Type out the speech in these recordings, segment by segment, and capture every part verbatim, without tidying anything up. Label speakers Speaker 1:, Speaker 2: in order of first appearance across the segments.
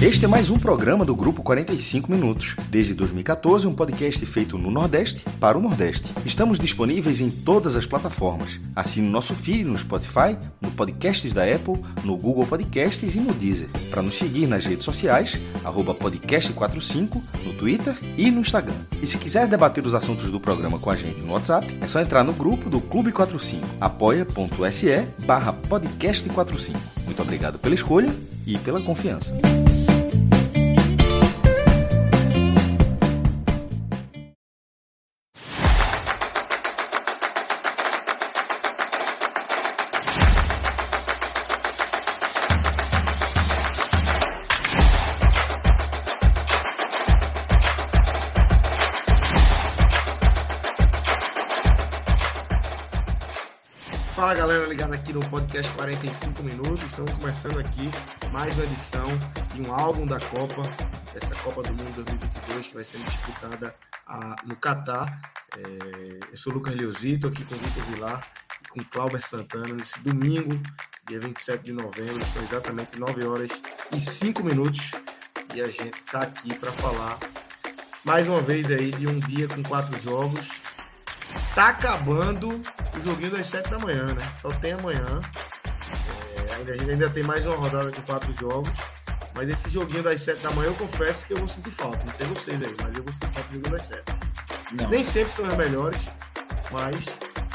Speaker 1: Este é mais um programa do Grupo quarenta e cinco Minutos. Desde dois mil e catorze, um podcast feito no Nordeste para o Nordeste. Estamos disponíveis em todas as plataformas. Assine o nosso feed no Spotify, no Podcasts da Apple, no Google Podcasts e no Deezer. Para nos seguir nas redes sociais, arroba podcast quarenta e cinco, no Twitter e no Instagram. E se quiser debater os assuntos do programa com a gente no WhatsApp, é só entrar no grupo do Clube quarenta e cinco, apoia.se barra podcast quarenta e cinco. Muito obrigado pela escolha e pela confiança.
Speaker 2: Fala galera, ligado aqui no podcast quarenta e cinco Minutos. Estamos começando aqui mais uma edição de um álbum da Copa, essa Copa do Mundo dois mil e vinte e dois, que vai ser disputada ah, no Catar. É, eu sou o Lucas Leozito, aqui com o Vitor Vilar e com o Cláudio Santana, nesse domingo, dia vinte e sete de novembro, são exatamente nove horas e cinco minutos, e a gente está aqui para falar mais uma vez aí de um dia com quatro jogos. Tá acabando o joguinho das sete da manhã, né? Só tem amanhã. É, ainda, a gente ainda tem mais uma rodada com quatro jogos. Mas esse joguinho das sete da manhã, eu confesso que eu vou sentir falta. Não sei vocês aí, mas eu vou sentir falta do joguinho das sete. Não. Nem sempre são os melhores, mas...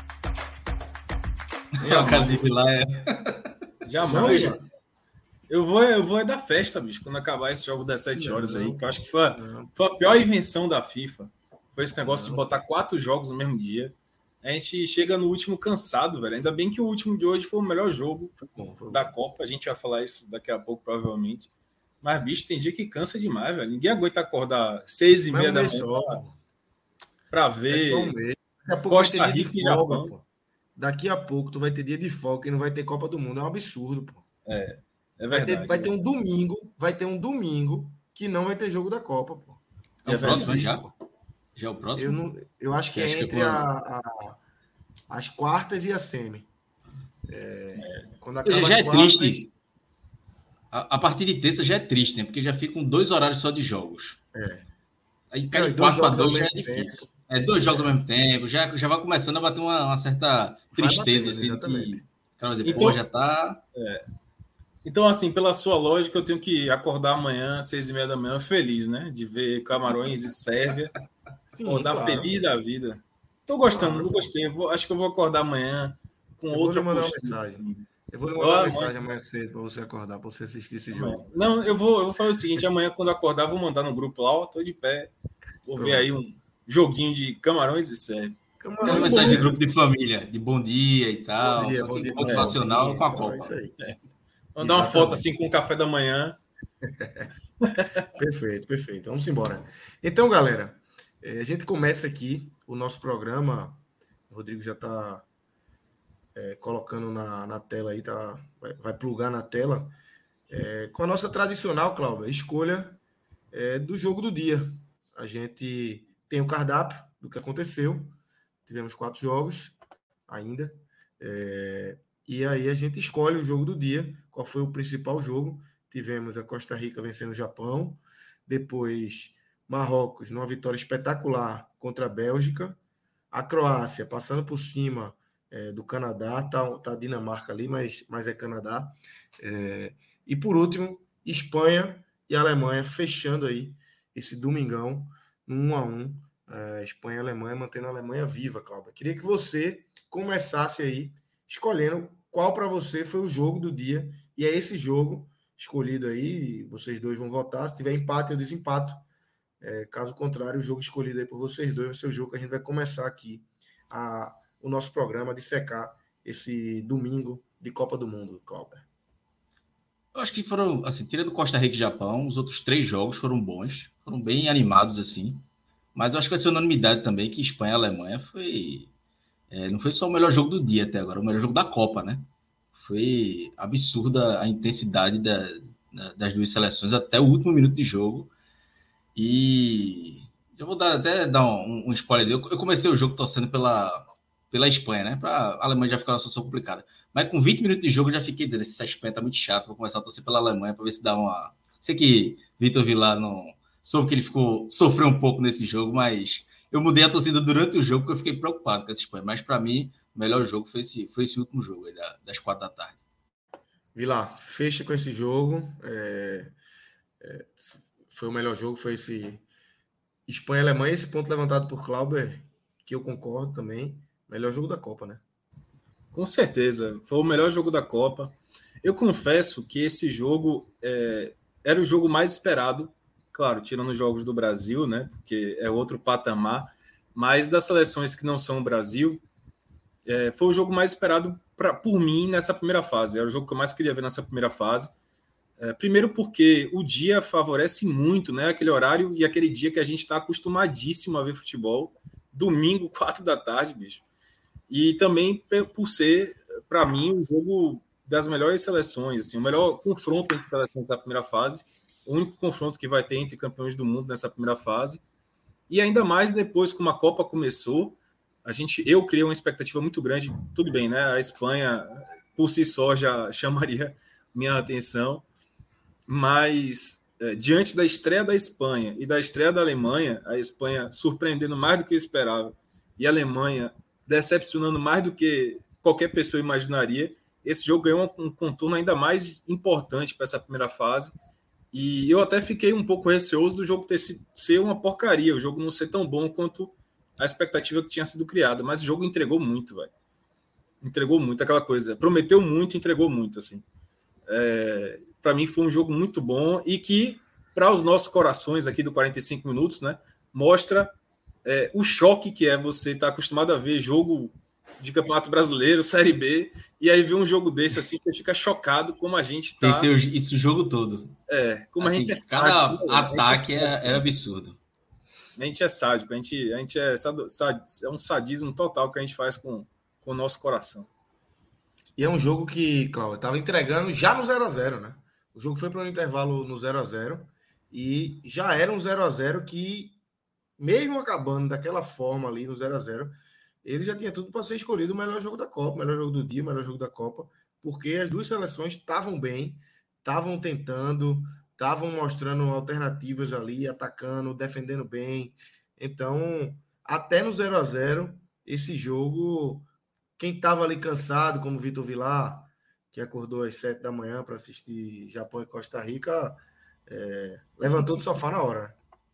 Speaker 3: É, o cara disse lá, é...
Speaker 4: Jamais. Não, eu vou, eu vou é da festa, bicho, quando acabar esse jogo das sete horas aí. Que eu acho que foi a, foi a pior invenção da FIFA. Foi esse negócio não. de botar quatro jogos no mesmo dia. A gente chega no último cansado, velho. Ainda bem que o último de hoje foi o melhor jogo foi bom, foi da Copa. A gente vai falar isso daqui a pouco, provavelmente. Mas, bicho, tem dia que cansa demais, velho. Ninguém aguenta acordar seis e meia da manhã pra ver.
Speaker 2: É só um mês. Daqui a pouco vai ter dia de folga, pô. Daqui a pouco tu vai ter dia de folga e não vai ter Copa do Mundo. É um absurdo, pô.
Speaker 4: É, é
Speaker 2: Vai
Speaker 4: verdade.
Speaker 2: ter, vai ter um domingo, vai ter um domingo que não vai ter jogo da Copa, pô.
Speaker 3: É o próximo já? Já é o próximo?
Speaker 2: Eu, não, eu acho que é acho entre que é a, a, as quartas e a semi. É, é. Quando acaba
Speaker 3: já é
Speaker 2: quartas,
Speaker 3: triste. A, a partir de terça já é triste, né? Porque já ficam dois horários só de jogos.
Speaker 2: É.
Speaker 3: Aí cai de quatro para dois já é difícil. Tempo. É dois jogos ao mesmo tempo. Já, já vai começando a bater uma, uma certa tristeza. Batendo, assim, que, dizer, então, pô, já tá...
Speaker 4: É. Então, assim, pela sua lógica, eu tenho que acordar amanhã, seis e meia da manhã, feliz, né? De ver Camarões e Sérvia. Sim, acordar claro. Feliz da vida. Tô gostando, claro, não gostei. Eu vou, acho que eu vou acordar amanhã com
Speaker 2: eu
Speaker 4: outra
Speaker 2: vou postura. Uma mensagem.
Speaker 4: Assim.
Speaker 2: Eu vou lhe mandar uma mensagem amanhã cedo para você acordar, para você assistir esse jogo.
Speaker 4: Não, eu vou, eu vou fazer o seguinte, amanhã quando eu acordar, vou mandar no grupo lá, ó, tô de pé. Vou Pronto. ver aí um joguinho de Camarões e Sérvia.
Speaker 3: Aquela mensagem de grupo de família, de bom dia e tal.
Speaker 2: Bom dia,
Speaker 3: só
Speaker 2: bom dia,
Speaker 3: motivacional com a Copa.
Speaker 2: É isso aí.
Speaker 4: É. Mandar uma foto assim com o café da manhã.
Speaker 2: Perfeito, perfeito. Vamos embora. Então, galera, a gente começa aqui o nosso programa. O Rodrigo já está é, colocando na, na tela aí, tá, vai, vai plugar na tela. É, com a nossa tradicional, Cláudia, escolha é, do jogo do dia. A gente tem o cardápio do que aconteceu. Tivemos quatro jogos ainda. É, e aí a gente escolhe o jogo do dia. Qual foi o principal jogo? Tivemos a Costa Rica vencendo o Japão. Depois, Marrocos, numa vitória espetacular contra a Bélgica. A Croácia, passando por cima é, do Canadá. Tá, tá a Dinamarca ali, mas, mas é Canadá. É, e, por último, Espanha e Alemanha, fechando aí esse domingão, no um a um. É, Espanha e Alemanha, mantendo a Alemanha viva, Cláudia. Queria que você começasse aí, escolhendo qual para você foi o jogo do dia. E é esse jogo escolhido aí, vocês dois vão votar. Se tiver empate, eu desempato. É, caso contrário, o jogo escolhido aí por vocês dois vai ser o jogo que a gente vai começar aqui a, o nosso programa de secar esse domingo de Copa do Mundo, Cláudio.
Speaker 3: Eu acho que foram, assim, tirando Costa Rica e Japão, os outros três jogos foram bons, foram bem animados, assim. Mas eu acho que vai ser unanimidade também que Espanha e Alemanha foi... É, não foi só o melhor jogo do dia até agora, o melhor jogo da Copa, né? Foi absurda a intensidade da, da, das duas seleções até o último minuto de jogo. E eu vou dar, até dar um, um spoiler. Eu, eu comecei o jogo torcendo pela, pela Espanha, né? Para a Alemanha já ficar uma situação complicada. Mas com vinte minutos de jogo eu já fiquei dizendo, essa Espanha tá muito chato, vou começar a torcer pela Alemanha para ver se dá uma, Sei que Vitor Vilar não soube que ele ficou sofreu um pouco nesse jogo, mas eu mudei a torcida durante o jogo porque eu fiquei preocupado com essa Espanha. Mas para mim, o melhor jogo foi esse, foi esse último jogo aí das quatro da tarde.
Speaker 2: Vilar, fecha com esse jogo. É, é, foi o melhor jogo, foi esse Espanha e Alemanha, esse ponto levantado por Clauber, que eu concordo também. Melhor jogo da Copa, né?
Speaker 4: Com certeza, foi o melhor jogo da Copa. Eu confesso que esse jogo é, era o jogo mais esperado, claro, tirando os jogos do Brasil, né? Porque é outro patamar, mas das seleções que não são o Brasil, é, foi o jogo mais esperado pra, por mim nessa primeira fase. Era o jogo que eu mais queria ver nessa primeira fase. É, primeiro porque o dia favorece muito, né? Aquele horário e aquele dia que a gente está acostumadíssimo a ver futebol. Domingo, quatro da tarde, bicho. E também por ser, para mim, o jogo das melhores seleções, assim, o melhor confronto entre seleções da primeira fase, o único confronto que vai ter entre campeões do mundo nessa primeira fase. E ainda mais depois, como a Copa começou, a gente, eu criei uma expectativa muito grande. Tudo bem, né? A Espanha, por si só, já chamaria minha atenção. Mas, é, diante da estreia da Espanha e da estreia da Alemanha, a Espanha surpreendendo mais do que eu esperava e a Alemanha decepcionando mais do que qualquer pessoa imaginaria, esse jogo ganhou um contorno ainda mais importante para essa primeira fase. E eu até fiquei um pouco receoso do jogo ter sido, ser uma porcaria, o jogo não ser tão bom quanto a expectativa que tinha sido criada. Mas o jogo entregou muito, velho. Entregou muito, aquela coisa. Prometeu muito, entregou muito, assim. É, para mim foi um jogo muito bom e que, para os nossos corações aqui do quarenta e cinco minutos, né, mostra é, o choque que é você estar tá acostumado a ver jogo de Campeonato Brasileiro, Série B, e aí ver um jogo desse assim, você fica chocado como a gente tá...
Speaker 3: Esse, esse jogo todo.
Speaker 4: É, como
Speaker 3: assim,
Speaker 4: a gente é
Speaker 3: cada
Speaker 4: sádico.
Speaker 3: Cada ataque
Speaker 4: é, sádico,
Speaker 3: é, é absurdo.
Speaker 4: A gente é sádico, a gente, a gente é, sad, sad, é um sadismo total que a gente faz com, com o nosso coração.
Speaker 2: E é um jogo que, Cláudio, estava entregando já no zero a zero, né? O jogo foi para um intervalo no zero a zero e já era um zero a zero que, mesmo acabando daquela forma ali no zero a zero, ele já tinha tudo para ser escolhido o melhor jogo da Copa, o melhor jogo do dia, o melhor jogo da Copa, porque as duas seleções estavam bem, estavam tentando, estavam mostrando alternativas ali, atacando, defendendo bem. Então, até no zero a zero, esse jogo, quem estava ali cansado, como o Vitor Vilar, que acordou às sete da manhã para assistir Japão e Costa Rica, é, levantou do sofá na hora.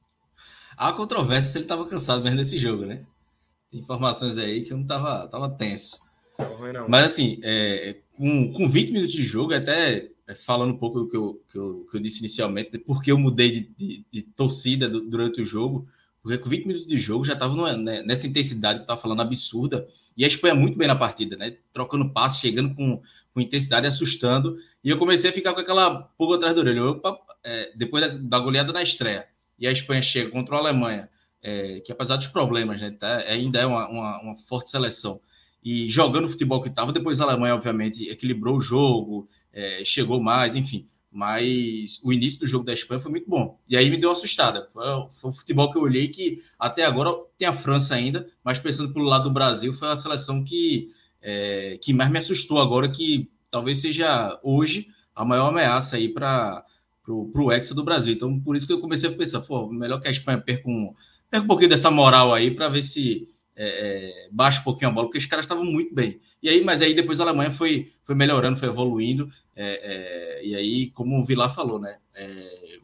Speaker 3: Há controvérsia se ele estava cansado mesmo desse jogo, né? Tem informações aí que eu não estava tava tenso.
Speaker 2: Não, não.
Speaker 3: Mas assim, é, com, com vinte minutos de jogo, até falando um pouco do que eu, que eu, que eu disse inicialmente, porque eu mudei de, de, de torcida do, durante o jogo, porque com vinte minutos de jogo já estava nessa intensidade que eu estava falando, absurda, e a Espanha muito bem na partida, né? Trocando passos, chegando com, com intensidade, assustando, e eu comecei a ficar com aquela pulga atrás da orelha. Opa, é, depois da, da goleada na estreia, e a Espanha chega contra a Alemanha, é, que apesar dos problemas, né, tá, ainda é uma, uma, uma forte seleção, e jogando o futebol que estava, depois a Alemanha, obviamente, equilibrou o jogo, é, chegou mais, enfim, mas o início do jogo da Espanha foi muito bom, e aí me deu uma assustada. Foi, foi o futebol que eu olhei que até agora tem a França ainda, mas pensando pelo lado do Brasil, foi a seleção que, é, que mais me assustou agora, que talvez seja hoje a maior ameaça aí para o Hexa do Brasil. Então, por isso que eu comecei a pensar, pô, melhor que a Espanha perca um, perca um pouquinho dessa moral aí para ver se é, baixa um pouquinho a bola, porque os caras estavam muito bem. E aí, mas aí depois a Alemanha foi, foi melhorando, foi evoluindo, é, é, e aí, como o Vilar falou, né, é,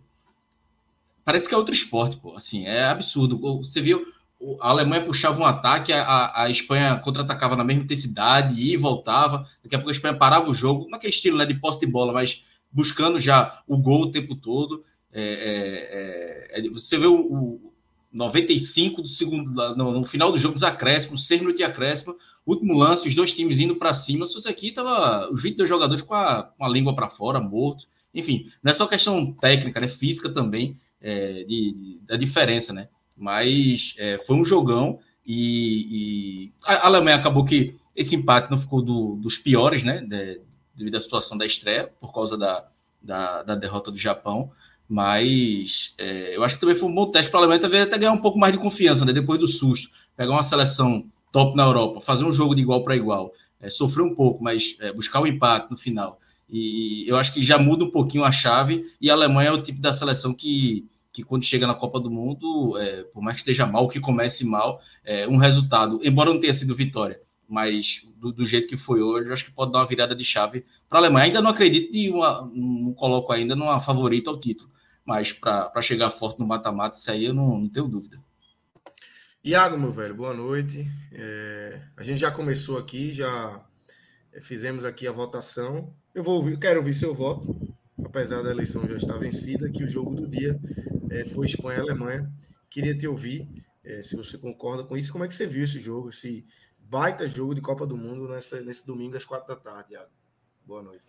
Speaker 3: parece que é outro esporte, pô, assim, é absurdo. Você viu, a Alemanha puxava um ataque, a, a Espanha contra-atacava na mesma intensidade, ia e voltava, daqui a pouco a Espanha parava o jogo, naquele estilo, né, de posse de bola, mas buscando já o gol o tempo todo. É, é, é, você vê o, o noventa e cinco do segundo, no, no final do jogo, dos acréscimos, seis minutos de acréscimo, último lance, os dois times indo para cima. Se fosse aqui, tava os vinte e dois jogadores com a, com a língua para fora, mortos. Enfim, não é só questão técnica, né, física também, é, de, de, da diferença, né? Mas é, foi um jogão e, e a Alemanha acabou que esse empate não ficou do, dos piores, né? De, devido à situação da estreia, por causa da, da, da derrota do Japão, mas é, eu acho que também foi um bom teste para a Alemanha, talvez até ganhar um pouco mais de confiança, né, depois do susto, pegar uma seleção top na Europa, fazer um jogo de igual para igual, é, sofrer um pouco, mas é, buscar o um empate no final, E eu acho que já muda um pouquinho a chave, e a Alemanha é o tipo da seleção que, que quando chega na Copa do Mundo, é, por mais que esteja mal, que comece mal, é, um resultado, embora não tenha sido vitória, mas do, do jeito que foi hoje, eu acho que pode dar uma virada de chave para a Alemanha. Ainda não acredito, de uma, não coloco ainda numa favorita ao título, mas para chegar forte no mata-mata, isso aí eu não, não tenho dúvida.
Speaker 2: Iago, meu velho, boa noite. É, a gente já começou aqui, já fizemos aqui a votação. Eu vou ouvir, quero ouvir seu voto, apesar da eleição já estar vencida, que o jogo do dia é, foi Espanha e Alemanha. Queria te ouvir, é, se você concorda com isso, como é que você viu esse jogo, esse baita jogo de Copa do Mundo nessa, nesse domingo às quatro da tarde, Iago. Boa noite.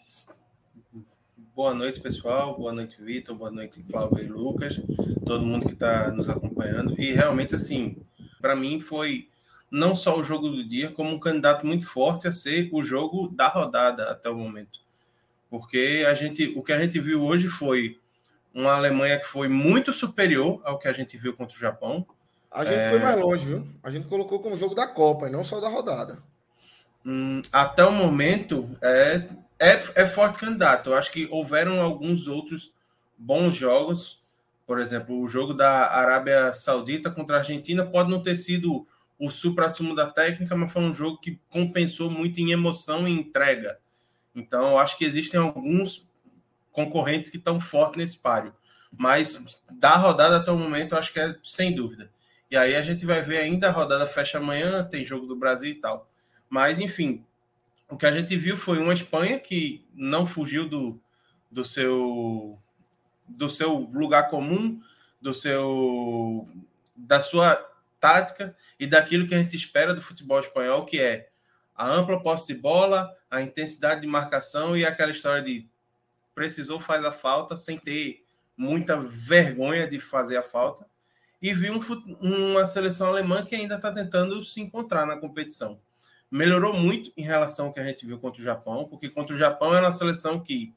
Speaker 5: Boa noite, pessoal. Boa noite, Vitor. Boa noite, Cláudio e Lucas. Todo mundo que está nos acompanhando. E realmente, assim, para mim foi não só o jogo do dia, como um candidato muito forte a ser o jogo da rodada até o momento. Porque a gente, o que a gente viu hoje foi uma Alemanha que foi muito superior ao que a gente viu contra o Japão.
Speaker 2: A gente é... foi mais longe, viu? A gente colocou como jogo da Copa e não só da rodada.
Speaker 5: Hum, até o momento, é, é, é forte candidato. Eu acho que houveram alguns outros bons jogos. Por exemplo, o jogo da Arábia Saudita contra a Argentina pode não ter sido o supra-sumo da técnica, mas foi um jogo que compensou muito em emoção e entrega. Então, eu acho que existem alguns concorrentes que estão fortes nesse páreo. Mas, da rodada até o momento, eu acho que é sem dúvida. E aí a gente vai ver ainda, a rodada fecha amanhã, tem jogo do Brasil e tal. Mas, enfim, o que a gente viu foi uma Espanha que não fugiu do, do, seu, do seu lugar comum, do seu, da sua tática e daquilo que a gente espera do futebol espanhol, que é a ampla posse de bola, a intensidade de marcação e aquela história de precisou, faz a falta, sem ter muita vergonha de fazer a falta. E vi um, uma seleção alemã que ainda está tentando se encontrar na competição. Melhorou muito em relação ao que a gente viu contra o Japão, porque contra o Japão era uma seleção que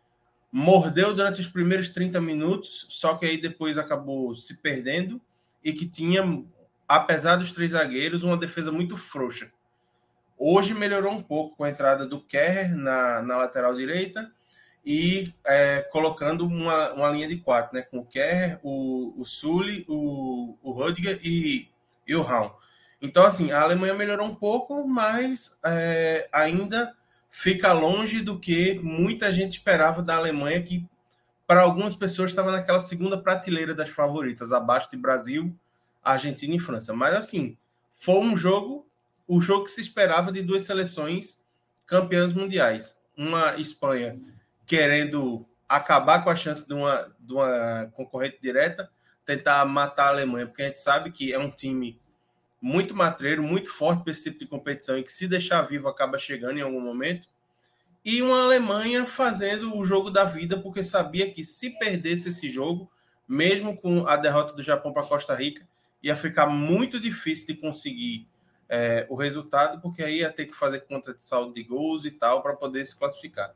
Speaker 5: mordeu durante os primeiros trinta minutos, só que aí depois acabou se perdendo e que tinha, apesar dos três zagueiros, uma defesa muito frouxa. Hoje melhorou um pouco com a entrada do Kerr na, na lateral direita e é, colocando uma, uma linha de quatro, né? Com o Kerr, o, o Sully, o, o Rüdiger e, e o Raum. Então, assim, a Alemanha melhorou um pouco, mas é, ainda fica longe do que muita gente esperava da Alemanha, que para algumas pessoas estava naquela segunda prateleira das favoritas, abaixo de Brasil, Argentina e França. Mas, assim, foi um jogo, o jogo que se esperava de duas seleções campeãs mundiais. Uma Espanha querendo acabar com a chance de uma, de uma concorrente direta, tentar matar a Alemanha, porque a gente sabe que é um time muito matreiro, muito forte para esse tipo de competição e que, se deixar vivo, acaba chegando em algum momento. E uma Alemanha fazendo o jogo da vida, porque sabia que, se perdesse esse jogo, mesmo com a derrota do Japão para Costa Rica, ia ficar muito difícil de conseguir é, o resultado, porque aí ia ter que fazer conta de saldo de gols e tal para poder se classificar.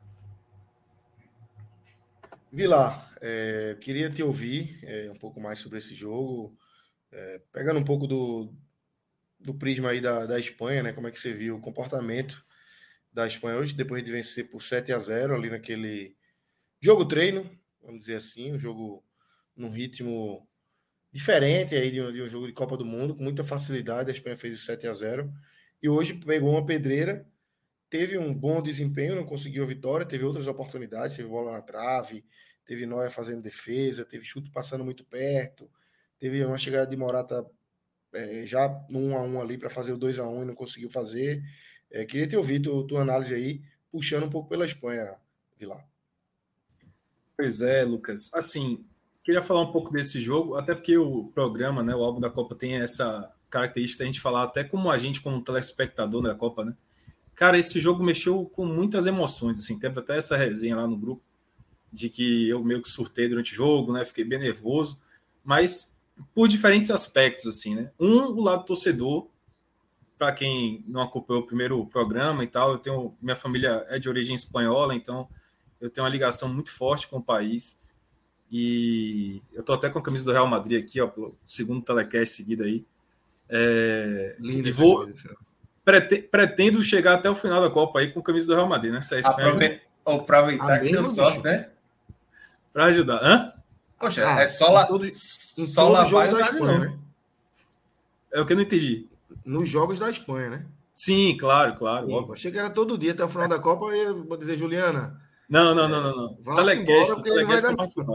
Speaker 2: Vilar, é, queria te ouvir é, um pouco mais sobre esse jogo, é, pegando um pouco do, do prisma aí da, da Espanha, né? Como é que você viu o comportamento da Espanha hoje, depois de vencer por sete a zero ali naquele jogo treino, vamos dizer assim, um jogo num ritmo diferente aí de um, de um jogo de Copa do Mundo, com muita facilidade. A Espanha fez o sete a zero e hoje pegou uma pedreira, teve um bom desempenho, não conseguiu a vitória, teve outras oportunidades, teve bola na trave, teve Neuer fazendo defesa, teve chute passando muito perto, teve uma chegada de Morata é, já no um a um ali para fazer o dois a um e não conseguiu fazer. É, queria te ouvir tu, tua análise aí, puxando um pouco pela Espanha, Vilar.
Speaker 4: Pois é, Lucas. Assim, queria falar um pouco desse jogo, até porque o programa, né, o álbum da Copa tem essa característica de a gente falar até como a gente, como telespectador da Copa, né? Cara, esse jogo mexeu com muitas emoções, assim, teve até essa resenha lá no grupo, de que eu meio que surtei durante o jogo, né, fiquei bem nervoso, mas por diferentes aspectos, assim, né? Um, o lado torcedor, para quem não acompanhou o primeiro programa e tal, eu tenho, minha família é de origem espanhola, então eu tenho uma ligação muito forte com o país, e eu tô até com a camisa do Real Madrid aqui, ó, pelo segundo telecast seguido aí, é,
Speaker 2: Lindo,
Speaker 4: e vou... Pretendo chegar até o final da Copa aí com a camisa do Real Madrid, né? Se a Espanha...
Speaker 5: Aprove... Ou aproveitar que deu sorte, né?
Speaker 4: Para ajudar. Hã?
Speaker 5: Poxa, ah, é só lá. Só lavar da Espanha, né?
Speaker 4: É o que eu não entendi.
Speaker 2: Nos jogos da Espanha, né?
Speaker 4: Sim, claro, claro.
Speaker 2: Sim, achei que era todo dia até o final da Copa. Eu vou dizer, Juliana.
Speaker 4: Não, não, não, não, não.
Speaker 2: Vá embora, porque ele vai dar.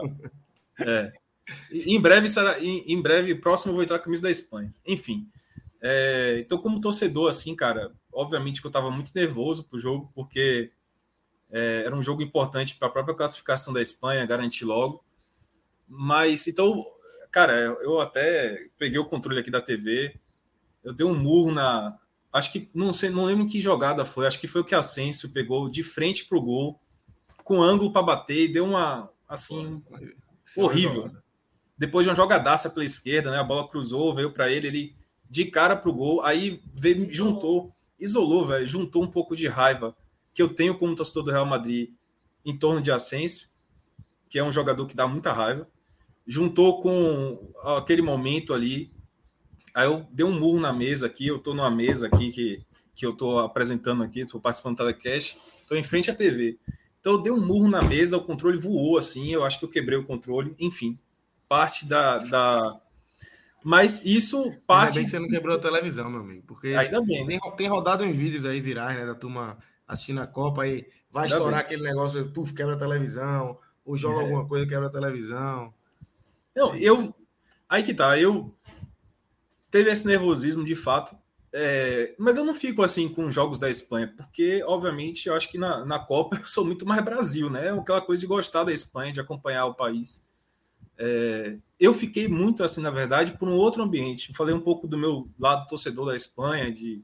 Speaker 4: É. Em breve será. Em, em breve, próximo eu vou entrar com a camisa da Espanha. Enfim. É, então, como torcedor, assim, cara, obviamente que eu estava muito nervoso pro jogo, porque é, era um jogo importante para a própria classificação da Espanha, garantir logo. Mas, então, cara, eu até peguei o controle aqui da T V, eu dei um murro na. Acho que, não sei, não lembro que jogada foi, acho que foi o que Asensio pegou de frente pro gol, com ângulo para bater, e deu uma, assim, Pô, horrível. Depois de uma jogadaça pela esquerda, né, a bola cruzou, veio para ele, ele de cara pro gol, aí veio, juntou, isolou, velho, juntou um pouco de raiva que eu tenho como torcedor do Real Madrid em torno de Asensio, que é um jogador que dá muita raiva, juntou com aquele momento ali, aí eu dei um murro na mesa aqui, eu tô numa mesa aqui que, que eu tô apresentando aqui, tô participando do telecast, tô em frente à T V, então eu dei um murro na mesa, o controle voou assim, eu acho que eu quebrei o controle, enfim, parte da... da... Mas isso parte...
Speaker 2: Ainda bem que você não quebrou a televisão, meu amigo, porque
Speaker 4: ainda bem,
Speaker 2: tem, tem rodado uns vídeos aí virais, né, da turma assistindo a Copa, aí vai ainda estourar bem. Aquele negócio, puf, quebra a televisão, ou joga é. alguma coisa, quebra a televisão.
Speaker 4: Não, é eu... Aí que tá, eu... Teve esse nervosismo, de fato, é... mas eu não fico assim com os jogos da Espanha, porque, obviamente, eu acho que na, na Copa eu sou muito mais Brasil, né? Aquela coisa de gostar da Espanha, de acompanhar o país. É, eu fiquei muito assim, na verdade, por um outro ambiente. Eu falei um pouco do meu lado torcedor da Espanha, de,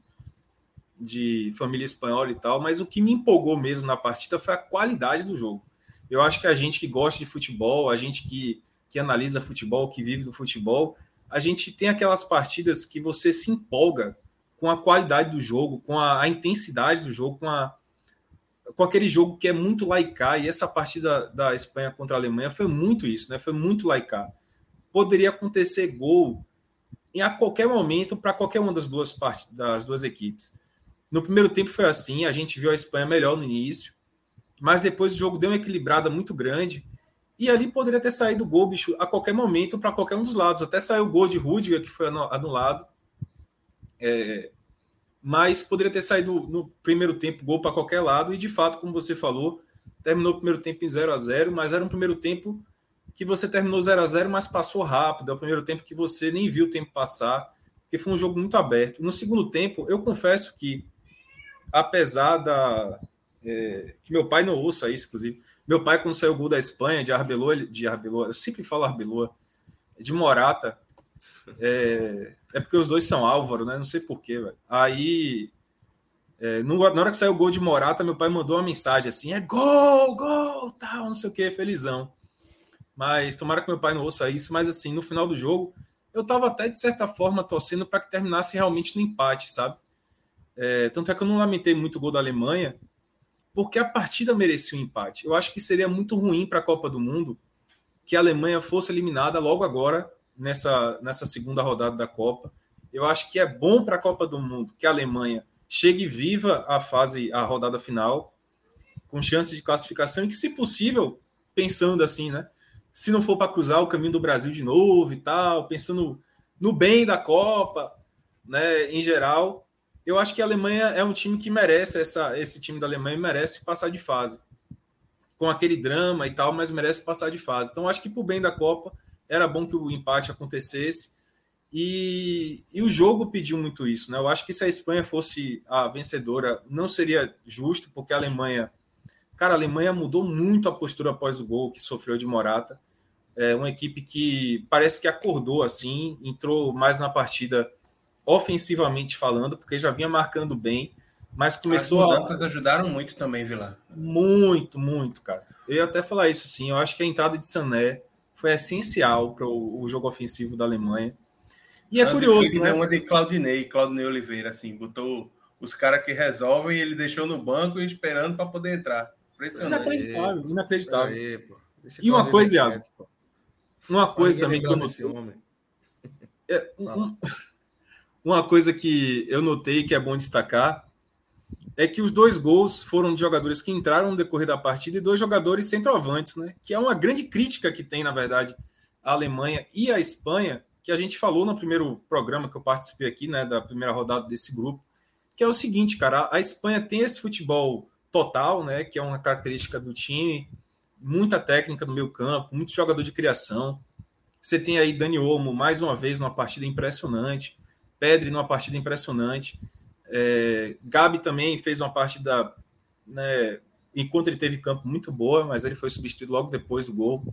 Speaker 4: de família espanhola e tal, mas o que me empolgou mesmo na partida foi a qualidade do jogo. Eu acho que a gente que gosta de futebol, a gente que, que analisa futebol, que vive do futebol, a gente tem aquelas partidas que você se empolga com a qualidade do jogo, com a, a intensidade do jogo, com a com aquele jogo que é muito laicar, e essa partida da Espanha contra a Alemanha foi muito isso, né? Foi muito laicar. Poderia acontecer gol em a qualquer momento para qualquer uma das duas partes, das duas equipes. No primeiro tempo foi assim, a gente viu a Espanha melhor no início, mas depois o jogo deu uma equilibrada muito grande, e ali poderia ter saído gol, bicho, a qualquer momento para qualquer um dos lados. Até saiu o gol de Rüdiger, que foi anulado. É... mas poderia ter saído no primeiro tempo gol para qualquer lado, e de fato, como você falou, terminou o primeiro tempo em zero a zero, mas era um primeiro tempo que você terminou zero a zero, mas passou rápido, é o primeiro tempo que você nem viu o tempo passar, porque foi um jogo muito aberto. No segundo tempo, eu confesso que, apesar da... É, que meu pai não ouça isso, inclusive, meu pai, quando saiu o gol da Espanha, de Arbeloa, de Arbeloa, eu sempre falo Arbeloa, de Morata, é... É porque os dois são Álvaro, né? Não sei porquê, velho. Aí, é, no, na hora que saiu o gol de Morata, meu pai mandou uma mensagem assim, é gol, gol, tal, não sei o que, felizão. Mas tomara que meu pai não ouça isso, mas assim, no final do jogo, eu tava até, de certa forma, torcendo para que terminasse realmente no empate, sabe? É, tanto é que eu não lamentei muito o gol da Alemanha, porque a partida merecia um empate. Eu acho que seria muito ruim para a Copa do Mundo que a Alemanha fosse eliminada logo agora, Nessa, nessa segunda rodada da Copa. Eu acho que é bom para a Copa do Mundo que a Alemanha chegue viva à fase, à rodada final, com chance de classificação, e que, se possível, pensando assim, né? Se não for para cruzar o caminho do Brasil de novo e tal, pensando no bem da Copa, né, em geral, eu acho que a Alemanha é um time que merece, essa, esse time da Alemanha merece passar de fase. Com aquele drama e tal, mas merece passar de fase. Então, acho que pro bem da Copa, era bom que o empate acontecesse, e, e o jogo pediu muito isso, né? Eu acho que se a Espanha fosse a vencedora, não seria justo, porque a Alemanha, cara, a Alemanha mudou muito a postura após o gol que sofreu de Morata. É uma equipe que parece que acordou assim, entrou mais na partida ofensivamente falando, porque já vinha marcando bem, mas começou
Speaker 5: a... As mudanças a... ajudaram muito também, Vilar.
Speaker 4: Muito, muito, cara. Eu ia até falar isso assim, eu acho que a entrada de Sané foi essencial para o jogo ofensivo da Alemanha. E é Mas curioso, né?
Speaker 5: Uma de Claudinei, Claudinei Oliveira, assim, botou os caras que resolvem e ele deixou no banco e esperando para poder entrar. Impressionante.
Speaker 4: Inacreditável, inacreditável. Aí, e uma coisa, Iago, uma coisa também que eu notei... É, um, uma coisa que eu notei que é bom destacar é que os dois gols foram de jogadores que entraram no decorrer da partida e dois jogadores centroavantes, né? Que é uma grande crítica que tem, na verdade, a Alemanha e a Espanha, que a gente falou no primeiro programa que eu participei aqui, né, da primeira rodada desse grupo, que é o seguinte, cara, a Espanha tem esse futebol total, né, que é uma característica do time, muita técnica no meio campo, muito jogador de criação. Você tem aí Dani Olmo, mais uma vez, numa partida impressionante, Pedri numa partida impressionante, é, Gabi também fez uma partida, né, enquanto ele teve campo, muito boa, mas ele foi substituído logo depois do gol.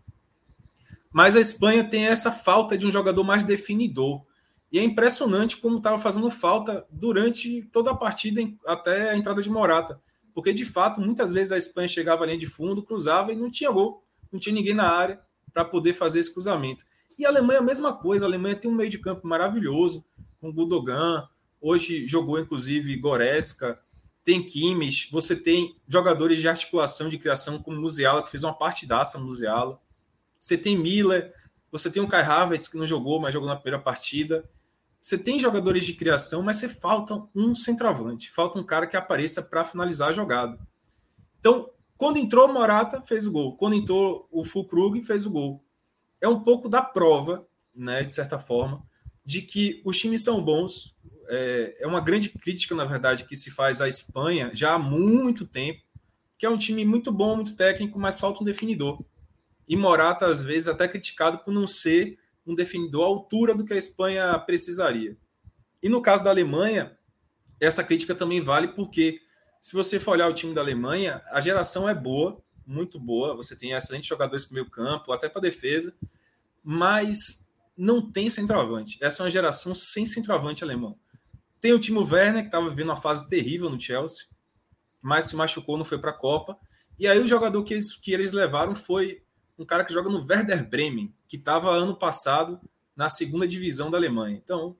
Speaker 4: Mas a Espanha tem essa falta de um jogador mais definidor. E é impressionante como estava fazendo falta durante toda a partida, até a entrada de Morata. Porque, de fato, muitas vezes a Espanha chegava à linha de fundo, cruzava e não tinha gol. Não tinha ninguém na área para poder fazer esse cruzamento. E a Alemanha, a mesma coisa. A Alemanha tem um meio de campo maravilhoso, com Gundogan. Hoje jogou, inclusive, Goretzka. Tem Kimmich. Você tem jogadores de articulação, de criação, como Musiala, que fez uma partidaça, Musiala. Você tem Miller, você tem o Kai Havertz, que não jogou, mas jogou na primeira partida. Você tem jogadores de criação, mas você falta um centroavante. Falta um cara que apareça para finalizar a jogada. Então, quando entrou o Morata, fez o gol. Quando entrou o Füllkrug, fez o gol. É um pouco da prova, né, de certa forma, de que os times são bons. É, é uma grande crítica, na verdade, que se faz à Espanha já há muito tempo, que é um time muito bom, muito técnico, mas falta um definidor. E Morata, às vezes, até criticado por não ser um definidor à altura do que a Espanha precisaria. E no caso da Alemanha, essa crítica também vale porque, se você for olhar o time da Alemanha, a geração é boa, muito boa, você tem excelentes jogadores para o meio campo, até para defesa, mas não tem centroavante. Essa é uma geração sem centroavante alemão. Tem o Timo Werner, que estava vivendo uma fase terrível no Chelsea, mas se machucou, não foi para a Copa. E aí o jogador que eles, que eles levaram foi um cara que joga no Werder Bremen, que estava ano passado na segunda divisão da Alemanha. Então,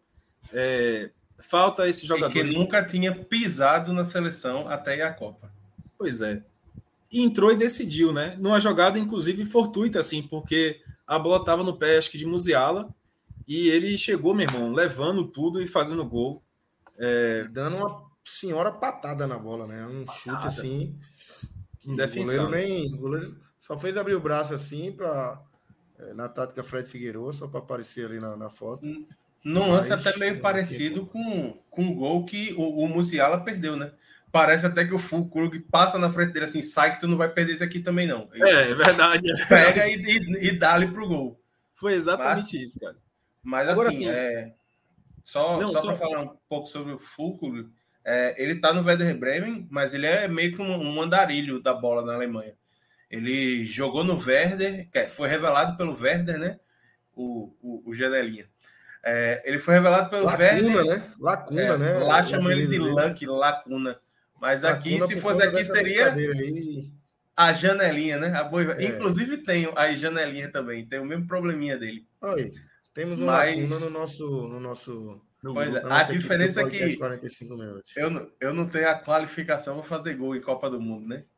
Speaker 4: é, falta esse jogador.
Speaker 5: E que nunca tinha pisado na seleção até ir à Copa.
Speaker 4: Pois é. E entrou e decidiu, né? Numa jogada, inclusive, fortuita, assim, porque a bola estava no pé, acho que de Musiala, e ele chegou, meu irmão, levando tudo e fazendo gol.
Speaker 2: É... Dando uma senhora patada na bola, né? Um patada. Chute, assim...
Speaker 4: Indefensável.
Speaker 2: O goleiro nem... O goleiro... Só fez abrir o braço assim para na tática Fred Figueiredo, só para aparecer ali na, na foto.
Speaker 5: Num lance até meio é, parecido que... com, com o gol que o, o Musiala perdeu, né? Parece até que o Füllkrug passa na frente dele assim, sai que tu não vai perder isso aqui também não.
Speaker 4: Ele é, é verdade.
Speaker 5: Pega e, e, e dá-lhe pro gol.
Speaker 4: Foi exatamente mas, isso, cara.
Speaker 5: Mas Agora, assim, assim é, só, não, só, só... para falar um pouco sobre o Füllkrug, é, ele tá no Werder Bremen, mas ele é meio que um, um andarilho da bola na Alemanha. Ele jogou no Werder, foi revelado pelo Werder, né? O, o, o Janelinha. É, ele foi revelado pelo
Speaker 2: Lacuna,
Speaker 5: Werder.
Speaker 2: Né? Lacuna,
Speaker 5: é,
Speaker 2: né?
Speaker 5: Lá chamam ele de Luck, Lacuna. Mas Lacuna, aqui, se fosse aqui, seria aí... a Janelinha, né? A Boiva... é. Inclusive tem a Janelinha também, tem o mesmo probleminha dele.
Speaker 2: Oi, temos uma Mas... Lacuna no nosso... No nosso...
Speaker 5: Pois é, a diferença é que
Speaker 2: quarenta e cinco minutos.
Speaker 5: Eu, eu não tenho a qualificação para fazer gol em Copa do Mundo, né?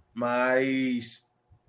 Speaker 5: Mas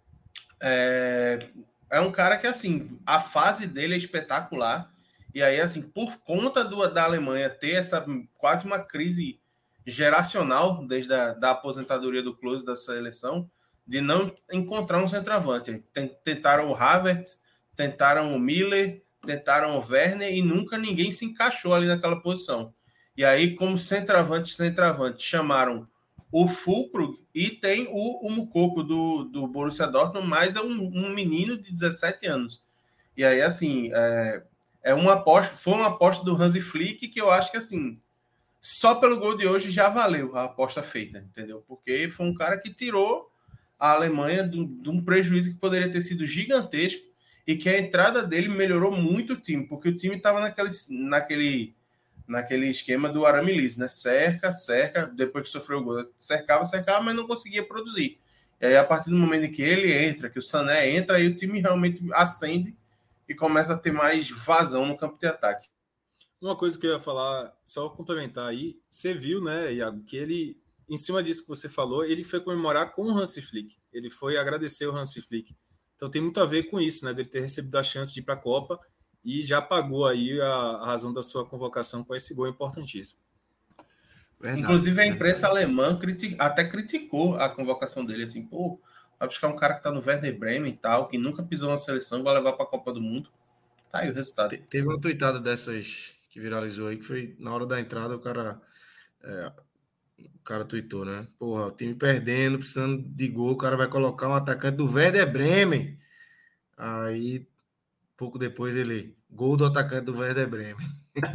Speaker 5: é, é um cara que, assim, a fase dele é espetacular. E aí, assim, por conta do, da Alemanha ter essa quase uma crise geracional desde a da aposentadoria do Klose da seleção, de não encontrar um centroavante. Tentaram o Havertz, tentaram o Miller, tentaram o Werner e nunca ninguém se encaixou ali naquela posição. E aí, como centroavante, centroavante, chamaram o Füllkrug e tem o, o Moukoko do, do Borussia Dortmund, mas é um, um menino de dezessete anos. E aí, assim, é, é uma aposta, foi uma aposta do Hansi Flick que eu acho que, assim, só pelo gol de hoje já valeu a aposta feita, entendeu? Porque foi um cara que tirou a Alemanha de, de um prejuízo que poderia ter sido gigantesco e que a entrada dele melhorou muito o time, porque o time estava naquele, naquele, naquele esquema do Arame Lis, né? Cerca, cerca, depois que sofreu o gol, cercava, cercava, mas não conseguia produzir. E aí, a partir do momento em que ele entra, que o Sané entra, aí o time realmente acende e começa a ter mais vazão no campo de ataque.
Speaker 4: Uma coisa que eu ia falar, só complementar aí, você viu, né, Iago, que ele, em cima disso que você falou, ele foi comemorar com o Hansi Flick. Ele foi agradecer o Hansi Flick. Então tem muito a ver com isso, né, dele ter recebido a chance de ir para a Copa e já pagou aí a, a razão da sua convocação com esse gol importantíssimo.
Speaker 5: Verdade, Inclusive, a imprensa verdade. alemã critic... até criticou a convocação dele, assim, pô, vai buscar um cara que tá no Werder Bremen e tal, que nunca pisou na seleção, vai levar pra Copa do Mundo. Tá aí o resultado.
Speaker 2: Te, teve uma tuitada dessas que viralizou aí, que foi na hora da entrada, o cara é, o cara tuitou, né? Porra, o time perdendo, precisando de gol, o cara vai colocar um atacante do Werder Bremen. Aí, pouco depois, ele, gol do atacante do Werder Bremen.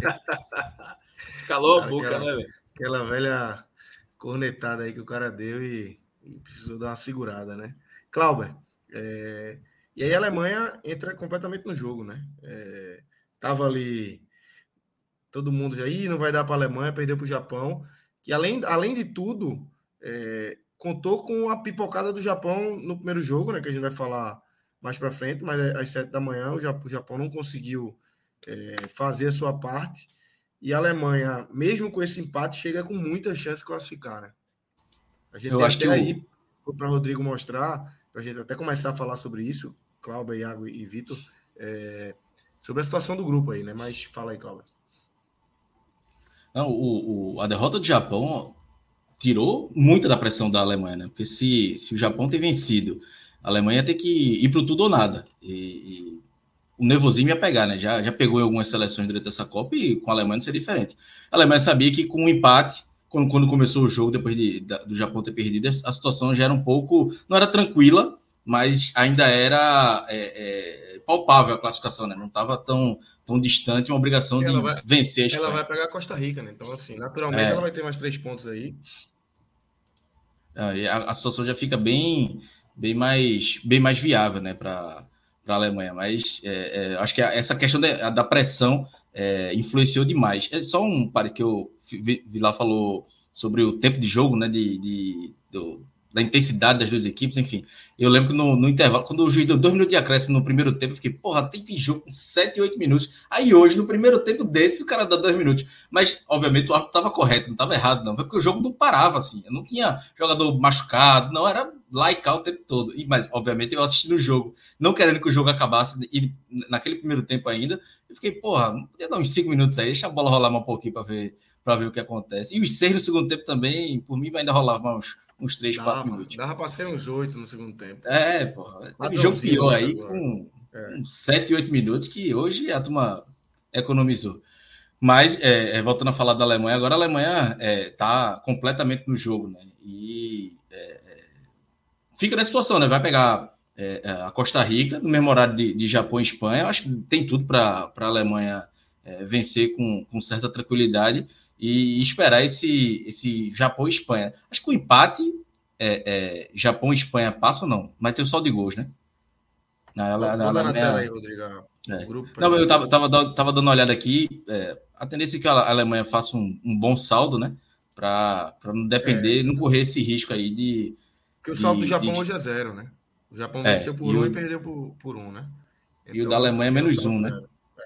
Speaker 4: Calou cara, a boca, aquela, né, velho?
Speaker 2: Aquela velha cornetada aí que o cara deu e, e precisou dar uma segurada, né? Clauber, é... e aí a Alemanha entra completamente no jogo, né? É... Tava ali todo mundo já, Ih, não vai dar para a Alemanha, perdeu para o Japão, que além, além de tudo, é... contou com a pipocada do Japão no primeiro jogo, né? Que a gente vai falar mais para frente, mas às sete da manhã o Japão não conseguiu é... fazer a sua parte. E a Alemanha, mesmo com esse empate, chega com muita chance de classificar, né? A gente
Speaker 3: eu
Speaker 2: tem
Speaker 3: acho
Speaker 2: até
Speaker 3: que
Speaker 2: aí, eu... para o Rodrigo mostrar, para a gente até começar a falar sobre isso, Cláudio, Iago e Vitor, é... sobre a situação do grupo aí, né? Mas fala aí, Cláudio.
Speaker 3: Não, o, o, a derrota do Japão tirou muita da pressão da Alemanha, né? Porque se, se o Japão ter vencido, a Alemanha tem que ir para o tudo ou nada. E... e... o nervosismo ia pegar, né? Já, já pegou em algumas seleções durante essa Copa e com a Alemanha não seria diferente. A Alemanha sabia que com o um empate, quando, quando começou o jogo, depois de, da, do Japão ter perdido, a situação já era um pouco, não era tranquila, mas ainda era é, é, palpável a classificação, né? Não estava tão, tão distante, uma obrigação de
Speaker 2: vai,
Speaker 3: vencer a Espanha.
Speaker 2: Ela vai pegar a Costa Rica, né? Então, assim, naturalmente é. ela vai ter mais três pontos aí.
Speaker 3: É, a, a situação já fica bem, bem, mais, bem mais viável, né? Para para a Alemanha, mas é, é, acho que essa questão da, da pressão é, influenciou demais. É só um par que eu vi, vi lá falou sobre o tempo de jogo, né, de, de, do, da intensidade das duas equipes, enfim. Eu lembro que no, no intervalo, quando o juiz deu dois minutos de acréscimo no primeiro tempo, eu fiquei, porra, tem de jogo com sete, oito minutos. Aí hoje, no primeiro tempo desse, o cara dá dois minutos. Mas, obviamente, o árbitro estava correto, não estava errado, não. Foi porque o jogo não parava, assim. Eu não tinha jogador machucado, não, era lá e cá o tempo todo. E, mas, obviamente, eu assisti no jogo, não querendo que o jogo acabasse, e naquele primeiro tempo ainda, eu fiquei, porra, não podia dar uns cinco minutos aí, deixa a bola rolar mais um pouquinho para ver, para ver o que acontece. E os seis no segundo tempo também, por mim, ainda rolava uns, uns três, quatro minutos.
Speaker 2: Dava para ser uns oito no segundo tempo.
Speaker 3: É, porra. Teve jogo pior aí, agora. com é. uns sete, oito minutos, que hoje a turma economizou. Mas, é, é, voltando a falar da Alemanha, agora a Alemanha está é, completamente no jogo, né? E é, fica nessa situação, né? Vai pegar é, a Costa Rica, no mesmo horário de, de Japão e Espanha. Eu acho que tem tudo para a Alemanha é, vencer com, com certa tranquilidade e, e esperar esse, esse Japão e Espanha. Acho que o empate, é, é, Japão e Espanha passa ou não? Mas tem o saldo de gols, né?
Speaker 2: Na, na, na, na tela aí, Rodrigo.
Speaker 3: É. Não, eu tava, tava, tava dando uma olhada aqui. É, a tendência é que a Alemanha faça um, um bom saldo, né? Para não depender, é, não correr esse risco aí de.
Speaker 2: Porque o saldo de, do Japão de... hoje é zero, né? O Japão é, venceu por um e, o... e perdeu por, por um, né?
Speaker 3: Então, e o da Alemanha é menos um, né?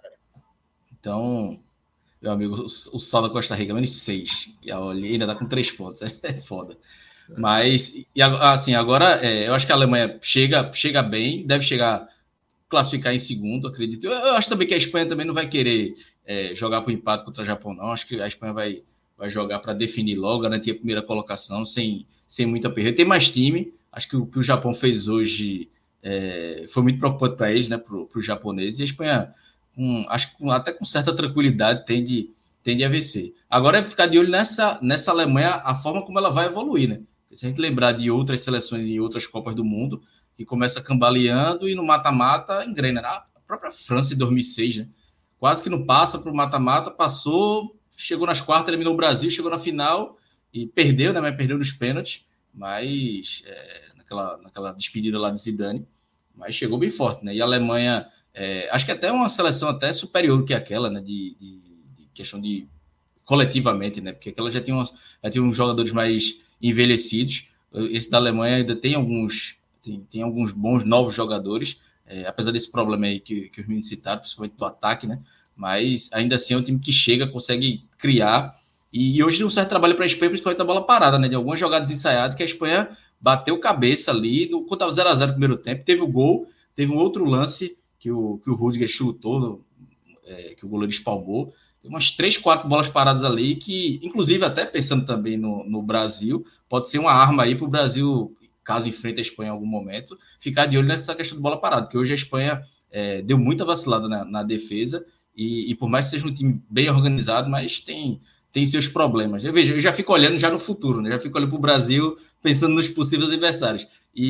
Speaker 3: Então, meu amigo, o, o saldo da Costa Rica é menos seis. E ainda dá com três pontos. É, é foda. É. Mas, e, assim, agora é, eu acho que a Alemanha chega, chega bem, deve chegar. Classificar em segundo, acredito. Eu, eu acho também que a Espanha também não vai querer é, jogar para o empate contra o Japão, não. Acho que a Espanha vai, vai jogar para definir logo, garantir a primeira colocação, sem, sem muita perda. Tem mais time. Acho que o que o Japão fez hoje é, foi muito preocupante para eles, né, para os japoneses. E a Espanha, um, acho que até com certa tranquilidade, tende, tende a vencer. Agora é ficar de olho nessa, nessa Alemanha, a forma como ela vai evoluir, né? Se a gente lembrar de outras seleções em outras Copas do Mundo, que começa cambaleando e no mata-mata engrena. A própria França em dois mil e seis, né? Quase que não passa para o mata-mata, passou, chegou nas quartas, eliminou o Brasil, chegou na final e perdeu, né? Mas perdeu nos pênaltis, mas é, naquela, naquela despedida lá de Zidane, mas chegou bem forte, né? E a Alemanha, é, acho que até uma seleção até superior que aquela, né? De, de, de questão de coletivamente, né? Porque aquela já tinha, umas, já tinha uns jogadores mais envelhecidos. Esse da Alemanha ainda tem alguns Tem, tem alguns bons novos jogadores, é, apesar desse problema aí que, que os meninos citaram, principalmente do ataque, né? Mas ainda assim é um time que chega, consegue criar. E, e hoje tem um certo trabalho para a Espanha, principalmente a bola parada, né? De algumas jogadas ensaiadas que a Espanha bateu cabeça ali, do, quando estava zero a zero no primeiro tempo, teve o gol, teve um outro lance que o, que o Rüdiger chutou, é, que o goleiro espalmou. Tem umas três, quatro bolas paradas ali que, inclusive, até pensando também no, no Brasil, pode ser uma arma aí para o Brasil, caso enfrente a Espanha em algum momento, ficar de olho nessa questão de bola parada, porque hoje a Espanha é, deu muita vacilada na, na defesa e, e por mais que seja um time bem organizado, mas tem, tem seus problemas. Eu vejo, eu já fico olhando já no futuro, né? Já fico olhando para o Brasil pensando nos possíveis adversários.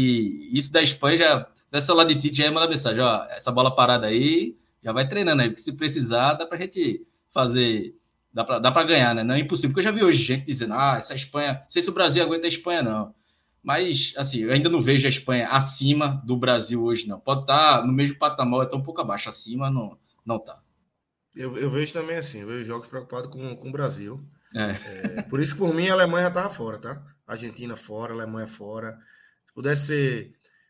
Speaker 3: E isso da Espanha, já, dessa lá de Tite, já é mandar mensagem, ó, essa bola parada aí, já vai treinando aí, porque se precisar, dá para a gente fazer, dá para dá para ganhar, né? Não é impossível, porque eu já vi hoje gente dizendo, ah, essa Espanha, não sei se o Brasil aguenta a Espanha, não. Mas, assim, eu ainda não vejo a Espanha acima do Brasil hoje, não. Pode estar no mesmo patamar, é tão um pouco abaixo, acima não, não tá.
Speaker 2: Eu, eu vejo também assim, eu vejo jogos preocupados com, com o Brasil.
Speaker 3: É.
Speaker 2: É, por isso que, por mim, a Alemanha estava fora, tá? Argentina fora, Alemanha fora. Se pudesse ser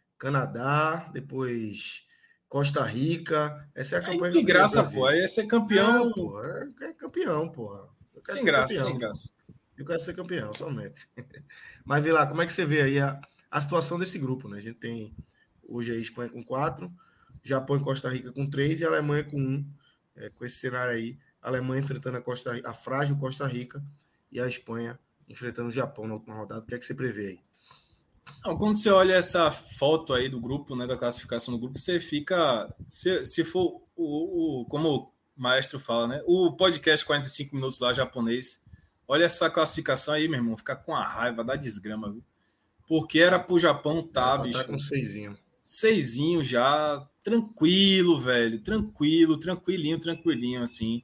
Speaker 2: Canadá, depois Costa Rica. Essa é a campanha
Speaker 4: que graça, pô. Aí é ser campeão.
Speaker 2: Não, pô, é, é campeão, porra.
Speaker 4: Sem graça, campeão. sem graça.
Speaker 2: Eu quero ser campeão, somente. Mas, Vilar, como é que você vê aí a, a situação desse grupo, né? A gente tem hoje a Espanha com quatro, Japão e Costa Rica com três e a Alemanha com um. É, com esse cenário aí, a Alemanha enfrentando a, Costa, a frágil Costa Rica e a Espanha enfrentando o Japão na última rodada. O que é que você prevê aí?
Speaker 4: Não, quando você olha essa foto aí do grupo, né, da classificação do grupo, você fica... Se, se for, o, o, como o maestro fala, né? O podcast quarenta e cinco minutos lá, japonês, olha essa classificação aí, meu irmão, fica com a raiva da desgrama, viu? Porque era pro Japão tá, bicho.
Speaker 2: Tá com seisinho.
Speaker 4: Seisinho já, tranquilo, velho, tranquilo, tranquilinho, tranquilinho, assim,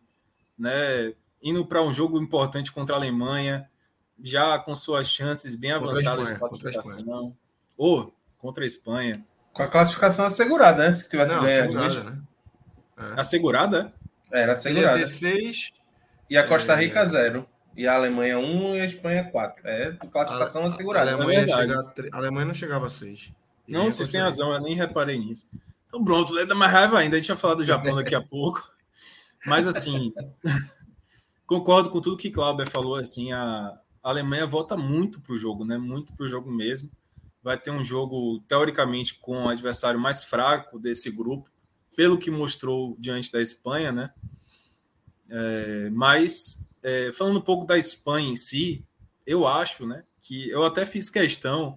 Speaker 4: né? Indo para um jogo importante contra a Alemanha, já com suas chances bem contra avançadas Espanha, de classificação. Ou oh, contra a Espanha.
Speaker 5: Com a classificação assegurada, né? Se tivesse ganho
Speaker 2: assegurada, né?
Speaker 4: É. Assegurada?
Speaker 5: Era assegurada.
Speaker 2: T seis,
Speaker 5: e a Costa Rica, é... zero. E a Alemanha, um, e a Espanha, quatro. É classificação a, assegurada.
Speaker 2: A Alemanha, é chega, a Alemanha não chegava a seis.
Speaker 4: Não, vocês têm razão, eu nem reparei nisso. Então, pronto, dá mais raiva ainda. A gente vai falar do Japão daqui a pouco. Mas, assim, concordo com tudo que Clauber falou. Assim, a Alemanha volta muito para o jogo, né? Muito para o jogo mesmo. Vai ter um jogo, teoricamente, com o adversário mais fraco desse grupo, pelo que mostrou diante da Espanha, né? É, mas, é, falando um pouco da Espanha em si, eu acho, né, que eu até fiz questão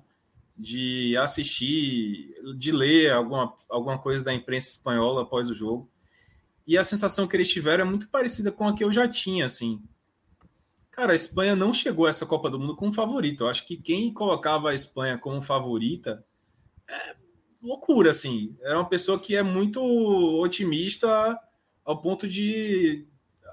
Speaker 4: de assistir, de ler alguma, alguma coisa da imprensa espanhola após o jogo. E a sensação que eles tiveram é muito parecida com a que eu já tinha, assim. Cara, a Espanha não chegou a essa Copa do Mundo como favorita. Eu acho que quem colocava a Espanha como favorita é loucura, assim. Era uma pessoa que é muito otimista ao ponto de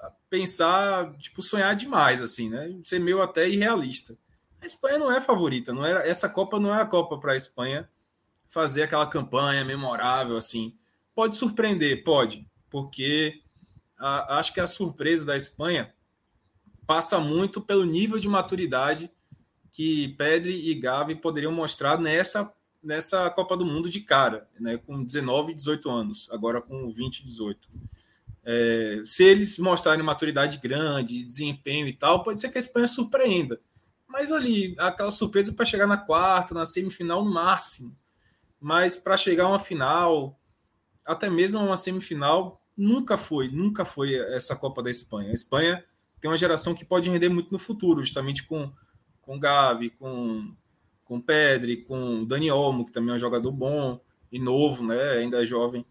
Speaker 4: pensar, tipo, sonhar demais, assim, né? Ser meio até irrealista. A Espanha não é favorita, não era, essa Copa não é a Copa para a Espanha fazer aquela campanha memorável, assim. Pode surpreender, pode, porque a, acho que a surpresa da Espanha passa muito pelo nível de maturidade que Pedri e Gavi poderiam mostrar nessa, nessa Copa do Mundo de cara, né, com dezenove, dezoito anos, agora com vinte e dezoito. É, se eles mostrarem maturidade grande, desempenho e tal, pode ser que a Espanha surpreenda. Mas ali, aquela surpresa para chegar na quarta, na semifinal no máximo. Mas para chegar a uma final, até mesmo a uma semifinal, nunca foi, nunca foi essa Copa da Espanha. A Espanha tem uma geração que pode render muito no futuro, justamente com, com Gavi, com, com Pedri, com Dani Olmo, que também é um jogador bom e novo, né? Ainda é jovem.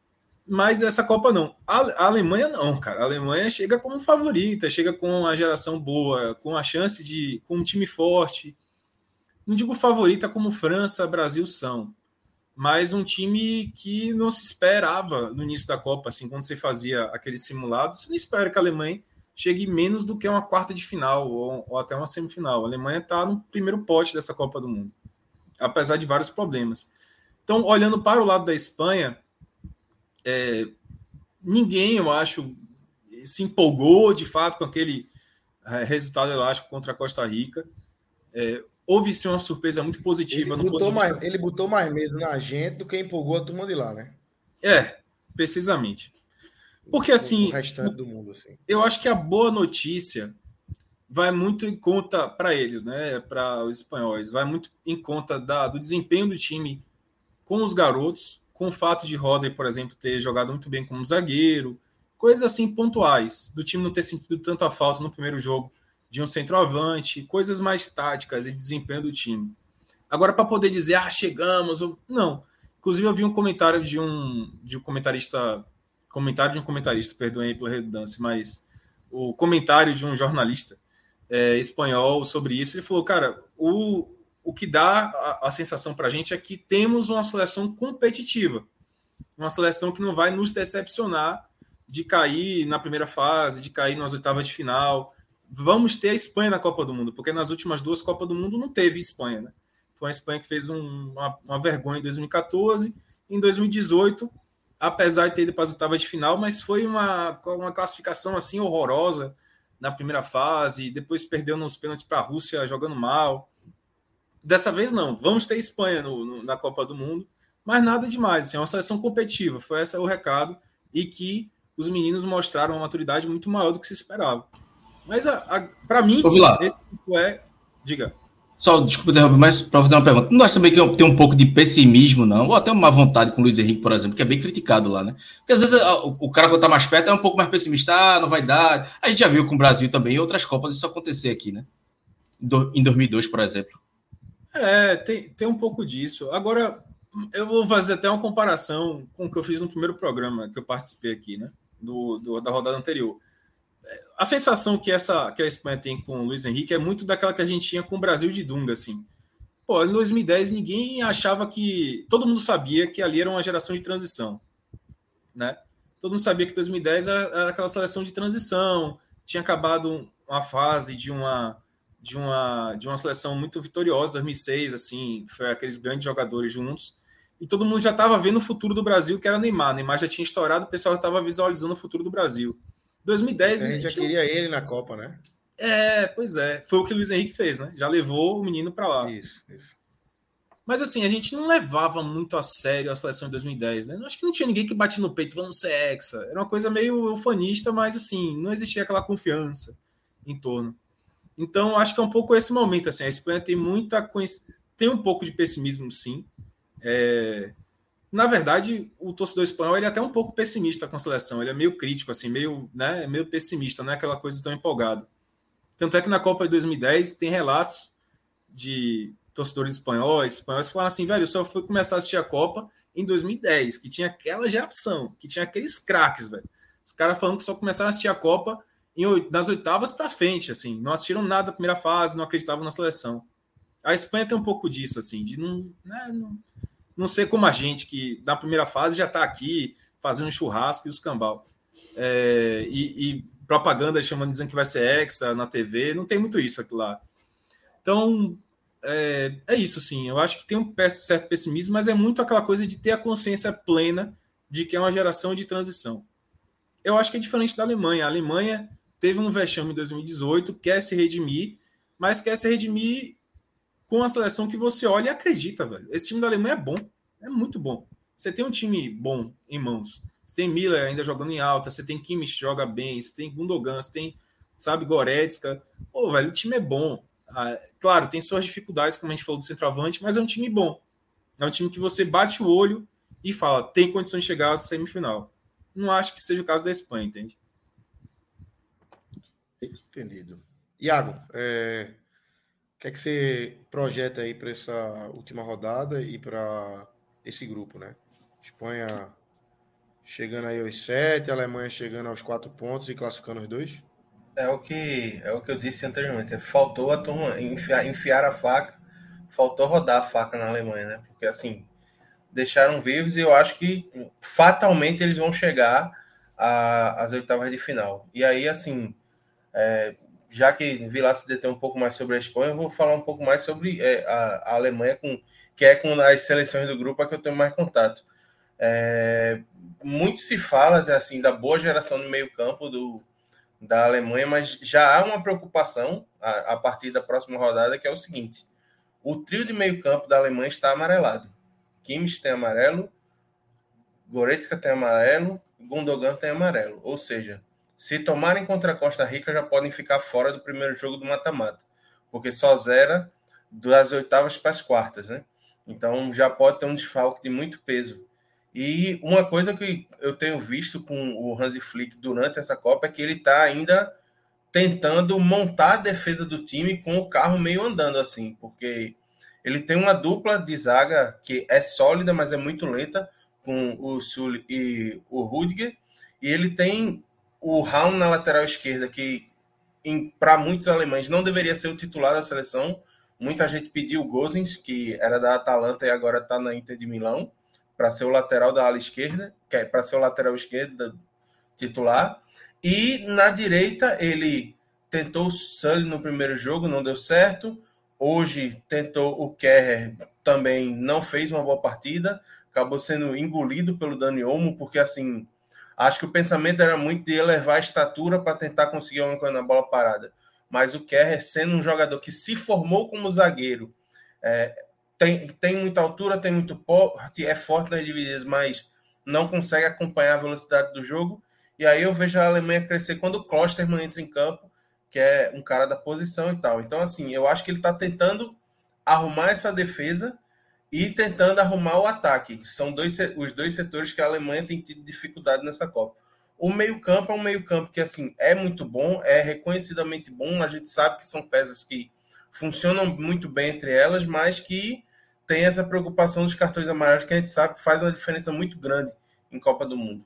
Speaker 4: Mas essa Copa não. A, a Alemanha não, cara. A Alemanha chega como favorita, chega com uma geração boa, com a chance de... com um time forte. Não digo favorita como França, Brasil são, mas um time que não se esperava no início da Copa, assim, quando você fazia aquele simulado, você não espera que a Alemanha chegue menos do que uma quarta de final ou, ou até uma semifinal. A Alemanha está no primeiro pote dessa Copa do Mundo, apesar de vários problemas. Então, olhando para o lado da Espanha, É, ninguém, eu acho, se empolgou de fato com aquele é, resultado elástico contra a Costa Rica. É, houve sim uma surpresa muito positiva.
Speaker 2: Ele,
Speaker 4: no
Speaker 2: botou mais, vista... ele botou mais medo na gente do que empolgou a turma de lá, né?
Speaker 4: É, precisamente. Porque assim,
Speaker 2: o restante do mundo, assim,
Speaker 4: eu acho que a boa notícia vai muito em conta para eles, né? Para os espanhóis, vai muito em conta da, do desempenho do time com os garotos, com o fato de Rodri, por exemplo, ter jogado muito bem como zagueiro Coisas assim pontuais, do time não ter sentido tanto a falta no primeiro jogo de um centroavante, coisas mais táticas e desempenho do time. Agora, para poder dizer, ah, chegamos, não. Inclusive, eu vi um comentário de um, de um comentarista, comentário de um comentarista, perdoem pela redundância, mas o comentário de um jornalista é, espanhol sobre isso, ele falou, cara, o, o que dá a, a sensação para a gente é que temos uma seleção competitiva, uma seleção que não vai nos decepcionar de cair na primeira fase, de cair nas oitavas de final. Vamos ter a Espanha na Copa do Mundo, porque nas últimas duas Copas do Mundo não teve Espanha, né? Foi a Espanha que fez um, uma, uma vergonha em dois mil e catorze, em dois mil e dezoito, apesar de ter ido para as oitavas de final, mas foi uma, uma classificação assim horrorosa na primeira fase, depois perdeu nos pênaltis para a Rússia jogando mal. Dessa vez não, vamos ter Espanha no, no, na Copa do Mundo, mas nada demais, assim, é uma seleção competitiva, foi esse o recado, e que os meninos mostraram uma maturidade muito maior do que se esperava. Mas, para mim, esse tipo é... Diga.
Speaker 3: Só, desculpa interromper, mas para fazer uma pergunta. Não acha também que tem um pouco de pessimismo, não? Ou até uma vontade com o Luiz Henrique, por exemplo, que é bem criticado lá, né? Porque às vezes o, o cara, quando está mais perto, é um pouco mais pessimista. Ah, não vai dar. A gente já viu com o Brasil também, em outras Copas, isso acontecer aqui, né? Do, em dois mil e dois, por exemplo.
Speaker 4: É, tem, tem um pouco disso. Agora, eu vou fazer até uma comparação com o que eu fiz no primeiro programa que eu participei aqui, né? Do, do, da rodada anterior. A sensação que, essa, que a Espanha tem com o Luiz Henrique é muito daquela que a gente tinha com o Brasil de Dunga, assim. Pô, em dois mil e dez ninguém achava que... Todo mundo sabia que ali era uma geração de transição, né? Todo mundo sabia que dois mil e dez era, era aquela seleção de transição, tinha acabado uma fase de uma, de uma, de uma seleção muito vitoriosa, dois mil e seis, assim, foi aqueles grandes jogadores juntos, e todo mundo já estava vendo o futuro do Brasil, que era Neymar. Neymar já tinha estourado, o pessoal já estava visualizando o futuro do Brasil. dois mil e dez...
Speaker 2: A gente já queria ele na Copa, né?
Speaker 4: É, pois é. Foi o que o Luiz Henrique fez, né? Já levou o menino para lá.
Speaker 2: Isso, isso.
Speaker 4: Mas assim, a gente não levava muito a sério a seleção de dois mil e dez, né? Acho que não tinha ninguém que bate no peito, vamos ser hexa. Era uma coisa meio ufanista, mas assim, não existia aquela confiança em torno. Então, acho que é um pouco esse momento, assim. A Espanha tem muita... Tem um pouco de pessimismo, sim. É... Na verdade, o torcedor espanhol ele é até um pouco pessimista com a seleção. Ele é meio crítico, assim, meio, né, meio pessimista, não é aquela coisa tão empolgada. Tanto é que na Copa de dois mil e dez tem relatos de torcedores espanhóis, espanhóis que falaram assim, velho, eu só fui começar a assistir a Copa em dois mil e dez, que tinha aquela geração, que tinha aqueles craques, velho. Os caras falando que só começaram a assistir a Copa em, nas oitavas para frente, assim, não assistiram nada da primeira fase, não acreditavam na seleção. A Espanha tem um pouco disso, assim, de não... Né, não Não ser como a gente, que na primeira fase já está aqui fazendo churrasco e os cambal. É, e, e propaganda chamando, dizendo que vai ser hexa na T V, não tem muito isso aqui lá. Então, é, é isso, sim. Eu acho que tem um certo pessimismo, mas é muito aquela coisa de ter a consciência plena de que é uma geração de transição. Eu acho que é diferente da Alemanha. A Alemanha teve um vexame em dois mil e dezoito, quer se redimir, mas quer se redimir com a seleção que você olha e acredita, velho. Esse time da Alemanha é bom, é muito bom. Você tem um time bom em mãos. Você tem Miller ainda jogando em alta, você tem Kimmich que joga bem, você tem Gundogan, você tem, sabe, Goretzka. Pô, velho, o time é bom. Ah, claro, tem suas dificuldades, como a gente falou do centroavante, mas é um time bom. É um time que você bate o olho e fala, tem condição de chegar à semifinal. Não acho que seja o caso da Espanha, entende?
Speaker 2: Entendido. Iago, é... o que é que você projeta aí para essa última rodada e para esse grupo, né? Espanha chegando aí aos sete, a Alemanha chegando aos quatro pontos e classificando os dois?
Speaker 5: É o que, é o que eu disse anteriormente. Faltou a turma enfiar, enfiar a faca, faltou rodar a faca na Alemanha, né? Porque assim, deixaram vivos e eu acho que fatalmente eles vão chegar às oitavas de final. E aí, assim, é, já que Vilar se detém um pouco mais sobre a Espanha, eu vou falar um pouco mais sobre é, a, a Alemanha, com, que é com as seleções do grupo a que eu tenho mais contato. É, muito se fala assim, da boa geração no meio campo do, da Alemanha, mas já há uma preocupação a, a partir da próxima rodada, que é o seguinte: o trio de meio campo da Alemanha está amarelado. Kimmich tem amarelo, Goretzka tem amarelo, Gundogan tem amarelo. Ou seja, se tomarem contra a Costa Rica, já podem ficar fora do primeiro jogo do mata-mata, porque só zera das oitavas para as quartas, né? Então já pode ter um desfalque de muito peso. E uma coisa que eu tenho visto com o Hansi Flick durante essa Copa é que ele está ainda tentando montar a defesa do time com o carro meio andando assim, porque ele tem uma dupla de zaga que é sólida, mas é muito lenta, com o Sul e o Rudiger, e ele tem o Raum na lateral esquerda, que para muitos alemães não deveria ser o titular da seleção. Muita gente pediu o Gosens, que era da Atalanta e agora está na Inter de Milão, para ser o lateral da ala esquerda, que é para ser o lateral esquerdo titular. E na direita ele tentou o Sully no primeiro jogo, não deu certo. Hoje tentou o Kehrer, também não fez uma boa partida, acabou sendo engolido pelo Dani Olmo, porque assim, acho que o pensamento era muito de elevar a estatura para tentar conseguir alguma coisa na bola parada. Mas o Kehrer, sendo um jogador que se formou como zagueiro, é, tem, tem muita altura, tem muito porte, é forte nas divididas, mas não consegue acompanhar a velocidade do jogo. E aí eu vejo a Alemanha crescer quando o Klostermann entra em campo, que é um cara da posição e tal. Então, assim, eu acho que ele está tentando arrumar essa defesa e tentando arrumar o ataque. São dois, os dois setores que a Alemanha tem tido dificuldade nessa Copa. O meio-campo é um meio-campo que, assim, é muito bom, é reconhecidamente bom. A gente sabe que são peças que funcionam muito bem entre elas, mas que tem essa preocupação dos cartões amarelos, que a gente sabe que faz uma diferença muito grande em Copa do Mundo.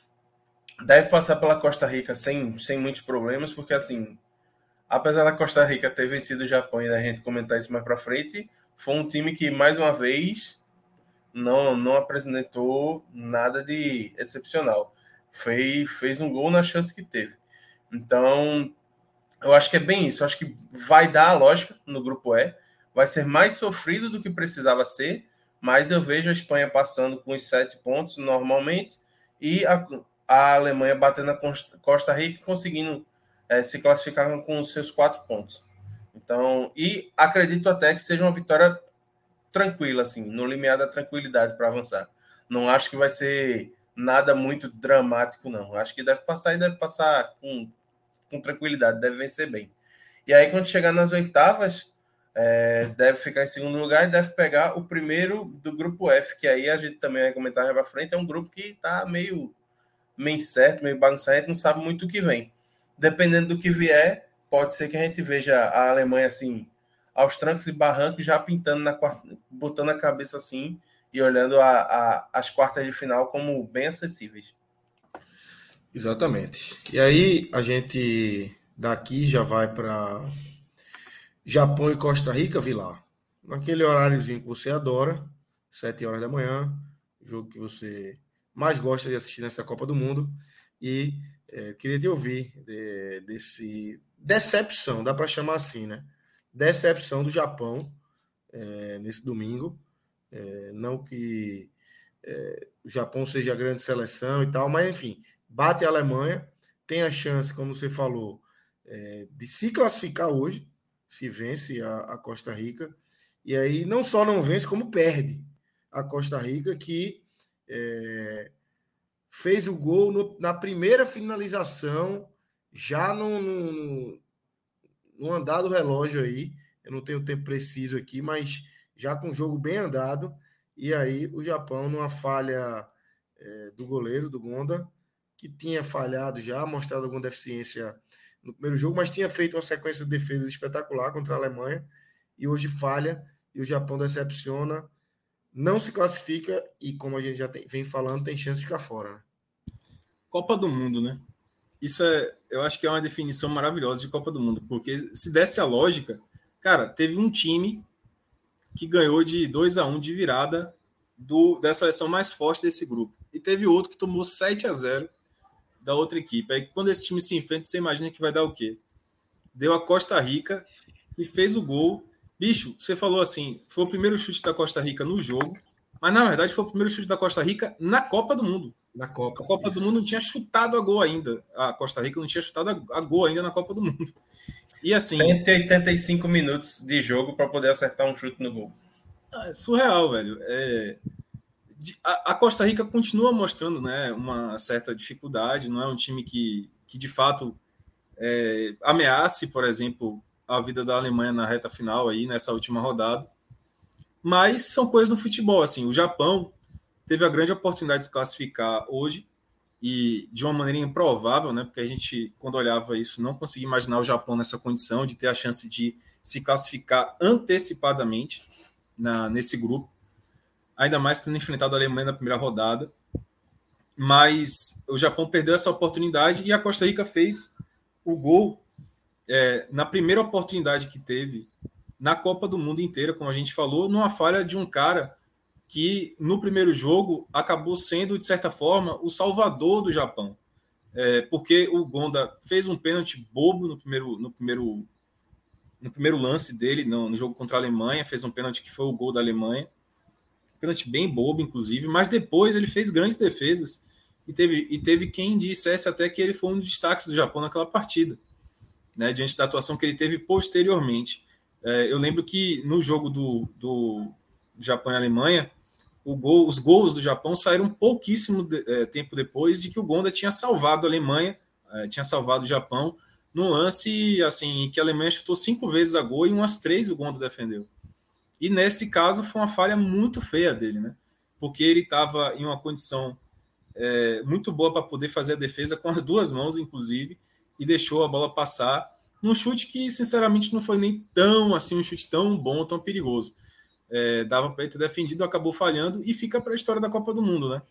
Speaker 5: Deve passar pela Costa Rica sem, sem muitos problemas, porque, assim, apesar da Costa Rica ter vencido o Japão e da gente comentar isso mais para frente, foi um time que, mais uma vez, não, não apresentou nada de excepcional. Fez, fez um gol na chance que teve. Então, eu acho que é bem isso. Eu acho que vai dar a lógica no grupo E. Vai ser mais sofrido do que precisava ser, mas eu vejo a Espanha passando com os sete pontos normalmente e a, a Alemanha batendo a Costa Rica e conseguindo é, se classificar com os seus quatro pontos. Então, e acredito até que seja uma vitória tranquila, assim, no limiar da tranquilidade para avançar. Não acho que vai ser nada muito dramático, não. Acho que deve passar e deve passar com, com tranquilidade, deve vencer bem. E aí, quando chegar nas oitavas, é, deve ficar em segundo lugar e deve pegar o primeiro do grupo F, que aí a gente também vai comentar mais para frente. É um grupo que está meio, meio certo, meio bagunçado, a gente não sabe muito o que vem. Dependendo do que vier, pode ser que a gente veja a Alemanha assim, aos trancos e barrancos, já pintando na quarta, botando a cabeça assim e olhando a, a, as quartas de final como bem acessíveis.
Speaker 2: Exatamente. E aí a gente daqui já vai para Japão e Costa Rica, Vilar. Naquele horáriozinho que você adora, sete horas da manhã, jogo que você mais gosta de assistir nessa Copa do Mundo. E é, queria te ouvir de, desse decepção, dá para chamar assim, né? Decepção do Japão é, nesse domingo. É, não que é, o Japão seja a grande seleção e tal, mas enfim, bate a Alemanha, tem a chance, como você falou, é, de se classificar hoje, se vence a, a Costa Rica, e aí não só não vence, como perde a Costa Rica, que é, fez o gol no, na primeira finalização, já no, no, no andar do relógio aí, eu não tenho o tempo preciso aqui, mas já com o jogo bem andado, e aí o Japão, numa falha é, do goleiro, do Gonda, que tinha falhado já, mostrado alguma deficiência no primeiro jogo, mas tinha feito uma sequência de defesas espetacular contra a Alemanha, e hoje falha, e o Japão decepciona, não se classifica, e como a gente já tem, vem falando, tem chance de ficar fora. Né?
Speaker 4: Copa do Mundo, né? Isso é, eu acho que é uma definição maravilhosa de Copa do Mundo, porque se desse a lógica, cara, teve um time que ganhou de dois a um de virada do, da seleção mais forte desse grupo. E teve outro que tomou sete a zero da outra equipe. Aí quando esse time se enfrenta, você imagina que vai dar o quê? Deu a Costa Rica, que fez o gol. Bicho, você falou assim, foi o primeiro chute da Costa Rica no jogo, mas na verdade foi o primeiro chute da Costa Rica na Copa do Mundo.
Speaker 2: Na Copa.
Speaker 4: A Copa isso. do Mundo não tinha chutado a gol ainda. A Costa Rica não tinha chutado a gol ainda na Copa do Mundo. E assim,
Speaker 5: cento e oitenta e cinco minutos de jogo para poder acertar um chute no gol.
Speaker 4: É surreal, velho. É... A Costa Rica continua mostrando, né, uma certa dificuldade. Não é um time que, que de fato, é, ameace, por exemplo, a vida da Alemanha na reta final, aí, nessa última rodada. Mas são coisas do futebol. Assim, o Japão teve a grande oportunidade de se classificar hoje, e de uma maneira improvável, né? Porque a gente, quando olhava isso, não conseguia imaginar o Japão nessa condição de ter a chance de se classificar antecipadamente na, nesse grupo, ainda mais tendo enfrentado a Alemanha na primeira rodada. Mas o Japão perdeu essa oportunidade e a Costa Rica fez o gol é, na primeira oportunidade que teve na Copa do Mundo inteira, como a gente falou, numa falha de um cara que no primeiro jogo acabou sendo, de certa forma, o salvador do Japão. É, porque o Gonda fez um pênalti bobo no primeiro, no primeiro, no primeiro lance dele, no, no jogo contra a Alemanha, fez um pênalti que foi o gol da Alemanha. Pênalti bem bobo, inclusive, mas depois ele fez grandes defesas e teve, e teve quem dissesse até que ele foi um dos destaques do Japão naquela partida, né, diante da atuação que ele teve posteriormente. É, eu lembro que no jogo do, do Japão e Alemanha, o gol, os gols do Japão saíram pouquíssimo de, é, tempo depois de que o Gonda tinha salvado a Alemanha, é, tinha salvado o Japão, num lance assim, em que a Alemanha chutou cinco vezes a gol e umas três o Gonda defendeu. E nesse caso foi uma falha muito feia dele, né? Porque ele estava em uma condição é, muito boa para poder fazer a defesa com as duas mãos, inclusive, e deixou a bola passar num chute que, sinceramente, não foi nem tão assim um chute tão bom, tão perigoso. É, dava para ele ter defendido, acabou falhando e fica para a história da Copa do Mundo, né?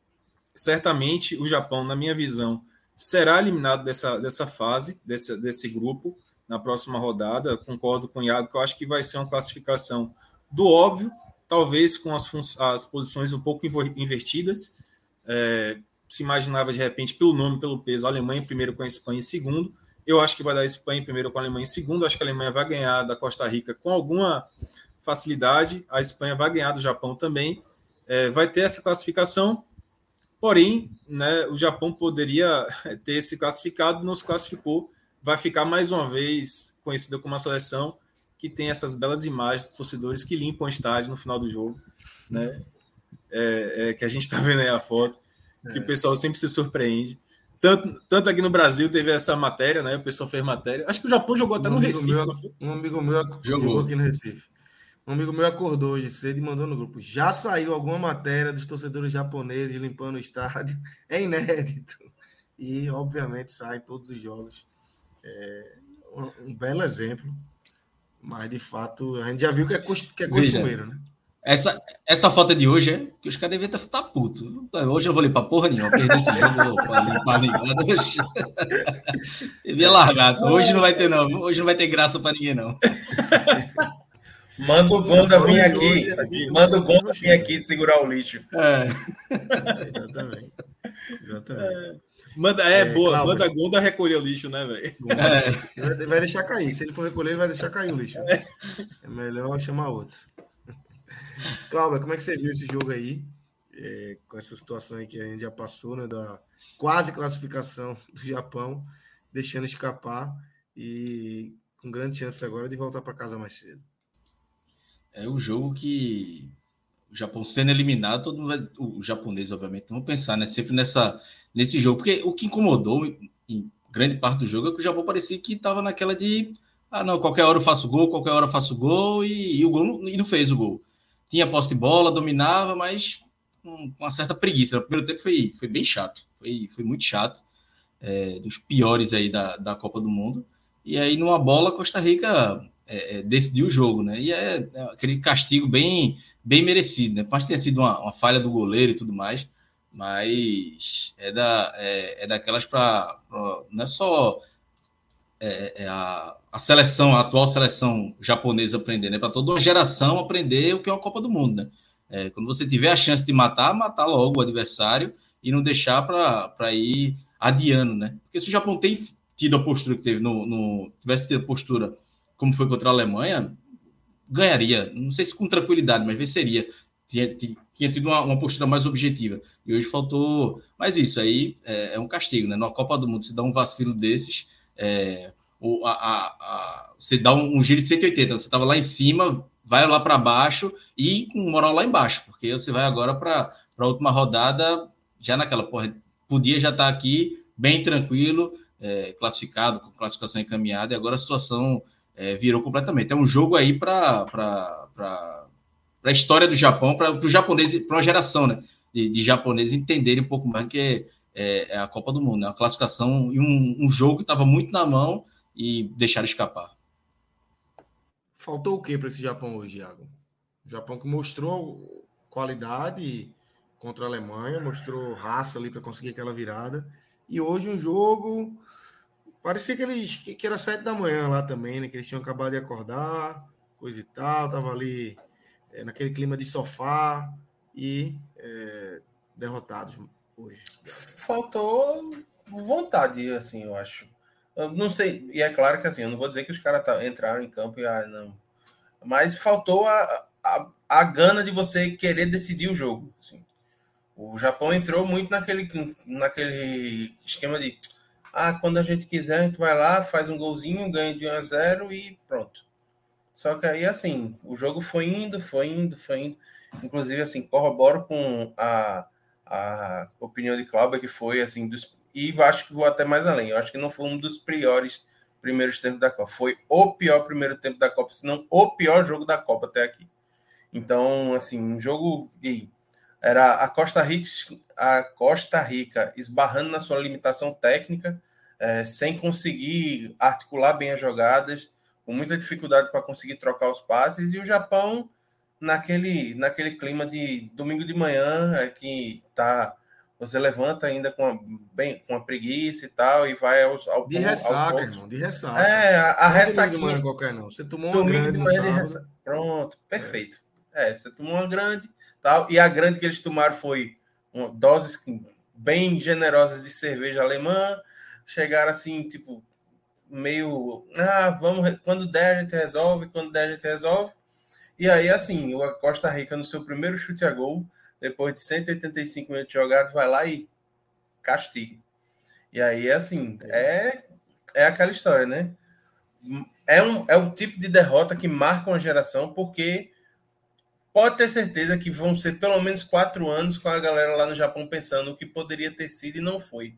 Speaker 4: Certamente o Japão, na minha visão, será eliminado dessa, dessa fase, desse, desse grupo, na próxima rodada. Concordo com o Iago que eu acho que vai ser uma classificação do óbvio, talvez com as, as posições um pouco invertidas. É, se imaginava de repente, pelo nome, pelo peso, a Alemanha em primeiro com a Espanha em segundo. Eu acho que vai dar a Espanha em primeiro com a Alemanha em segundo. Acho que a Alemanha vai ganhar da Costa Rica com alguma facilidade. A Espanha vai ganhar do Japão também. É, vai ter essa classificação. Porém, né, o Japão poderia ter se classificado, não se classificou. Vai ficar mais uma vez conhecida como uma seleção que tem essas belas imagens dos torcedores que limpam o estádio no final do jogo, né? É, é, que a gente está vendo aí a foto, que é. O pessoal sempre se surpreende. Tanto, tanto aqui no Brasil teve essa matéria, né? O pessoal fez matéria. Acho que o Japão jogou até um no Recife.
Speaker 2: Meu, um amigo meu jogou. jogou aqui no Recife. Um amigo meu acordou hoje cedo e mandou no grupo. Já saiu alguma matéria dos torcedores japoneses limpando o estádio? É inédito. E, obviamente, sai todos os jogos. É um, um belo exemplo. Mas, de fato, a gente já viu que é, cost, que é costumeiro, Veja, né?
Speaker 3: Essa, essa foto de hoje é que os caras devem estar putos. Hoje eu vou limpar porra nenhuma. Perder esse jogo para limpar ligado. Devia largar. Hoje não vai ter, não. Hoje não vai ter graça para ninguém, não.
Speaker 5: Manda o Gonda vir aqui. aqui. Manda o Gonda vir aqui segurar o lixo.
Speaker 3: É.
Speaker 2: Exatamente. Exatamente.
Speaker 4: É. Manda, é, é boa. Cláudio. Manda a Gonda recolher o lixo, né, velho?
Speaker 2: É. Vai deixar cair. Se ele for recolher, ele vai deixar cair o lixo. É melhor chamar outro. Cláudio, como é que você viu esse jogo aí? É, com essa situação aí que a gente já passou, né? Da quase classificação do Japão, deixando escapar e com grande chance agora de voltar para casa mais cedo.
Speaker 3: É um jogo que o Japão sendo eliminado, todo mundo vai, o japonês, obviamente, vão pensar, né, sempre nessa, nesse jogo, porque o que incomodou em grande parte do jogo é que o Japão parecia que estava naquela de ah, não, qualquer hora eu faço gol, qualquer hora eu faço gol, e, e o gol e não fez o gol. Tinha posse de bola, dominava, mas com uma certa preguiça. No primeiro tempo foi, foi bem chato, foi, foi muito chato, é, dos piores aí da, da Copa do Mundo. E aí, numa bola, Costa Rica é, é, decidiu o jogo, né? E é, é aquele castigo bem, bem merecido, né? Pode ter sido uma, uma falha do goleiro e tudo mais, mas é, da, é, é daquelas para... Não é só é, é a, a seleção, a atual seleção japonesa aprender, né? Para toda uma geração aprender o que é uma Copa do Mundo, né? É, quando você tiver a chance de matar, matar logo o adversário e não deixar para ir adiando, né? Porque se o Japão tem tido a postura que teve, no, no, tivesse tido a postura como foi contra a Alemanha, ganharia. Não sei se com tranquilidade, mas venceria. Tinha, tinha tido uma, uma postura mais objetiva. E hoje faltou... Mas isso aí é, é um castigo, né? Na Copa do Mundo, se dá um vacilo desses, é, ou a, a, a, você dá um, um giro de cento e oitenta. Você estava lá em cima, vai lá para baixo e com moral lá embaixo, porque você vai agora para a última rodada, já naquela... Porra, podia já estar aqui bem tranquilo, é, classificado, com classificação encaminhada, e agora a situação é, virou completamente. É um jogo aí para a história do Japão, para o japonês, para uma geração, né? de, de japoneses entenderem um pouco mais que é, é, é a Copa do Mundo, né? Uma classificação e um, um jogo que estava muito na mão e deixaram escapar.
Speaker 2: Faltou o que para esse Japão hoje, Iago? O Japão que mostrou qualidade contra a Alemanha, mostrou raça ali para conseguir aquela virada. E hoje um jogo... Parecia que, eles, que, que era sete da manhã lá também, né? Que eles tinham acabado de acordar, coisa e tal. Tava ali é, naquele clima de sofá e é, derrotados hoje.
Speaker 5: Faltou vontade, assim, eu acho. Eu não sei, e é claro que assim, eu não vou dizer que os caras tá, entraram em campo e ah, não. Mas faltou a, a, a gana de você querer decidir o jogo. Assim. O Japão entrou muito naquele, naquele esquema de ah, quando a gente quiser, a gente vai lá, faz um golzinho, ganha de um a zero e pronto. Só que aí, assim, o jogo foi indo, foi indo, foi indo. Inclusive, assim, corroboro com a, a opinião de Cláudio, que foi, assim, dos... E acho que vou até mais além. Eu acho que não foi um dos piores primeiros tempos da Copa. Foi o pior primeiro tempo da Copa, se não o pior jogo da Copa até aqui. Então, assim, um jogo que era a Costa Rica, a Costa Rica esbarrando na sua limitação técnica, é, sem conseguir articular bem as jogadas, com muita dificuldade para conseguir trocar os passes, e o Japão naquele, naquele clima de domingo de manhã, é, que tá, você levanta ainda com a, bem, com a preguiça e tal, e vai aos, ao
Speaker 2: De ressaca, irmão, de ressaca.
Speaker 5: É, a, a ressaquinha.
Speaker 2: Domingo de manhã qualquer não. Você tomou uma
Speaker 5: domingo
Speaker 2: grande
Speaker 5: de manhã
Speaker 2: no
Speaker 5: de
Speaker 2: sábado.
Speaker 5: ressaca. Pronto, perfeito. É. é, você tomou uma grande, tal, e a grande que eles tomaram foi uma, doses bem generosas de cerveja alemã, chegaram assim, tipo, meio, ah, vamos, quando der a gente resolve, quando der a gente resolve. E aí, assim, o Costa Rica, no seu primeiro chute a gol, depois de cento e oitenta e cinco minutos jogados, vai lá e castiga. E aí, assim, é, é aquela história, né? É um, é um tipo de derrota que marca uma geração, porque pode ter certeza que vão ser pelo menos quatro anos com a galera lá no Japão pensando o que poderia ter sido e não foi.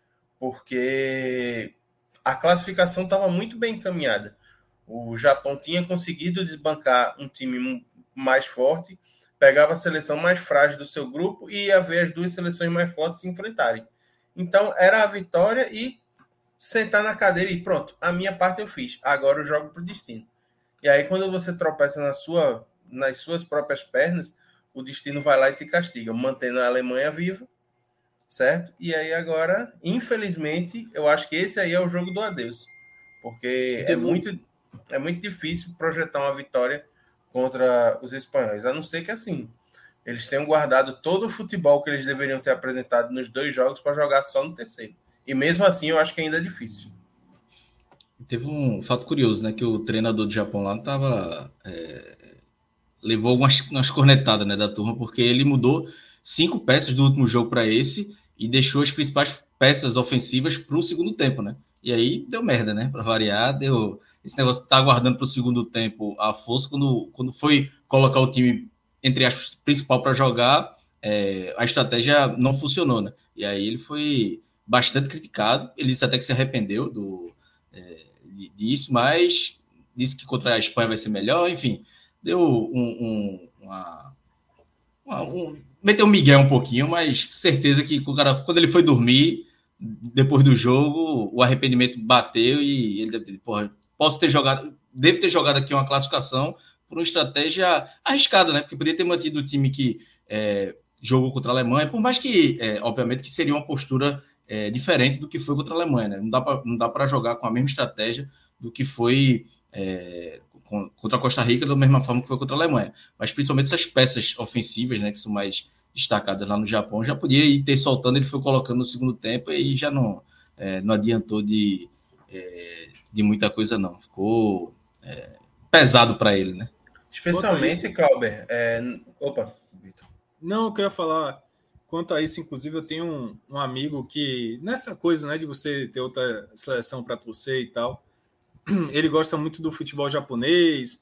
Speaker 5: Porque a classificação estava muito bem encaminhada. O Japão tinha conseguido desbancar um time mais forte, pegava a seleção mais frágil do seu grupo e ia ver as duas seleções mais fortes se enfrentarem. Então, era a vitória e sentar na cadeira e pronto, a minha parte eu fiz, agora eu jogo para o destino. E aí, quando você tropeça na sua, nas suas próprias pernas, o destino vai lá e te castiga, mantendo a Alemanha viva, certo? E aí agora, infelizmente, eu acho que esse aí é o jogo do adeus, porque é muito, é muito difícil projetar uma vitória contra os espanhóis, a não ser que assim, eles tenham guardado todo o futebol que eles deveriam ter apresentado nos dois jogos para jogar só no terceiro. E mesmo assim, eu acho que ainda é difícil.
Speaker 3: Teve um fato curioso, né? Que o treinador do Japão lá não tava... É, levou algumas umas cornetadas, né, da turma, porque ele mudou cinco peças do último jogo para esse e deixou as principais peças ofensivas para o segundo tempo, né? E aí deu merda, né? Para variar, deu... Esse negócio de tá aguardando para o segundo tempo a força, quando, quando foi colocar o time, entre aspas, principal para jogar, é, a estratégia não funcionou, né? E aí ele foi bastante criticado, ele disse até que se arrependeu do, é, disso, mas disse que contra a Espanha vai ser melhor, enfim, deu um, um, uma, uma, um meteu um migué um pouquinho, mas certeza que o cara, quando ele foi dormir, depois do jogo, o arrependimento bateu e ele deve ter, porra, posso ter jogado, devo ter jogado aqui uma classificação por uma estratégia arriscada, né? Porque poderia ter mantido o time que é, jogou contra a Alemanha, por mais que, é, obviamente, que seria uma postura é, diferente do que foi contra a Alemanha, né? Não dá pra, não dá para jogar com a mesma estratégia do que foi é, contra a Costa Rica, da mesma forma que foi contra a Alemanha. Mas principalmente essas peças ofensivas, né, que são mais destacadas lá no Japão, já podia ir ter soltando, ele foi colocando no segundo tempo e já não, é, não adiantou de, é, de muita coisa, não. Ficou é, pesado para ele, né?
Speaker 5: Especialmente, Clauber. É... Opa, Vitor.
Speaker 4: Não, eu queria falar quanto a isso. Inclusive, eu tenho um, um amigo que, nessa coisa, né, de você ter outra seleção para torcer e tal, ele gosta muito do futebol japonês,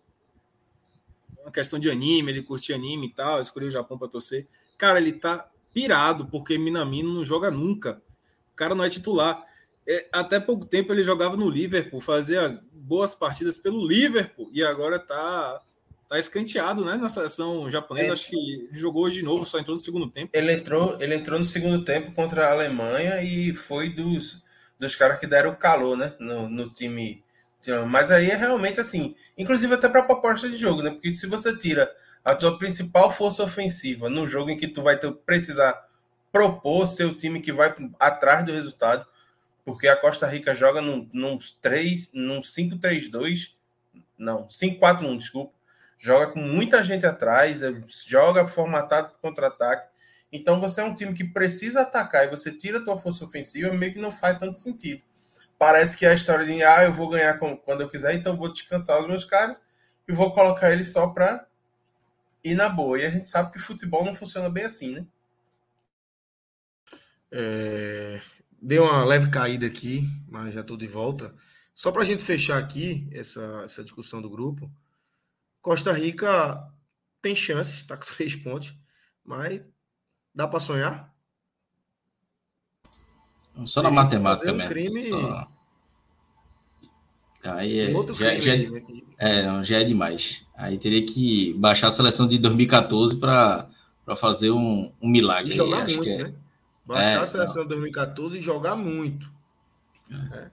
Speaker 4: uma questão de anime, ele curte anime e tal, escolheu o Japão para torcer. Cara, ele tá pirado porque Minamino não joga nunca. O cara não é titular. É, até pouco tempo ele jogava no Liverpool, fazia boas partidas pelo Liverpool e agora tá, tá tá escanteado, né? Na seleção japonesa, é. Acho que jogou hoje de novo, só entrou no segundo tempo.
Speaker 5: Ele entrou, ele entrou no segundo tempo contra a Alemanha e foi dos, dos caras que deram calor, né? No, no time. Mas aí é realmente assim, inclusive até para a proposta de jogo, né? Porque se você tira a tua principal força ofensiva no jogo em que tu vai ter, precisar propor seu time que vai atrás do resultado, porque a Costa Rica joga num, num, três, num cinco três dois, não, cinco quatro um, desculpa, joga com muita gente atrás, joga formatado para contra-ataque, então você é um time que precisa atacar e você tira a tua força ofensiva, meio que não faz tanto sentido. Parece que é a história de, ah, eu vou ganhar quando eu quiser, então eu vou descansar os meus caras e vou colocar eles só para ir na boa. E a gente sabe que futebol não funciona bem assim, né?
Speaker 2: É... Deu uma leve caída aqui, mas já estou de volta. Só para a gente fechar aqui essa, essa discussão do grupo, Costa Rica tem chances, está com três pontos, mas dá para sonhar?
Speaker 3: Só na matemática
Speaker 2: um
Speaker 3: mesmo.
Speaker 2: Crime...
Speaker 3: Só... Aí é,
Speaker 2: um
Speaker 3: já, já,
Speaker 2: aí, né?
Speaker 3: é, não, já é demais. Aí teria que baixar a seleção de dois mil e catorze para fazer um, um milagre.
Speaker 2: E jogar
Speaker 3: acho
Speaker 2: muito,
Speaker 3: que é...
Speaker 2: né? Baixar
Speaker 3: é,
Speaker 2: a seleção de dois mil e catorze e jogar muito.
Speaker 3: É.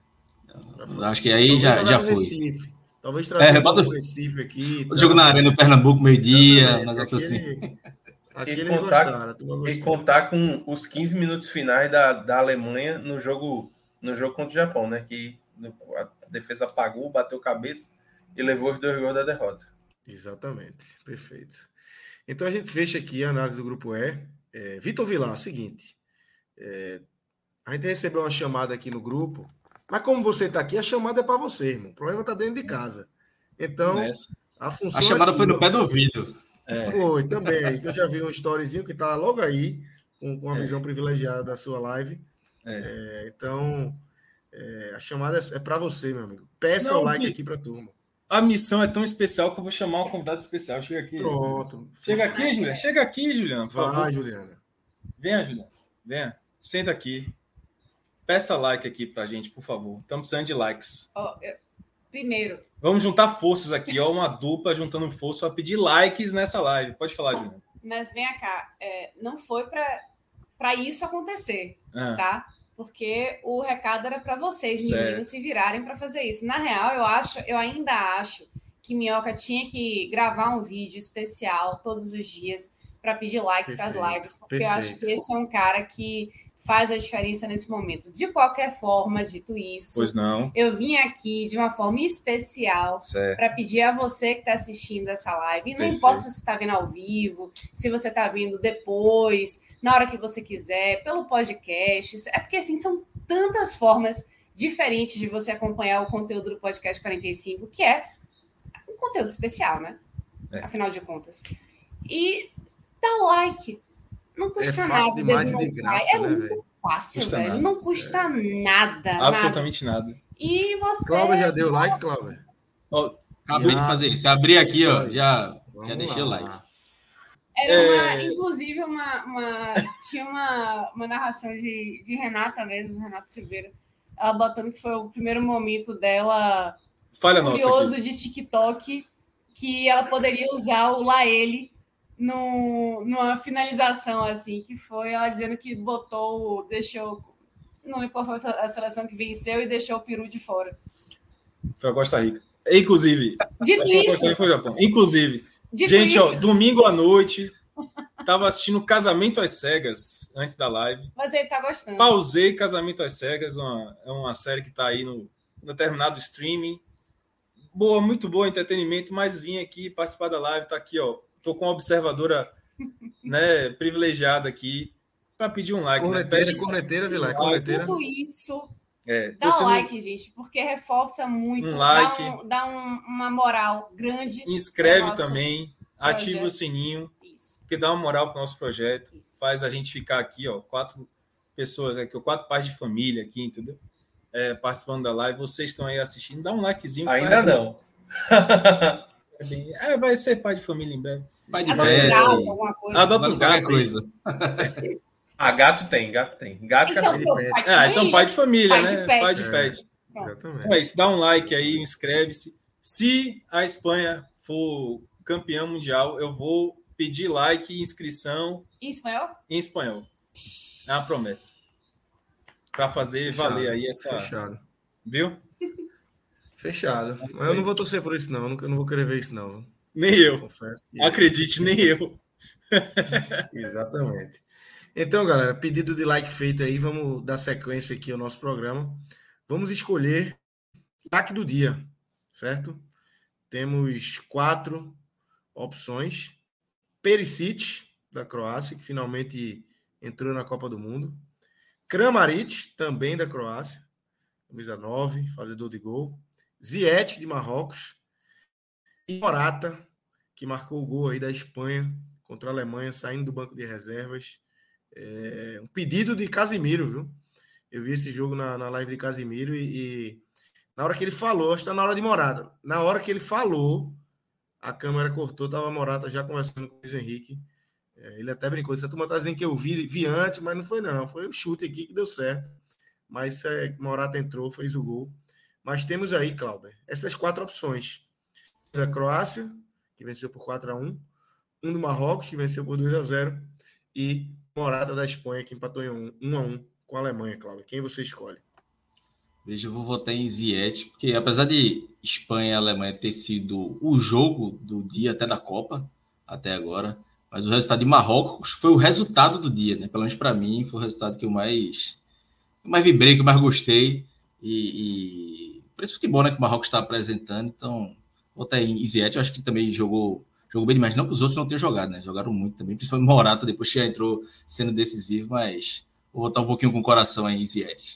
Speaker 3: É. Acho que aí já, já foi.
Speaker 2: Recife. Talvez trazer
Speaker 3: é,
Speaker 2: um
Speaker 3: bota...
Speaker 2: o Recife aqui.
Speaker 3: O jogo na Arena Pernambuco, meio-dia, um negócio
Speaker 2: aquele...
Speaker 3: assim.
Speaker 2: Aquele
Speaker 5: e, contar,
Speaker 2: gostaram,
Speaker 5: e contar com os quinze minutos finais da, da Alemanha no jogo, no jogo contra o Japão, né? Que a defesa apagou, bateu cabeça e levou os dois gols da derrota.
Speaker 2: Exatamente, perfeito. Então a gente fecha aqui a análise do grupo E. É, Vitor Vilar, seguinte. É, a gente recebeu uma chamada aqui no grupo, mas como você está aqui, a chamada é para você, irmão. O problema está dentro de casa. Então,
Speaker 4: Nessa.
Speaker 2: a função
Speaker 3: A chamada
Speaker 2: é
Speaker 3: foi no pé do ouvido.
Speaker 2: É. Foi, também. Aí, que eu já vi um storyzinho que está logo aí, com, com a visão
Speaker 4: é.
Speaker 2: privilegiada da sua live. É. É, então, é, a chamada é, é para você, meu amigo. Peça Não, o like aqui para a turma.
Speaker 4: A missão é tão especial que eu vou chamar um convidado especial. Chega aqui.
Speaker 2: Pronto.
Speaker 4: Chega aqui, Juliana. Chega aqui, Juliana. Por
Speaker 2: Vai,
Speaker 4: favor.
Speaker 2: Juliana.
Speaker 4: Venha, Juliana. Venha. Senta aqui. Peça like aqui pra gente, por favor. Estamos precisando de likes.
Speaker 6: Oh, eu... Primeiro.
Speaker 4: Vamos juntar forças aqui, ó. Uma dupla juntando forças para pedir likes nessa live. Pode falar, Juliana.
Speaker 6: Mas venha cá. É, não foi para isso acontecer, ah. tá? Porque o recado era para vocês, certo. Meninos, se virarem para fazer isso. Na real, eu acho, eu ainda acho que Minhoca tinha que gravar um vídeo especial todos os dias para pedir like para as lives, porque perfeito. Eu acho que esse é um cara que faz a diferença nesse momento. De qualquer forma, dito isso,
Speaker 4: pois não.
Speaker 6: Eu vim aqui de uma forma especial para pedir a você que está assistindo essa live, e não perfeito. Importa se você está vendo ao vivo, se você está vindo depois, na hora que você quiser, pelo podcast, é porque assim, são tantas formas diferentes de você acompanhar o conteúdo do Podcast quarenta e cinco, que é um conteúdo especial, né? É. Afinal de contas. E dá o like. Não custa
Speaker 2: é
Speaker 6: nada.
Speaker 2: Fácil demais e de graça,
Speaker 6: é
Speaker 2: né,
Speaker 6: muito
Speaker 2: velho?
Speaker 6: fácil,
Speaker 4: custa
Speaker 6: velho.
Speaker 4: Nada.
Speaker 6: Não custa
Speaker 4: é.
Speaker 6: nada.
Speaker 4: Absolutamente nada.
Speaker 6: nada. E você.
Speaker 2: Cláudio já deu like, Cláudio?
Speaker 3: Oh, acabei de fazer isso. Se abrir aqui, ó, já, já deixei o like.
Speaker 6: Era uma, é... inclusive, uma, uma. Tinha uma, uma narração de, de Renata mesmo, Renata Silveira. Ela botando que foi o primeiro momento dela.
Speaker 4: Falha
Speaker 6: curioso
Speaker 4: nossa
Speaker 6: de TikTok, que ela poderia usar o lá ele. No, numa finalização, assim, que foi ela dizendo que botou, deixou, não lembro qual foi a seleção que venceu e deixou o peru de fora.
Speaker 4: Foi a Costa Rica. Inclusive,
Speaker 6: Dito isso,
Speaker 4: foi o Japão. Inclusive,
Speaker 6: Dito
Speaker 4: gente,
Speaker 6: isso.
Speaker 4: ó, domingo à noite, tava assistindo Casamento às Cegas, antes da live.
Speaker 6: Mas ele tá gostando.
Speaker 4: Pausei Casamento às Cegas, uma, é uma série que tá aí no, no determinado streaming. Boa, muito boa, entretenimento, mas vim aqui participar da live, tá aqui, ó. Tô com uma observadora, né, privilegiada aqui para pedir um like.
Speaker 2: Corneteira,
Speaker 4: né?
Speaker 2: corneteira, Vilar, corneteira.
Speaker 6: Tudo isso.
Speaker 4: É,
Speaker 6: dá um like, não... gente, porque reforça muito.
Speaker 4: Um like.
Speaker 6: Dá, um, dá um, uma moral grande.
Speaker 4: Inscreve também, projeto. Ativa o sininho,
Speaker 6: isso.
Speaker 4: Porque dá uma moral para o nosso projeto.
Speaker 6: Isso.
Speaker 4: Faz a gente ficar aqui, ó, quatro pessoas aqui, quatro pais de família aqui, entendeu? É, participando da live. Vocês estão aí assistindo, dá um likezinho.
Speaker 5: Ainda não.
Speaker 4: É, vai ser pai de família em breve.
Speaker 3: Pai de
Speaker 6: velho. Alguma coisa.
Speaker 4: Adota um gato.
Speaker 3: Coisa.
Speaker 5: Ah, gato tem, gato tem. Gato
Speaker 6: então,
Speaker 5: que
Speaker 6: pô,
Speaker 5: é
Speaker 6: pai de
Speaker 4: ah, então pai de família,
Speaker 6: pai
Speaker 4: né?
Speaker 6: De pet.
Speaker 4: Pai de pet.
Speaker 2: É,
Speaker 4: então é isso, dá um like aí, inscreve-se. Se a Espanha for campeã mundial. Eu vou pedir like e inscrição.
Speaker 6: Em espanhol?
Speaker 4: Em espanhol. É uma promessa. Para fazer
Speaker 2: Fechado,
Speaker 4: valer aí essa...
Speaker 2: Fechado.
Speaker 4: Viu?
Speaker 2: Fechado. Mas eu não vou torcer por isso, não. Eu não vou querer ver isso, não.
Speaker 4: Nem eu.
Speaker 2: Confesso.
Speaker 4: Acredite, nem eu.
Speaker 2: Exatamente. Então, galera, pedido de like feito aí. Vamos dar sequência aqui ao nosso programa. Vamos escolher o destaque do dia, certo? Temos quatro opções. Perisic, da Croácia, que finalmente entrou na Copa do Mundo. Kramaric, também da Croácia, camisa nove, fazedor de gol. Ziyech, de Marrocos. E Morata, que marcou o gol aí da Espanha contra a Alemanha, saindo do banco de reservas. É um pedido de Casimiro, viu? Eu vi esse jogo na, na live de Casimiro e, e na hora que ele falou, acho que tá na hora de Morata. Na hora que ele falou, a câmera cortou, tava a Morata já conversando com o Luiz Henrique. É, ele até brincou, essa turma tá dizendo que eu vi, vi antes, mas não foi não. Foi o chute aqui que deu certo. Mas é, Morata entrou, fez o gol. Mas temos aí, Cláudio, essas quatro opções. Da Croácia, que venceu por quatro a um. Um do Marrocos, que venceu por dois a zero. E Morata da Espanha, que empatou em um a um com a Alemanha, Cláudio. Quem você escolhe?
Speaker 3: Veja, eu vou votar em Ziyech, porque apesar de Espanha e Alemanha ter sido o jogo do dia até da Copa, até agora, mas o resultado de Marrocos foi o resultado do dia, né? Pelo menos para mim, foi o resultado que eu mais, eu mais vibrei, que eu mais gostei. E, e por esse futebol, né, que o Marrocos está apresentando, então votar em Ziyech, eu acho que também jogou, jogou bem demais. Não que os outros não tenham jogado, né? Jogaram muito também, principalmente Morata, depois que já entrou sendo decisivo, mas vou votar um pouquinho com o coração aí em Ziyech.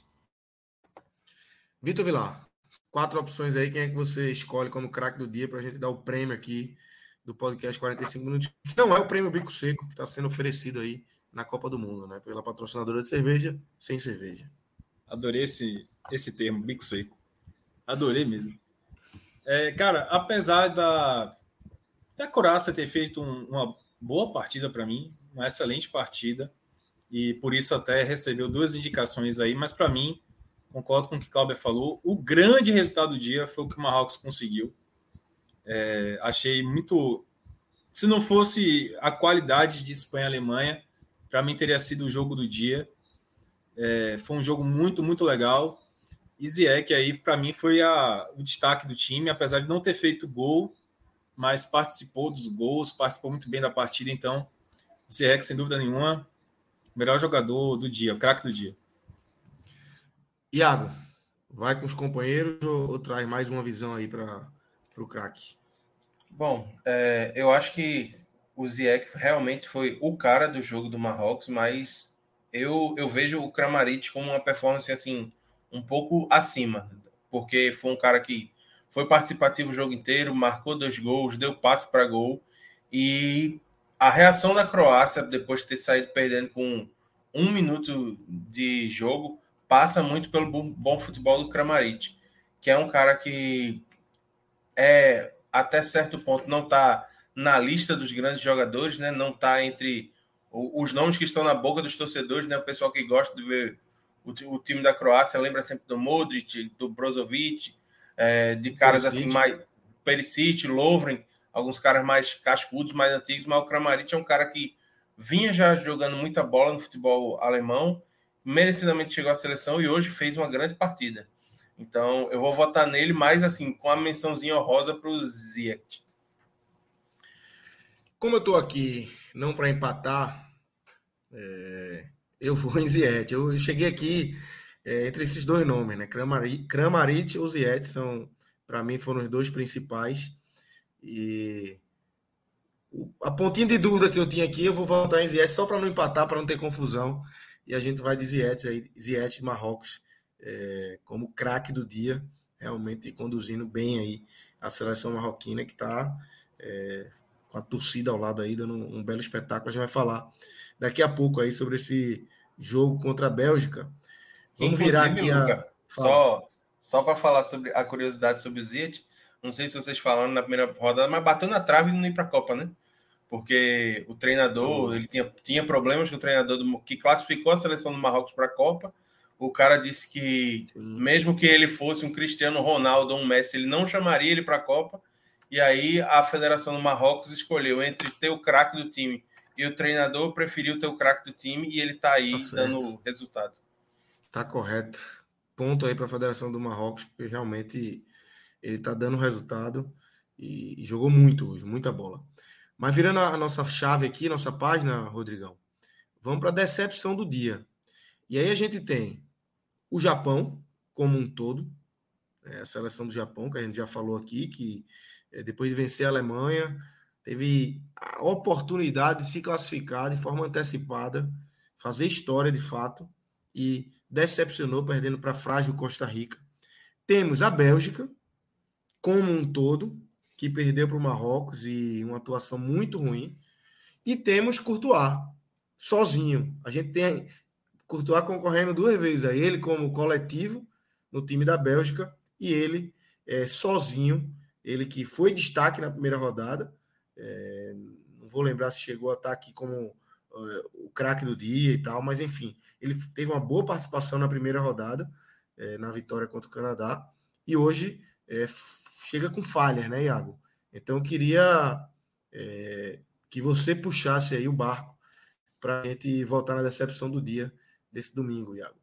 Speaker 2: Vitor Vilar, quatro opções aí. Quem é que você escolhe como craque do dia para a gente dar o prêmio aqui do podcast quarenta e cinco minutos? Não é o prêmio Bico Seco que está sendo oferecido aí na Copa do Mundo, né? Pela patrocinadora de cerveja, sem cerveja.
Speaker 4: Adorei esse, esse termo, Bico Seco. Adorei mesmo. É, cara, apesar da, da Croácia ter feito um, uma boa partida para mim, uma excelente partida, e por isso até recebeu duas indicações aí, mas para mim, concordo com o que o Cláudio falou, o grande resultado do dia foi o que o Marrocos conseguiu. É, achei muito... Se não fosse a qualidade de Espanha e Alemanha, para mim teria sido o jogo do dia. É, foi um jogo muito, muito legal. E Ziyech aí, para mim, foi a, o destaque do time, apesar de não ter feito gol, mas participou dos gols, participou muito bem da partida. Então, Ziyech, sem dúvida nenhuma, o melhor jogador do dia, o craque do dia.
Speaker 2: Iago, vai com os companheiros ou, ou traz mais uma visão aí para o craque?
Speaker 5: Bom, é, eu acho que o Ziyech realmente foi o cara do jogo do Marrocos, mas eu, eu vejo o Kramaric como uma performance assim um pouco acima, porque foi um cara que foi participativo o jogo inteiro, marcou dois gols, deu passe para gol, e a reação da Croácia, depois de ter saído perdendo com um minuto de jogo, passa muito pelo bom futebol do Kramaric, que é um cara que é, até certo ponto não está na lista dos grandes jogadores, né? Não está entre os nomes que estão na boca dos torcedores, né? O pessoal que gosta de ver o, o time da Croácia lembra sempre do Modric, do Brozovic, é, de caras Perisic. assim mais... Perisic, Lovren, alguns caras mais cascudos, mais antigos, mas o Kramaric é um cara que vinha já jogando muita bola no futebol alemão, merecidamente chegou à seleção e hoje fez uma grande partida. Então, eu vou votar nele, mas assim, com a mençãozinha honrosa para o Ziyech.
Speaker 2: Como eu estou aqui não para empatar, é, eu vou em Ziyech. Eu cheguei aqui é, entre esses dois nomes, né? Kramaric, Kramaric ou Ziyech são, para mim, foram os dois principais. E a pontinha de dúvida que eu tinha aqui, eu vou votar em Ziyech só para não empatar, para não ter confusão. E a gente vai de Ziyech, aí, Ziyech Marrocos, é, como craque do dia, realmente conduzindo bem aí a seleção marroquina, que está é, com a torcida ao lado aí, dando um, um belo espetáculo. A gente vai falar daqui a pouco aí sobre esse jogo contra a Bélgica. Vamos
Speaker 5: Inclusive,
Speaker 2: virar aqui
Speaker 5: Luca,
Speaker 2: a...
Speaker 5: Só, só para falar sobre a curiosidade sobre o Ziyech, não sei se vocês falaram na primeira rodada, mas bateu na trave e não ir para a Copa, né? Porque o treinador, ele tinha, tinha problemas com o treinador do, que classificou a seleção do Marrocos para a Copa. O cara disse que, Sim. mesmo que ele fosse um Cristiano Ronaldo ou um Messi, ele não chamaria ele para a Copa. e aí a Federação do Marrocos escolheu entre ter o craque do time e o treinador preferiu ter o craque do time, e ele está aí tá dando resultado.
Speaker 2: Tá correto. Ponto aí para a Federação do Marrocos, porque realmente ele está dando resultado e, e jogou muito hoje, muita bola. Mas virando a nossa chave aqui, nossa página, Rodrigão, vamos para a decepção do dia. E aí a gente tem o Japão como um todo, é, a seleção do Japão, que a gente já falou aqui, que é, depois de vencer a Alemanha, teve a oportunidade de se classificar de forma antecipada, fazer história de fato, e decepcionou, perdendo para a frágil Costa Rica. Temos a Bélgica, como um todo, que perdeu para o Marrocos e uma atuação muito ruim. E temos Courtois, sozinho. A gente tem Courtois concorrendo duas vezes. Aí ele como coletivo no time da Bélgica e ele é, sozinho. Ele que foi destaque na primeira rodada. É, não vou lembrar se chegou a estar aqui como o craque do dia e tal, mas enfim, ele teve uma boa participação na primeira rodada, é, na vitória contra o Canadá, e hoje é, chega com falhas, né, Iago? Então eu queria é, que você puxasse aí o barco para a gente voltar na decepção do dia desse domingo, Iago.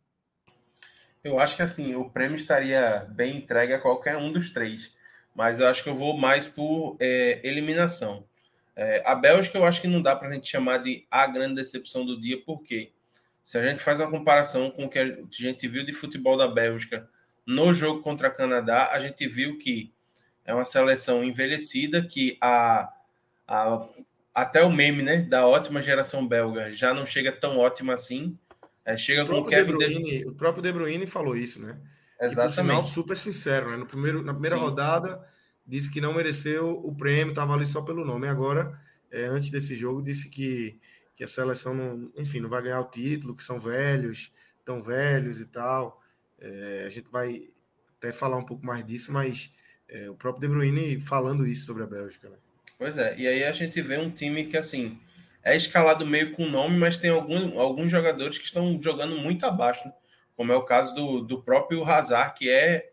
Speaker 5: Eu acho que assim, o prêmio estaria bem entregue a qualquer um dos três, mas eu acho que eu vou mais por é, eliminação. É, a Bélgica eu acho que não dá para a gente chamar de a grande decepção do dia, porque se a gente faz uma comparação com o que a gente viu de futebol da Bélgica no jogo contra o Canadá, a gente viu que é uma seleção envelhecida, que a, a, até o meme, né, da ótima geração belga já não chega tão ótima assim. É, chega
Speaker 2: o,
Speaker 5: com
Speaker 2: próprio
Speaker 5: Kevin
Speaker 2: De Bruyne, de... o próprio De Bruyne falou isso, né?
Speaker 5: Exatamente.
Speaker 2: E, por sinal, super sincero, né? No primeiro, na primeira Sim. rodada, disse que não mereceu o prêmio, estava ali só pelo nome. E agora, é, antes desse jogo, disse que, que a seleção, não, enfim, não vai ganhar o título, que são velhos, tão velhos e tal. É, a gente vai até falar um pouco mais disso, mas é, o próprio De Bruyne falando isso sobre a Bélgica, né?
Speaker 5: Pois é, e aí a gente vê um time que, assim, é escalado meio com nome, mas tem algum, alguns jogadores que estão jogando muito abaixo, né? Como é o caso do, do próprio Hazard, que é,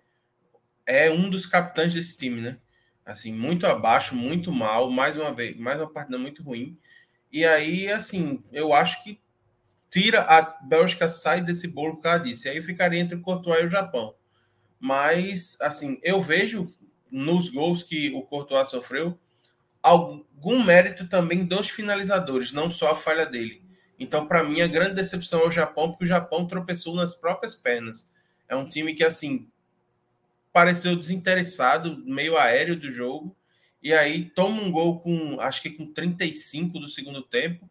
Speaker 5: é um dos capitães desse time, né? Assim, muito abaixo, muito mal, mais uma vez, mais uma partida muito ruim. E aí, assim, eu acho que tira a Bélgica, sai desse bolo por causa disso. E aí ficaria entre o Courtois e o Japão. Mas, assim, eu vejo nos gols que o Courtois sofreu algum mérito também dos finalizadores, não só a falha dele. Então, para mim, a grande decepção é o Japão, porque o Japão tropeçou nas próprias pernas. É um time que, assim, pareceu desinteressado, meio aéreo do jogo, e aí toma um gol com, acho que com trinta e cinco do segundo tempo,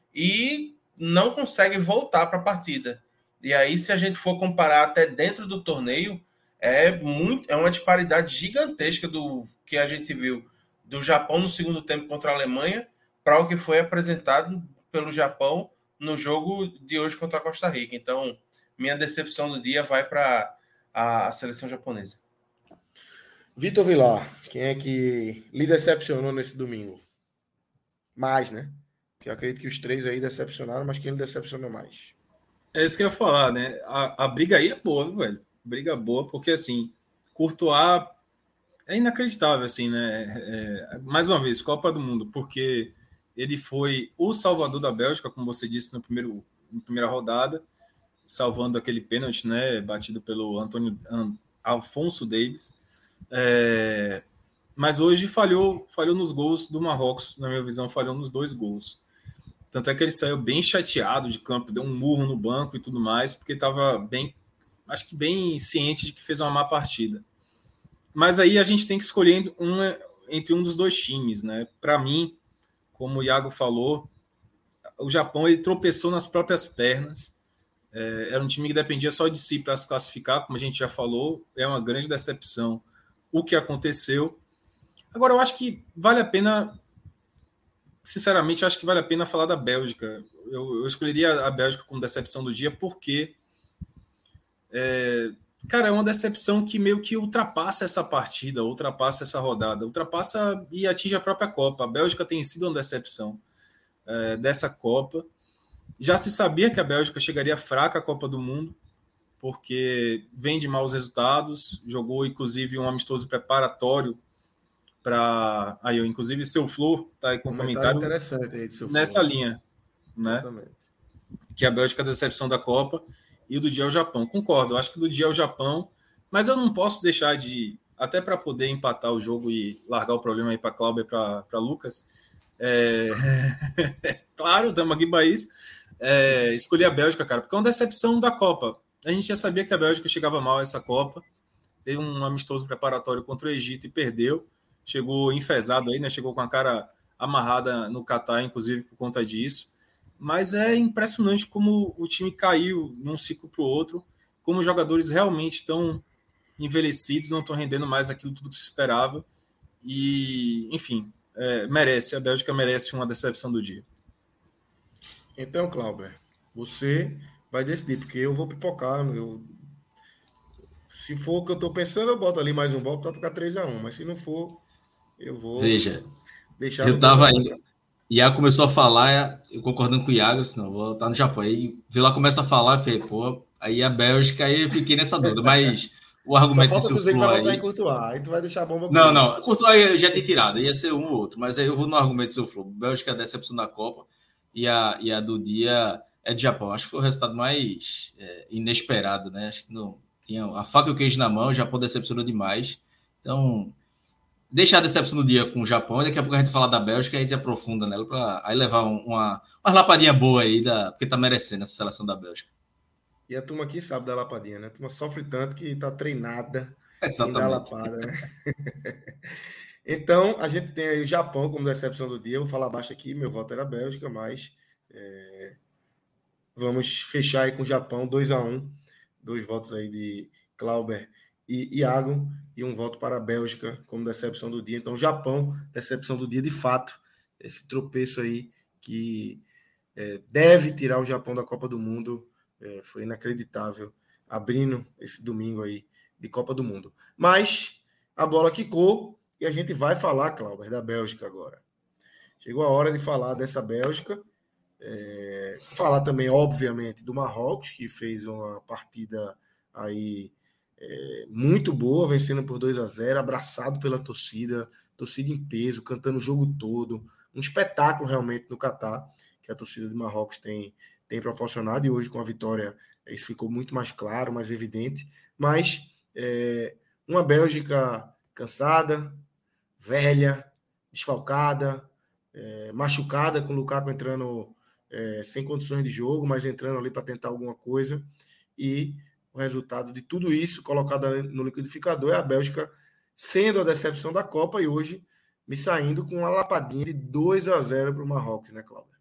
Speaker 5: e não consegue voltar para a partida. E aí, se a gente for comparar até dentro do torneio, é, muito, é uma disparidade gigantesca do que a gente viu do Japão no segundo tempo contra a Alemanha para o que foi apresentado pelo Japão no jogo de hoje contra a Costa Rica. Então, minha decepção do dia vai para a seleção japonesa.
Speaker 2: Vitor Vilar, quem é que lhe decepcionou nesse domingo? Mais, né? Eu acredito que os três aí decepcionaram, mas quem lhe decepcionou mais?
Speaker 4: É isso que eu ia falar, né? A, a briga aí é boa, viu, velho? Briga boa, porque assim, Courtois é inacreditável, assim, né? É, mais uma vez, Copa do Mundo, porque ele foi o salvador da Bélgica, como você disse no primeiro, na primeira rodada, salvando aquele pênalti, né? Batido pelo Antônio An, Alfonso Davies. É, mas hoje falhou, falhou nos gols do Marrocos, na minha visão, falhou nos dois gols. Tanto é que ele saiu bem chateado de campo, deu um murro no banco e tudo mais, porque estava bem, acho que bem ciente de que fez uma má partida. Mas aí a gente tem que escolher um, entre um dos dois times, né? Para mim, como o Iago falou, o Japão ele tropeçou nas próprias pernas. É, era um time que dependia só de si para se classificar, como a gente já falou, é uma grande decepção o que aconteceu. Agora, eu acho que vale a pena, sinceramente, eu acho que vale a pena falar da Bélgica. Eu, eu escolheria a Bélgica como decepção do dia porque, é, cara, é uma decepção que meio que ultrapassa essa partida, ultrapassa essa rodada, ultrapassa e atinge a própria Copa. A Bélgica tem sido uma decepção é, dessa Copa. Já se sabia que a Bélgica chegaria fraca à Copa do Mundo, porque vem de maus resultados, jogou inclusive um amistoso preparatório para... Aí, eu, inclusive, seu Flor tá aí com um comentário,
Speaker 2: interessante aí de seu
Speaker 4: nessa
Speaker 2: Flor.
Speaker 4: linha, né?
Speaker 2: Exatamente.
Speaker 4: Que a Bélgica é a decepção da Copa e o do dia é o Japão. Concordo, eu acho que do dia é o Japão, mas eu não posso deixar de, até para poder empatar o jogo e largar o problema aí para Cláudio e para Lucas, é... claro, estamos aqui país, é... escolhi a Bélgica, cara, porque é uma decepção da Copa. A gente já sabia que a Bélgica chegava mal a essa Copa, teve um amistoso preparatório contra o Egito e perdeu, chegou enfesado aí, né? Chegou com a cara amarrada no Catar, inclusive por conta disso. Mas é impressionante como o time caiu de um ciclo para o outro, como os jogadores realmente estão envelhecidos, não estão rendendo mais aquilo tudo que se esperava. E, enfim, é, merece, a Bélgica merece uma decepção do dia.
Speaker 2: Então, Cláudio, você vai decidir, porque eu vou pipocar. Eu... Se for o que eu estou pensando, eu boto ali mais um voto para ficar três a um. Mas se não for, eu vou
Speaker 3: Veja,
Speaker 2: deixar...
Speaker 3: eu estava indo... Iago começou a falar, eu concordando com o Iago, senão vou estar no Japão. Aí vi lá, começa a falar, falei, pô, aí a Bélgica, aí eu fiquei nessa dúvida, mas o argumento
Speaker 2: desse
Speaker 3: Flor
Speaker 2: que vai
Speaker 3: aí...
Speaker 2: botar em Courtois, aí tu vai deixar a bomba...
Speaker 3: Não, não, Courtois eu já tinha tirado, ia ser um ou outro, mas aí eu vou no argumento do seu Flor. Bélgica é a decepção da Copa e a, e a do dia é de Japão. Acho que foi o resultado mais é, inesperado, né? Acho que não tinha a faca e o queijo na mão, o Japão decepcionou demais. Então... deixar a decepção do dia com o Japão, e daqui a pouco a gente fala da Bélgica e a gente aprofunda nela para aí levar uma, uma lapadinha boa aí, da, porque tá merecendo essa seleção da Bélgica.
Speaker 2: E a turma aqui sabe da lapadinha, né? A turma sofre tanto que tá treinada
Speaker 3: Exatamente.
Speaker 2: em dar lapada, né? Então, a gente tem aí o Japão como decepção do dia. Eu vou falar baixo aqui, meu voto era Bélgica, mas é, vamos fechar aí com o Japão, dois a um. Dois votos aí de Clauber e Iago, e um voto para a Bélgica como decepção do dia. Então, Japão, decepção do dia de fato. Esse tropeço aí que é, deve tirar o Japão da Copa do Mundo, é, foi inacreditável, abrindo esse domingo aí de Copa do Mundo. Mas a bola quicou e a gente vai falar, Cláudio, da Bélgica agora. Chegou a hora de falar dessa Bélgica, é, falar também, obviamente, do Marrocos, que fez uma partida aí É, muito boa, vencendo por dois a zero, abraçado pela torcida, torcida em peso, cantando o jogo todo, um espetáculo realmente no Catar, que a torcida de Marrocos tem, tem proporcionado, e hoje com a vitória isso ficou muito mais claro, mais evidente, mas é, uma Bélgica cansada, velha, desfalcada, é, machucada, com o Lukaku entrando é, sem condições de jogo, mas entrando ali para tentar alguma coisa, e o resultado de tudo isso colocado no liquidificador é a Bélgica sendo a decepção da Copa e hoje me saindo com uma lapadinha de dois a zero para o Marrocos, né, Cláudio?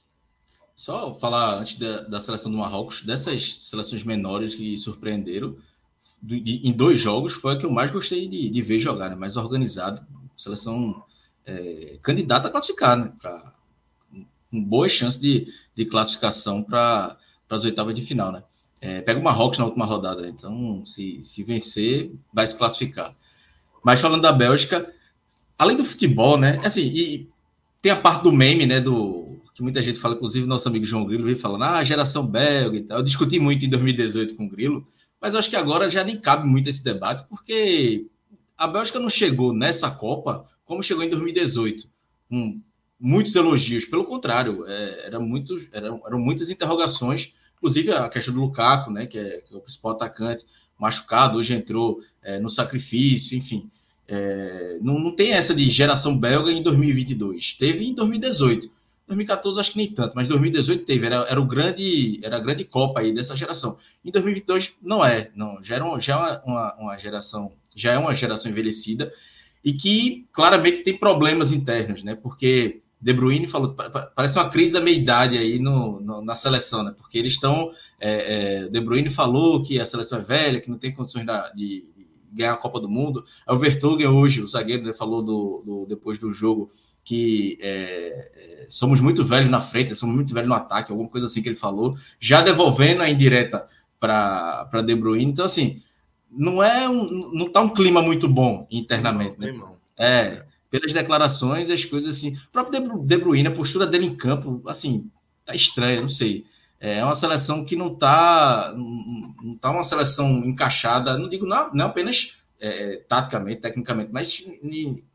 Speaker 3: Só falar antes da, da seleção do Marrocos, dessas seleções menores que surpreenderam, de, de, em dois jogos foi a que eu mais gostei de, de ver jogar, né? Mais organizado, seleção é, candidata a classificar, né? Pra, com boa chance de, de classificação para as oitavas de final, né? É, pega o Marrocos na última rodada, então se, se vencer, vai se classificar. Mas falando da Bélgica, além do futebol, né? Assim, e tem a parte do meme, né? Do, que muita gente fala, inclusive nosso amigo João Grilo veio falando, ah, geração belga e tal. Eu discuti muito em dois mil e dezoito com o Grilo, mas eu acho que agora já nem cabe muito esse debate, porque a Bélgica não chegou nessa Copa como chegou em dois mil e dezoito, com muitos elogios. Pelo contrário, é, era muito, eram, eram muitas interrogações. Inclusive a questão do Lukaku, né, que, é, que é o principal atacante, machucado, hoje entrou é, no sacrifício, enfim. É, não, não tem essa de geração belga em dois mil e vinte e dois. Teve em dois mil e dezoito. dois mil e catorze acho que nem tanto, mas dois mil e dezoito teve. Era, era, o grande, era a grande Copa aí dessa geração. Em dois mil e vinte e dois não é. Não, já, era uma, já, é uma, uma geração, já é uma geração envelhecida e que claramente tem problemas internos, né? Porque De Bruyne falou, parece uma crise da meia-idade aí no, no, na seleção, né? Porque eles estão... É, é, De Bruyne falou que a seleção é velha, que não tem condições da, de, de ganhar a Copa do Mundo. O Vertonghen hoje, o zagueiro, né, falou do, do, depois do jogo que é, é, somos muito velhos na frente, somos muito velhos no ataque, alguma coisa assim que ele falou, já devolvendo a indireta para De Bruyne. Então, assim, não é um, não está um clima muito bom internamente, não, né? Não. É... é. Pelas declarações, as coisas assim... O próprio De Bruyne, a postura dele em campo, assim, tá estranha, não sei. É uma seleção que não tá... Não tá uma seleção encaixada, não digo não, não apenas é, taticamente, tecnicamente, mas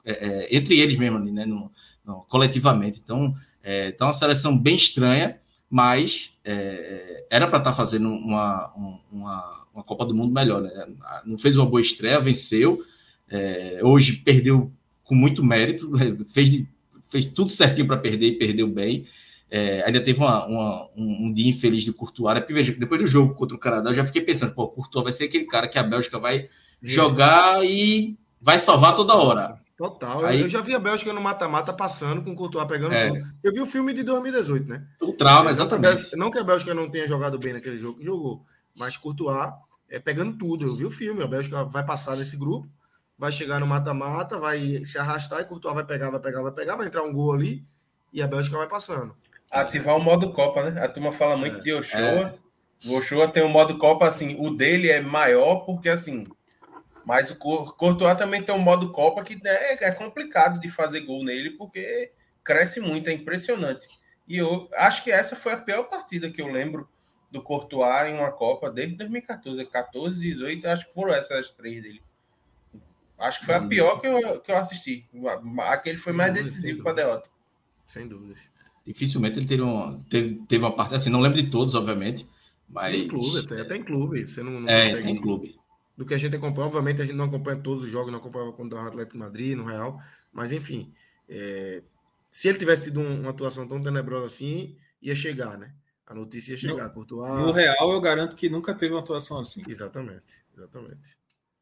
Speaker 3: é, é, entre eles mesmo, ali, né? No, no, coletivamente. Então, é, então, uma seleção bem estranha, mas é, era para estar tá fazendo uma, uma, uma Copa do Mundo melhor, né? Não fez uma boa estreia, venceu, é, hoje perdeu com muito mérito, fez, fez tudo certinho para perder e perdeu bem. É, ainda teve uma, uma, um, um dia infeliz de Courtois, porque veja, depois do jogo contra o Canadá, eu já fiquei pensando, pô, Courtois vai ser aquele cara que a Bélgica vai é. jogar e vai salvar toda hora.
Speaker 2: Total, Aí, eu já vi a Bélgica no mata-mata passando com o Courtois pegando
Speaker 3: é.
Speaker 2: tudo. Eu vi o filme de dois mil e dezoito, né?
Speaker 3: O trauma,
Speaker 2: é,
Speaker 3: exatamente.
Speaker 2: Não que, Bélgica, não que a Bélgica não tenha jogado bem naquele jogo, jogou, mas Courtois é pegando tudo. Eu vi o filme, a Bélgica vai passar nesse grupo, vai chegar no mata-mata, vai se arrastar e Courtois vai pegar, vai pegar, vai pegar, vai entrar um gol ali e a Bélgica vai passando.
Speaker 5: Ativar o modo Copa, né? A turma fala muito é. de Ochoa. É. O Ochoa tem o modo Copa, assim, o dele é maior porque, assim, mas o Courtois também tem um modo Copa que é, é complicado de fazer gol nele porque cresce muito, é impressionante. E eu acho que essa foi a pior partida que eu lembro do Courtois em uma Copa desde dois mil e catorze. catorze, dezoito, acho que foram essas três dele. Acho que foi a pior que eu, que eu assisti. Aquele foi mais decisivo com a derrota.
Speaker 2: Sem dúvidas.
Speaker 3: Dificilmente ele teve, um, teve, teve uma parte assim, não lembro de todos, obviamente, mas...
Speaker 2: Tem clube, até, até em clube, você não, não
Speaker 3: é,
Speaker 2: consegue...
Speaker 3: tem clube.
Speaker 2: Do que a gente acompanha, obviamente a gente não acompanha todos os jogos, não acompanha quando está no Atlético de Madrid, no Real, mas enfim, é, se ele tivesse tido um, uma atuação tão tenebrosa assim, ia chegar, né? A notícia ia chegar.
Speaker 4: No,
Speaker 2: Courtois...
Speaker 4: no Real eu garanto que nunca teve uma atuação assim.
Speaker 2: Exatamente, exatamente.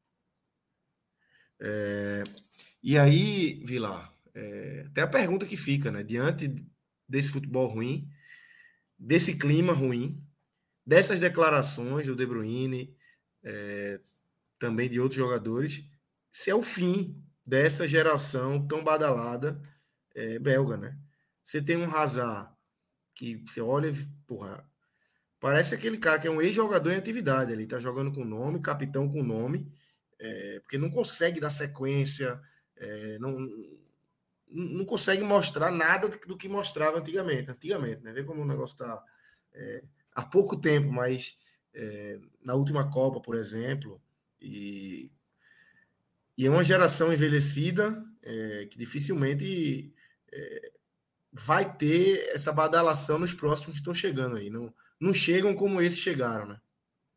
Speaker 2: É, e aí, Vilar, é, até a pergunta que fica, né? Diante desse futebol ruim, desse clima ruim, dessas declarações do De Bruyne, é, também de outros jogadores, se é o fim dessa geração tão badalada é, belga, né? Você tem um Hazard que você olha, porra, parece aquele cara que é um ex-jogador em atividade, ele tá jogando com nome, capitão com nome, é, porque não consegue dar sequência, é, não não consegue mostrar nada do que mostrava antigamente. Antigamente, né? Vê como o negócio está é, há pouco tempo, mas é, na última Copa, por exemplo, e, e é uma geração envelhecida é, que dificilmente é, vai ter essa badalação nos próximos que estão chegando aí. Não, não chegam como esses chegaram, né?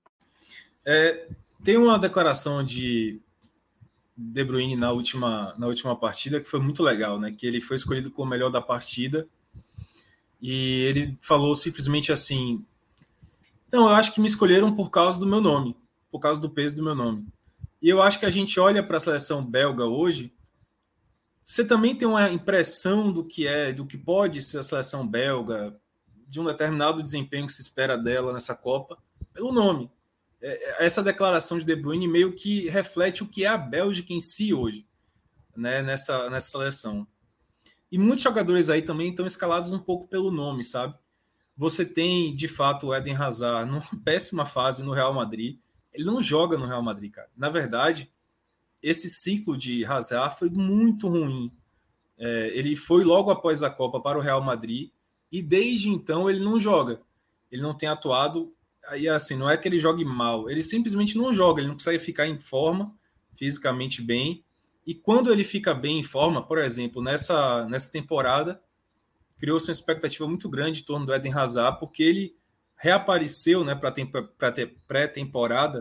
Speaker 4: É, tem uma declaração de De Bruyne na última, na última partida que foi muito legal, né? Que ele foi escolhido como o melhor da partida e ele falou simplesmente assim: não, eu acho que me escolheram por causa do meu nome, por causa do peso do meu nome. E eu acho que a gente olha para a seleção belga hoje, você também tem uma impressão do que é, do que pode ser a seleção belga, de um determinado desempenho que se espera dela nessa Copa, pelo nome. Essa declaração de De Bruyne meio que reflete o que é a Bélgica em si hoje, né, nessa, nessa seleção. E muitos jogadores aí também estão escalados um pouco pelo nome, sabe? Você tem, de fato, o Eden Hazard numa péssima fase no Real Madrid. Ele não joga no Real Madrid, cara. Na verdade, esse ciclo de Hazard foi muito ruim. É, ele foi logo após a Copa para o Real Madrid e desde então ele não joga. Ele não tem atuado. Aí, assim, não é que ele jogue mal, ele simplesmente não joga, ele não consegue ficar em forma, fisicamente bem, e quando ele fica bem em forma, por exemplo, nessa, nessa temporada, criou-se uma expectativa muito grande em torno do Eden Hazard, porque ele reapareceu, né, para ter pré-temporada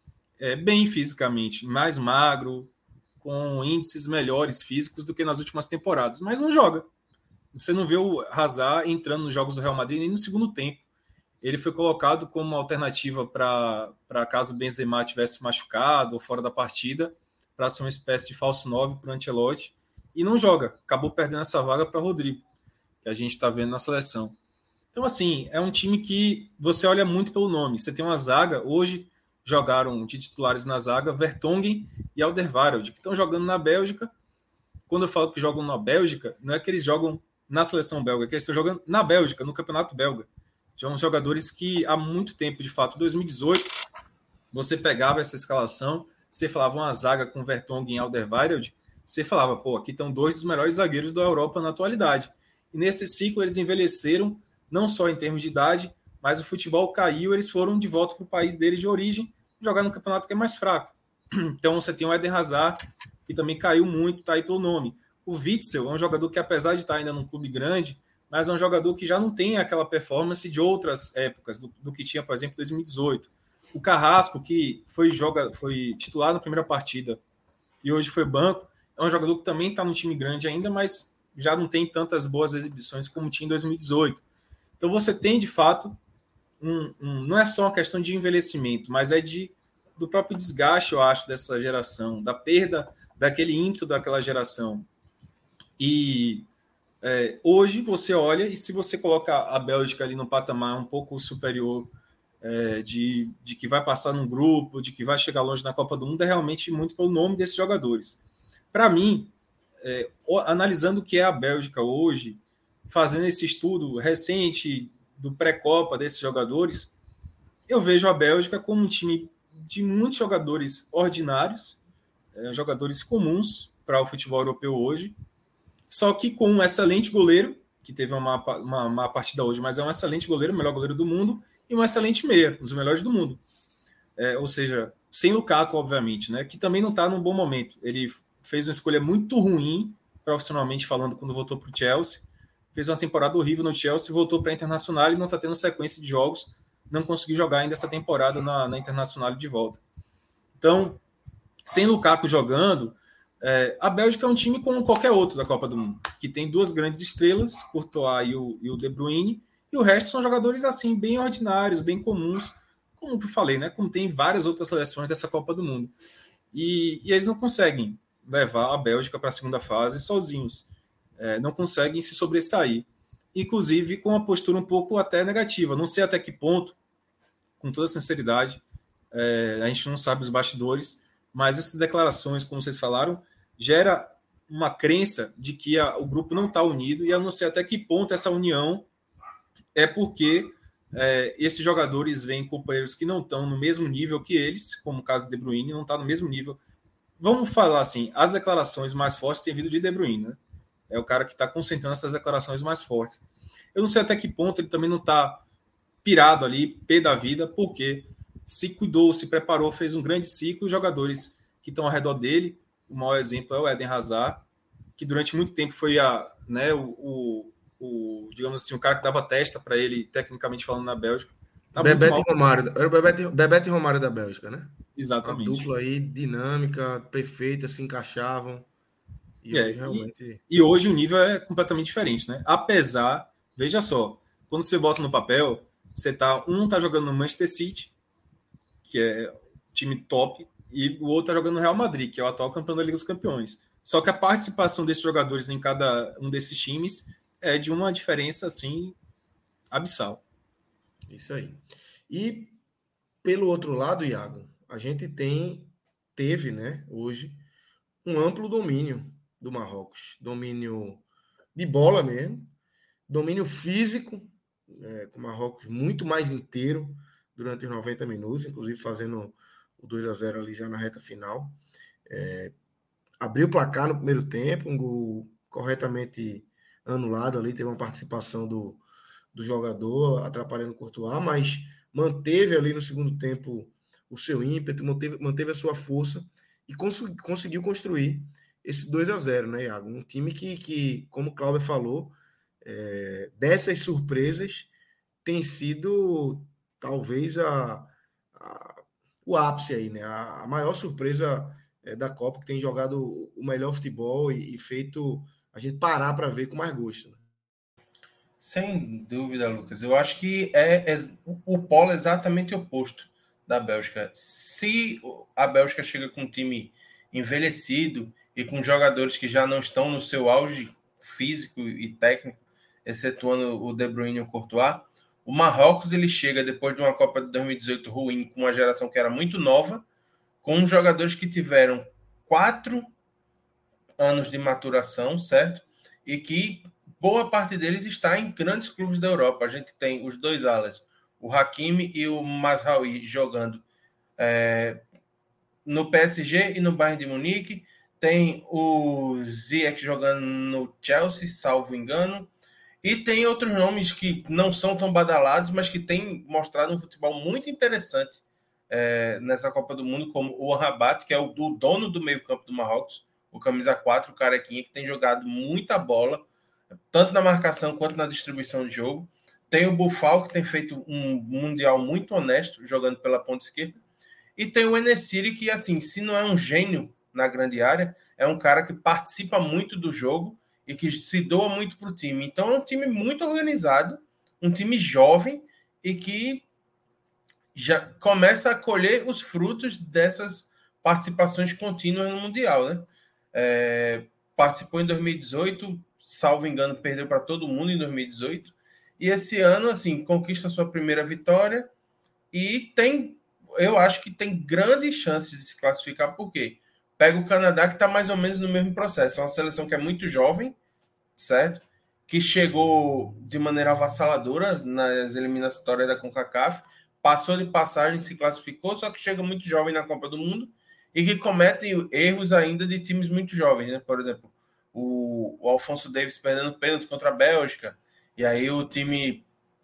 Speaker 4: é, bem fisicamente, mais magro, com índices melhores físicos do que nas últimas temporadas, mas não joga. Você não vê o Hazard entrando nos jogos do Real Madrid nem no segundo tempo. Ele foi colocado como uma alternativa para caso Benzema tivesse machucado ou fora da partida, para ser uma espécie de falso nove para o Ancelotti, e não joga. Acabou perdendo essa vaga para Rodrigo, que a gente está vendo na seleção. Então, assim, é um time que você olha muito pelo nome. Você tem uma zaga, hoje jogaram de titulares na zaga Vertonghen e Alderweireld, que estão jogando na Bélgica. Quando eu falo que jogam na Bélgica, não é que eles jogam na seleção belga, é que eles estão jogando na Bélgica, no campeonato belga. São jogadores que há muito tempo, de fato, em dois mil e dezoito, você pegava essa escalação, você falava uma zaga com Vertonghen e Alderweireld, você falava, pô, aqui estão dois dos melhores zagueiros da Europa na atualidade. E nesse ciclo eles envelheceram, não só em termos de idade, mas o futebol caiu, eles foram de volta para o país deles de origem, jogar no campeonato que é mais fraco. Então você tem o Eden Hazard, que também caiu muito, tá aí pelo nome. O Witzel é um jogador que, apesar de estar ainda num clube grande, mas é um jogador que já não tem aquela performance de outras épocas, do, do que tinha, por exemplo, em dois mil e dezoito. O Carrasco, que foi, joga, foi titular na primeira partida e hoje foi banco, é um jogador que também está no time grande ainda, mas já não tem tantas boas exibições como tinha em dois mil e dezoito. Então você tem, de fato, um, um, não é só uma questão de envelhecimento, mas é de, do próprio desgaste, eu acho, dessa geração, da perda daquele ímpeto daquela geração. E é, hoje você olha, e se você coloca a Bélgica ali no patamar um pouco superior, é, de, de que vai passar num grupo, de que vai chegar longe na Copa do Mundo, é realmente muito pelo nome desses jogadores. Para mim, é, analisando o que é a Bélgica hoje, fazendo esse estudo recente do pré-copa desses jogadores, eu vejo a Bélgica como um time de muitos jogadores ordinários, é, jogadores comuns para o futebol europeu hoje, só que com um excelente goleiro, que teve uma, uma, uma partida hoje, mas é um excelente goleiro, o melhor goleiro do mundo, e um excelente meia, um dos melhores do mundo. É, ou seja, sem Lukaku, obviamente, né, que também não está num bom momento. Ele fez uma escolha muito ruim, profissionalmente falando, quando voltou para o Chelsea. Fez uma temporada horrível no Chelsea, voltou para a Internacional e não está tendo sequência de jogos. Não conseguiu jogar ainda essa temporada na, na Internacional de volta. Então, sem Lukaku jogando, é, a Bélgica é um time como qualquer outro da Copa do Mundo, que tem duas grandes estrelas, Courtois e o, e o De Bruyne, e o resto são jogadores assim, bem ordinários, bem comuns, como eu falei, né? Como tem várias outras seleções dessa Copa do Mundo. E, e eles não conseguem levar a Bélgica para a segunda fase sozinhos. É, não conseguem se sobressair. Inclusive com uma postura um pouco até negativa. Não sei até que ponto, com toda sinceridade, é, a gente não sabe os bastidores, mas essas declarações, como vocês falaram, gera uma crença de que a, o grupo não está unido, e eu não sei até que ponto essa união é porque é, esses jogadores veem companheiros que não estão no mesmo nível que eles, como o caso do De Bruyne, não está no mesmo nível. Vamos falar assim, as declarações mais fortes têm vindo de De Bruyne, né? É o cara que está concentrando essas declarações mais fortes. Eu não sei até que ponto ele também não está pirado ali, pé da vida, porque se cuidou, se preparou, fez um grande ciclo. Os jogadores que estão ao redor dele, o maior exemplo é o Eden Hazard, que durante muito tempo foi a, né, o, o, o digamos assim, o cara que dava testa para ele, tecnicamente falando, na Bélgica.
Speaker 2: Tá Bebeto e Romário, era o Bebeto, Bebeto e Romário da Bélgica, né?
Speaker 4: Exatamente.
Speaker 2: Uma dupla aí dinâmica, perfeita, se encaixavam.
Speaker 4: E, é, realmente... e, e hoje o nível é completamente diferente, né? Apesar, veja só, quando você bota no papel, você tá, um tá jogando no Manchester City, que é time top, e o outro tá jogando no Real Madrid, que é o atual campeão da Liga dos Campeões. Só que a participação desses jogadores em cada um desses times é de uma diferença, assim, abissal.
Speaker 2: Isso aí. E, pelo outro lado, Iago, a gente tem, teve, né, hoje, um amplo domínio do Marrocos. Domínio de bola mesmo, domínio físico, é, com o Marrocos muito mais inteiro durante os noventa minutos, inclusive fazendo o dois a zero ali já na reta final. É, abriu o placar no primeiro tempo, um gol corretamente anulado ali, teve uma participação do, do jogador atrapalhando o Courtois, mas manteve ali no segundo tempo o seu ímpeto, manteve, manteve a sua força e cons- conseguiu construir esse dois a zero, né, Iago? Um time que, que como o Cláudio falou, é, dessas surpresas tem sido talvez a, a, o ápice aí, né? A, a maior surpresa é, da Copa, que tem jogado o melhor futebol e, e feito a gente parar para ver com mais gosto, né?
Speaker 5: Sem dúvida, Lucas. Eu acho que é, é o polo é exatamente oposto da Bélgica. Se a Bélgica chega com um time envelhecido e com jogadores que já não estão no seu auge físico e técnico, excetuando o De Bruyne e o Courtois, o Marrocos ele chega depois de uma Copa de dois mil e dezoito ruim, com uma geração que era muito nova, com jogadores que tiveram quatro anos de maturação, certo? E que boa parte deles está em grandes clubes da Europa. A gente tem os dois alas, o Hakimi e o Mazraoui, jogando é, no P S G e no Bayern de Munique. Tem o Ziyech jogando no Chelsea, salvo engano. E tem outros nomes que não são tão badalados, mas que têm mostrado um futebol muito interessante é, nessa Copa do Mundo, como o Rabat, que é o do dono do meio-campo do Marrocos, o camisa quatro, o Carequinha, que tem jogado muita bola, tanto na marcação quanto na distribuição de jogo. Tem o Bufal, que tem feito um Mundial muito honesto, jogando pela ponta esquerda. E tem o Enesiri, que, assim, se não é um gênio na grande área, é um cara que participa muito do jogo e que se doa muito para o time. Então, é um time muito organizado, um time jovem e que já começa a colher os frutos dessas participações contínuas no Mundial, né? É, participou em dois mil e dezoito, salvo engano, perdeu para todo mundo em dois mil e dezoito. E esse ano, assim, conquista sua primeira vitória e tem, eu acho que tem grandes chances de se classificar, porque pega o Canadá, que está mais ou menos no mesmo processo. É uma seleção que é muito jovem, certo? Que chegou de maneira avassaladora nas eliminatórias da CONCACAF, passou de passagem, se classificou, só que chega muito jovem na Copa do Mundo e que comete erros ainda de times muito jovens, né? Por exemplo, o, o Alfonso Davies perdendo pênalti contra a Bélgica, e aí o time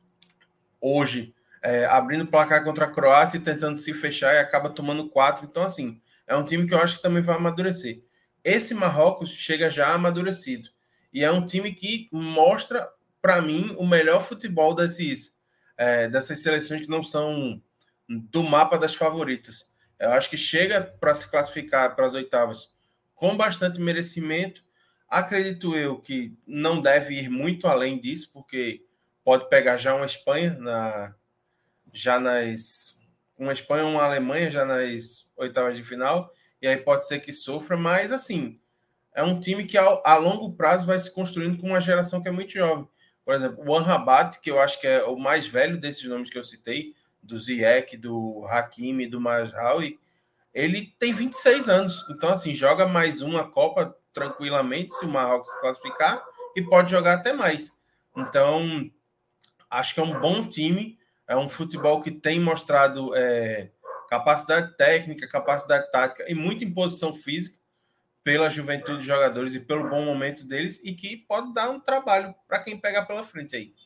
Speaker 5: hoje é, abrindo o placar contra a Croácia e tentando se fechar e acaba tomando quatro. Então, assim, é um time que eu acho que também vai amadurecer. Esse Marrocos chega já amadurecido. E é um time que mostra, para mim, o melhor futebol desses, é, dessas seleções que não são do mapa das favoritas. Eu acho que chega para se classificar para as oitavas com bastante merecimento. Acredito eu que não deve ir muito além disso, porque pode pegar já uma Espanha, na, já nas... uma Espanha ou uma Alemanha já nas oitavas de final, e aí pode ser que sofra, mas assim, é um time que a, a longo prazo vai se construindo com uma geração que é muito jovem. Por exemplo, o Amrabat, que eu acho que é o mais velho desses nomes que eu citei, do Ziyech, do Hakimi, do Mazraoui, ele tem vinte e seis anos. Então, assim, joga mais uma Copa tranquilamente, se o Marrocos se classificar, e pode jogar até mais. Então, acho que é um bom time, é um futebol que tem mostrado é, capacidade técnica, capacidade tática e muita imposição física pela juventude de jogadores e pelo bom momento deles, e que pode dar um trabalho para quem pegar pela frente aí.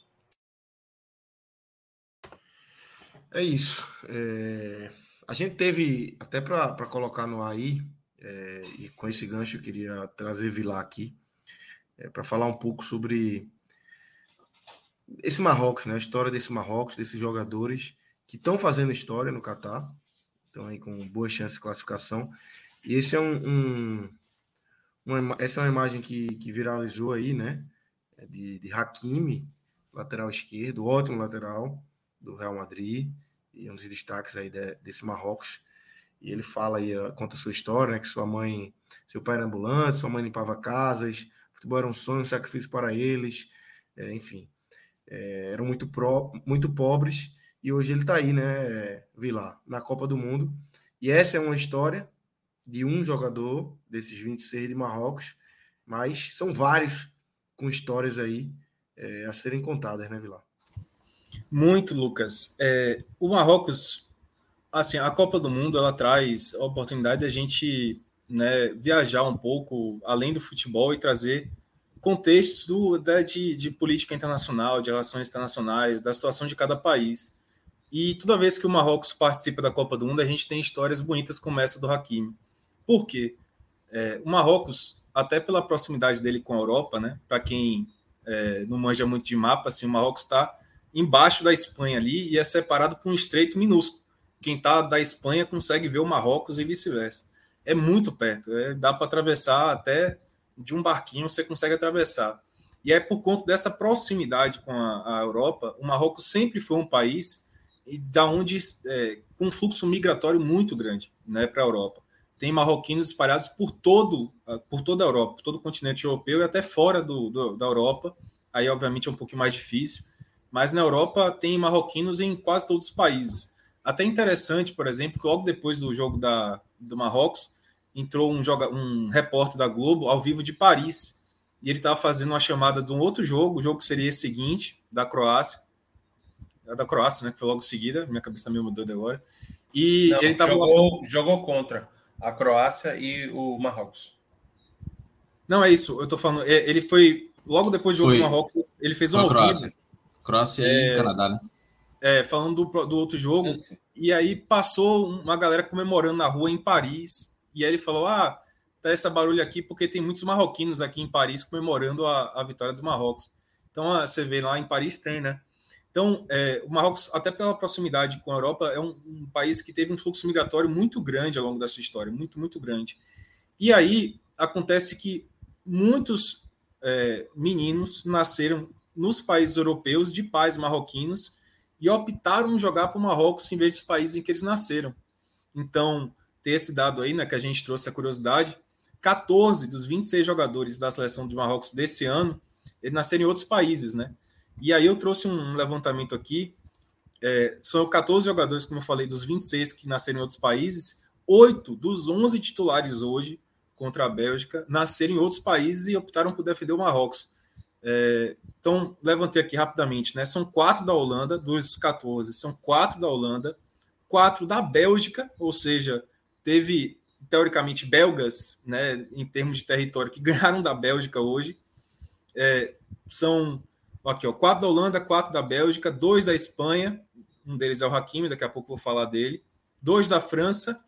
Speaker 2: É isso. É... A gente teve, até para colocar no ar aí, é... e com esse gancho eu queria trazer Vilar aqui, é, para falar um pouco sobre esse Marrocos, né? A história desse Marrocos, desses jogadores que estão fazendo história no Catar, estão aí com boa chance de classificação. E esse é um, um uma, essa é uma imagem que, que viralizou aí, né? De, de Hakimi, lateral esquerdo, ótimo lateral do Real Madrid, e um dos destaques aí de, desse Marrocos. E ele fala aí, conta a sua história, né? Que sua mãe, seu pai era ambulante, sua mãe limpava casas, futebol era um sonho, um sacrifício para eles, é, enfim. É, eram muito, pro, muito pobres, e hoje ele está aí, né, Vilar, na Copa do Mundo. E essa é uma história de um jogador desses vinte e seis de Marrocos, mas são vários com histórias aí é, a serem contadas, né, Vilar?
Speaker 4: Muito, Lucas. É, o Marrocos, assim, a Copa do Mundo, ela traz a oportunidade de a gente, né, viajar um pouco além do futebol e trazer contextos do, da, de, de política internacional, de relações internacionais, da situação de cada país. E toda vez que o Marrocos participa da Copa do Mundo, a gente tem histórias bonitas como essa do Hakimi. Por quê? É, o Marrocos, até pela proximidade dele com a Europa, né, para quem é, não manja muito de mapa, assim, o Marrocos está embaixo da Espanha ali e é separado por um estreito minúsculo. Quem está da Espanha consegue ver o Marrocos e vice-versa. É muito perto, é, dá para atravessar até de um barquinho, você consegue atravessar. E é por conta dessa proximidade com a, a Europa, o Marrocos sempre foi um país da onde, é, com um fluxo migratório muito grande, né, para a Europa. Tem marroquinos espalhados por, todo, por toda a Europa, por todo o continente europeu e até fora do, do, da Europa. Aí, obviamente, é um pouquinho mais difícil. Mas na Europa tem marroquinos em quase todos os países. Até interessante, por exemplo, que logo depois do jogo da, do Marrocos, entrou um, joga, um repórter da Globo ao vivo de Paris, e ele estava fazendo uma chamada de um outro jogo, o jogo seria esse seguinte, da Croácia, da Croácia, né, que foi logo seguida, minha cabeça meio mudou de agora, e
Speaker 5: Não,
Speaker 4: ele tava
Speaker 5: jogou, lá... jogou contra a Croácia e o Marrocos.
Speaker 4: Não, é isso, eu tô falando, ele foi, logo depois do jogo do Marrocos, ele fez um ao
Speaker 3: Croácia.
Speaker 4: vivo.
Speaker 3: Croácia e é, Canadá, né?
Speaker 4: É, falando do, do outro jogo, e aí passou uma galera comemorando na rua em Paris, e aí ele falou, ah, tá essa barulho aqui porque tem muitos marroquinos aqui em Paris comemorando a, a vitória do Marrocos. Então, você vê lá em Paris tem, né? Então, é, o Marrocos, até pela proximidade com a Europa, é um, um país que teve um fluxo migratório muito grande ao longo da sua história, muito, muito grande. E aí, acontece que muitos é, meninos nasceram nos países europeus de pais marroquinos e optaram em jogar para o Marrocos em vez dos países em que eles nasceram. Então, ter esse dado aí, né, que a gente trouxe a curiosidade, quatorze dos vinte e seis jogadores da seleção de Marrocos desse ano, eles nasceram em outros países, né? E aí eu trouxe um levantamento aqui, é, são quatorze jogadores, como eu falei, dos vinte e seis que nasceram em outros países, oito dos onze titulares hoje contra a Bélgica nasceram em outros países e optaram por defender o Marrocos. É, então, levantei aqui rapidamente, né? São quatro da Holanda, dos quatorze, são quatro da Holanda, quatro da Bélgica, ou seja, teve, teoricamente, belgas, né, em termos de território, que ganharam da Bélgica hoje. É, são aqui, ó, quatro da Holanda, quatro da Bélgica, dois da Espanha, um deles é o Hakimi, daqui a pouco eu vou falar dele, dois da França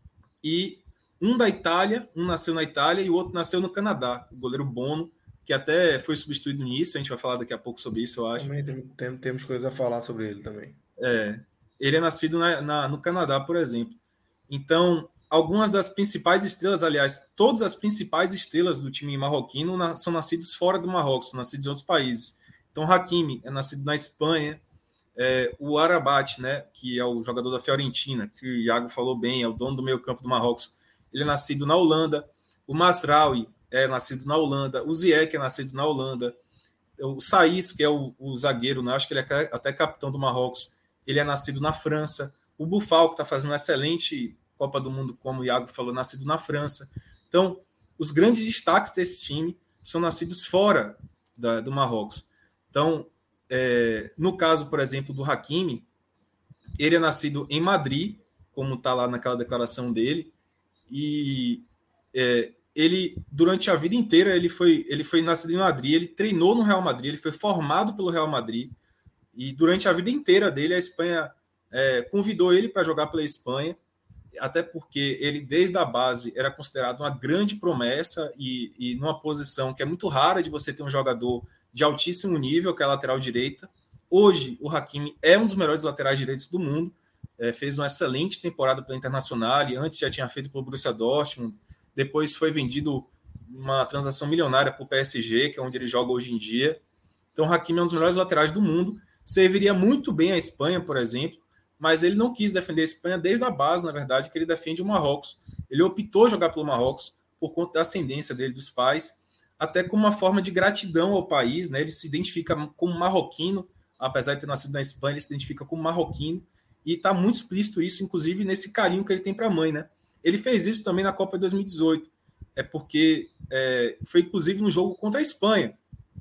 Speaker 4: e um da Itália, um nasceu na Itália e o outro nasceu no Canadá, o goleiro Bono, que até foi substituído nisso, a gente vai falar daqui a pouco sobre isso, eu acho.
Speaker 2: Também tem, tem, temos coisas a falar sobre ele também.
Speaker 4: É, ele é nascido na, na, no Canadá, por exemplo. Então, algumas das principais estrelas, aliás, todas as principais estrelas do time marroquino na, são nascidos fora do Marrocos, são nascidos em outros países. Então, Hakimi é nascido na Espanha, é, o Arabat, né, que é o jogador da Fiorentina, que o Iago falou bem, é o dono do meio campo do Marrocos, ele é nascido na Holanda. O Masraoui é nascido na Holanda, o Ziyech é nascido na Holanda, o Saïs, que é o, o zagueiro, né, acho que ele é até capitão do Marrocos, ele é nascido na França. O Buffal, que está fazendo uma excelente Copa do Mundo, como o Iago falou, nascido na França. Então, os grandes destaques desse time são nascidos fora da, do Marrocos. Então, é, no caso, por exemplo, do Hakimi, ele é nascido em Madrid, como está lá naquela declaração dele, e é, ele, durante a vida inteira, ele foi, ele foi nascido em Madrid, ele treinou no Real Madrid, ele foi formado pelo Real Madrid, e durante a vida inteira dele, a Espanha é, convidou ele para jogar pela Espanha, até porque ele, desde a base, era considerado uma grande promessa e, e numa posição que é muito rara de você ter um jogador de altíssimo nível, que é a lateral direita. Hoje, o Hakimi é um dos melhores laterais direitos do mundo, é, fez uma excelente temporada pela Internacional, e antes já tinha feito pelo Borussia Dortmund, depois foi vendido uma transação milionária para o P S G, que é onde ele joga hoje em dia. Então, o Hakimi é um dos melhores laterais do mundo, serviria muito bem a Espanha, por exemplo, mas ele não quis defender a Espanha desde a base, na verdade, que ele defende o Marrocos. Ele optou jogar pelo Marrocos por conta da ascendência dele, dos pais, até como uma forma de gratidão ao país, né? Ele se identifica como marroquino, apesar de ter nascido na Espanha, ele se identifica como marroquino, e está muito explícito isso, inclusive, nesse carinho que ele tem para a mãe, né? Ele fez isso também na Copa de dois mil e dezoito, é porque é, foi, inclusive, no jogo contra a Espanha.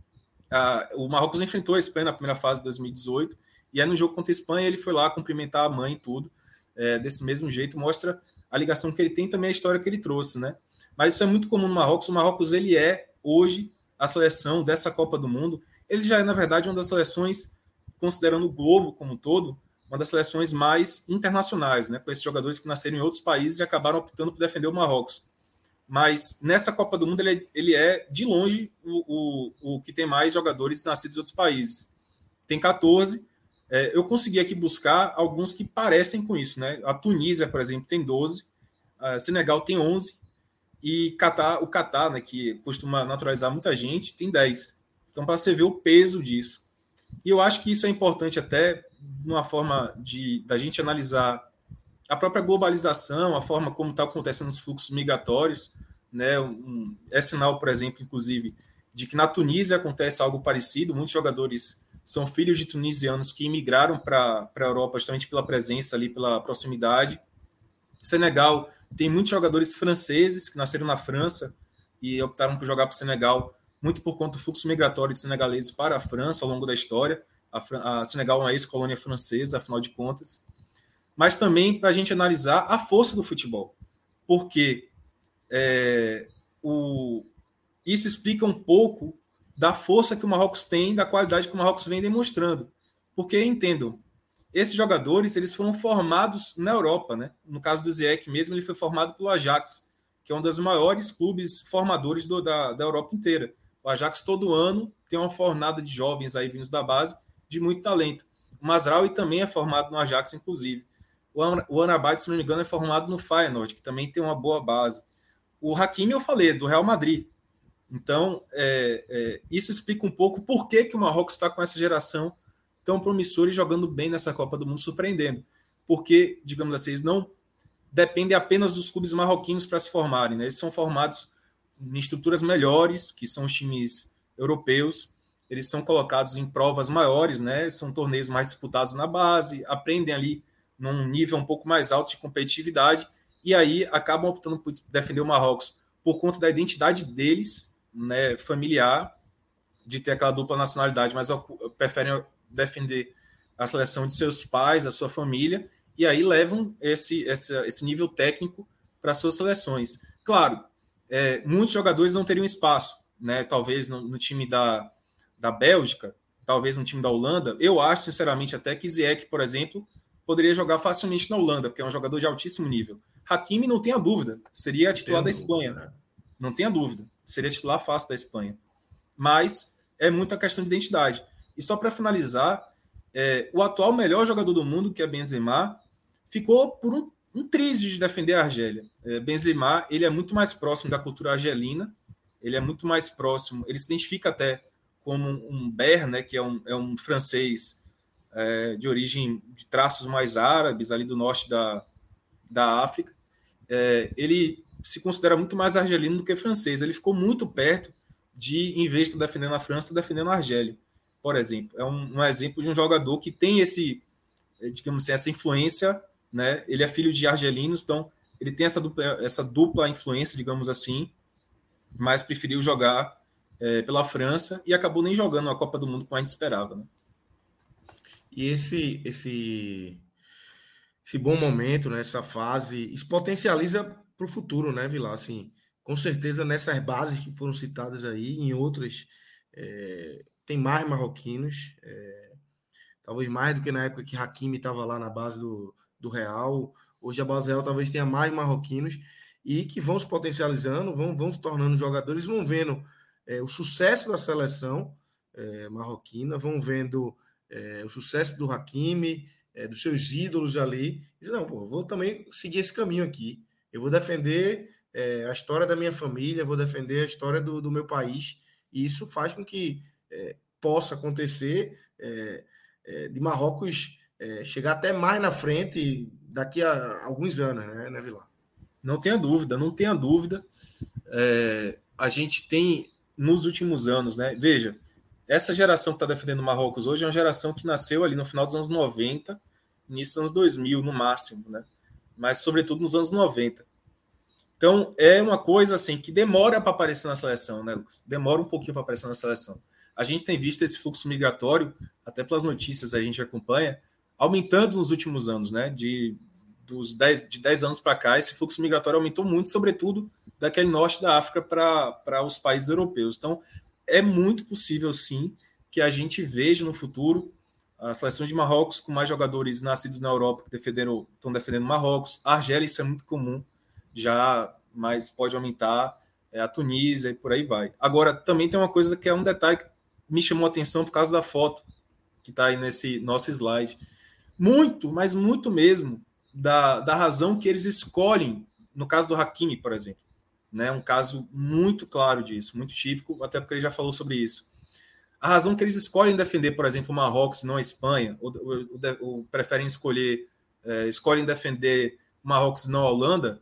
Speaker 4: Ah, o Marrocos enfrentou a Espanha na primeira fase de dois mil e dezoito, e aí no jogo contra a Espanha ele foi lá cumprimentar a mãe e tudo, é, desse mesmo jeito, mostra a ligação que ele tem, também a história que ele trouxe, né? Mas isso é muito comum no Marrocos. O Marrocos, ele é, hoje, a seleção dessa Copa do Mundo, ele já é, na verdade, uma das seleções, considerando o globo como um todo, uma das seleções mais internacionais, né? Com esses jogadores que nasceram em outros países e acabaram optando por defender o Marrocos. Mas nessa Copa do Mundo ele é, ele é de longe, o, o, o que tem mais jogadores nascidos em outros países. Tem quatorze. É, eu consegui aqui buscar alguns que parecem com isso, né? A Tunísia, por exemplo, tem doze, a Senegal tem onze, e Catar, o Catar, né, que costuma naturalizar muita gente, tem dez. Então, para você ver o peso disso. E eu acho que isso é importante até numa forma de da gente analisar a própria globalização, a forma como está acontecendo os fluxos migratórios, né? Um, é sinal, por exemplo, inclusive, de que na Tunísia acontece algo parecido. Muitos jogadores são filhos de tunisianos que imigraram para a Europa justamente pela presença ali, pela proximidade. Senegal tem muitos jogadores franceses que nasceram na França e optaram por jogar para o Senegal, muito por conta do fluxo migratório de senegaleses para a França ao longo da história. A, a Senegal é uma ex-colônia francesa, afinal de contas. Mas também para a gente analisar a força do futebol, porque é, o, isso explica um pouco da força que o Marrocos tem, da qualidade que o Marrocos vem demonstrando. Porque, entendam, esses jogadores eles foram formados na Europa, né? No caso do Ziyech mesmo, ele foi formado pelo Ajax, que é um dos maiores clubes formadores do, da, da Europa inteira. O Ajax todo ano tem uma fornada de jovens aí vindos da base de muito talento. O Mazraoui também é formado no Ajax, inclusive. O Amrabat, se não me engano, é formado no Feyenoord, que também tem uma boa base. O Hakimi, eu falei, do Real Madrid. Então, é, é, isso explica um pouco por que, que o Marrocos está com essa geração tão promissora e jogando bem nessa Copa do Mundo, surpreendendo. Porque, digamos assim, eles não dependem apenas dos clubes marroquinos para se formarem, né? Eles são formados em estruturas melhores, que são os times europeus. Eles são colocados em provas maiores, né? São torneios mais disputados na base, aprendem ali num nível um pouco mais alto de competitividade, e aí acabam optando por defender o Marrocos por conta da identidade deles, né, familiar, de ter aquela dupla nacionalidade, mas preferem defender a seleção de seus pais, da sua família, e aí levam esse, esse, esse nível técnico para suas seleções. Claro, é, muitos jogadores não teriam espaço, né, talvez no, no time da, da Bélgica, talvez no time da Holanda. Eu acho, sinceramente, até que Ziyech, por exemplo, poderia jogar facilmente na Holanda, porque é um jogador de altíssimo nível. Hakimi, não tenha dúvida, seria titular da Espanha. Né? Não tenha dúvida, seria titular fácil da Espanha. Mas é muita questão de identidade. E só para finalizar, é, o atual melhor jogador do mundo, que é Benzema, ficou por um, um triz de defender a Argélia. É, Benzema, ele é muito mais próximo da cultura argelina, ele é muito mais próximo, ele se identifica até como um Ber, né, que é um, é um francês é, de origem de traços mais árabes, ali do norte da, da África. É, ele se considera muito mais argelino do que francês. Ele ficou muito perto de, em vez de estar defendendo a França, defendendo a Argélia, por exemplo. É um, um exemplo de um jogador que tem esse, digamos assim, essa influência, né? Ele é filho de argelinos, então ele tem essa dupla, essa dupla influência, digamos assim, mas preferiu jogar é, pela França e acabou nem jogando a Copa do Mundo como a gente esperava. Né?
Speaker 2: E esse, esse, esse bom momento, né, essa fase, isso potencializa para o futuro, né, Vilar? Assim, com certeza nessas bases que foram citadas aí, em outras, é, tem mais marroquinos, é, talvez mais do que na época que Hakimi estava lá na base do, do Real. Hoje a base Real talvez tenha mais marroquinos e que vão se potencializando, vão, vão se tornando jogadores, vão vendo é, o sucesso da seleção é, marroquina, vão vendo é, o sucesso do Hakimi, é, dos seus ídolos ali. E dizem, não, pô, vou também seguir esse caminho aqui. Eu vou defender é, a história da minha família, vou defender a história do, do meu país. E isso faz com que é, possa acontecer é, é, de Marrocos é, chegar até mais na frente daqui a alguns anos, né, né Vilar?
Speaker 4: Não tenha dúvida, não tenha dúvida. É, a gente tem, nos últimos anos, né? Veja, essa geração que está defendendo o Marrocos hoje é uma geração que nasceu ali no final dos anos noventa, início dos anos dois mil, no máximo, né? Mas, sobretudo, nos anos noventa. Então, é uma coisa assim que demora para aparecer na seleção, né, Lucas? Demora um pouquinho para aparecer na seleção. A gente tem visto esse fluxo migratório, até pelas notícias a gente acompanha, aumentando nos últimos anos, né? De, dos dez, de dez anos para cá, esse fluxo migratório aumentou muito, sobretudo daquele norte da África para os países europeus. Então, é muito possível, sim, que a gente veja no futuro a seleção de Marrocos com mais jogadores nascidos na Europa que defenderam, estão defendendo Marrocos. A Argélia, isso é muito comum, já, mas pode aumentar, é, a Tunísia e por aí vai. Agora, também tem uma coisa que é um detalhe que me chamou a atenção por causa da foto que está aí nesse nosso slide. Muito, mas muito mesmo, da, da razão que eles escolhem, no caso do Hakimi, por exemplo. Né? Um caso muito claro disso, muito típico, até porque ele já falou sobre isso. A razão que eles escolhem defender, por exemplo, o Marrocos e não a Espanha, ou, ou, ou preferem escolher, é, escolhem defender o Marrocos e não a Holanda,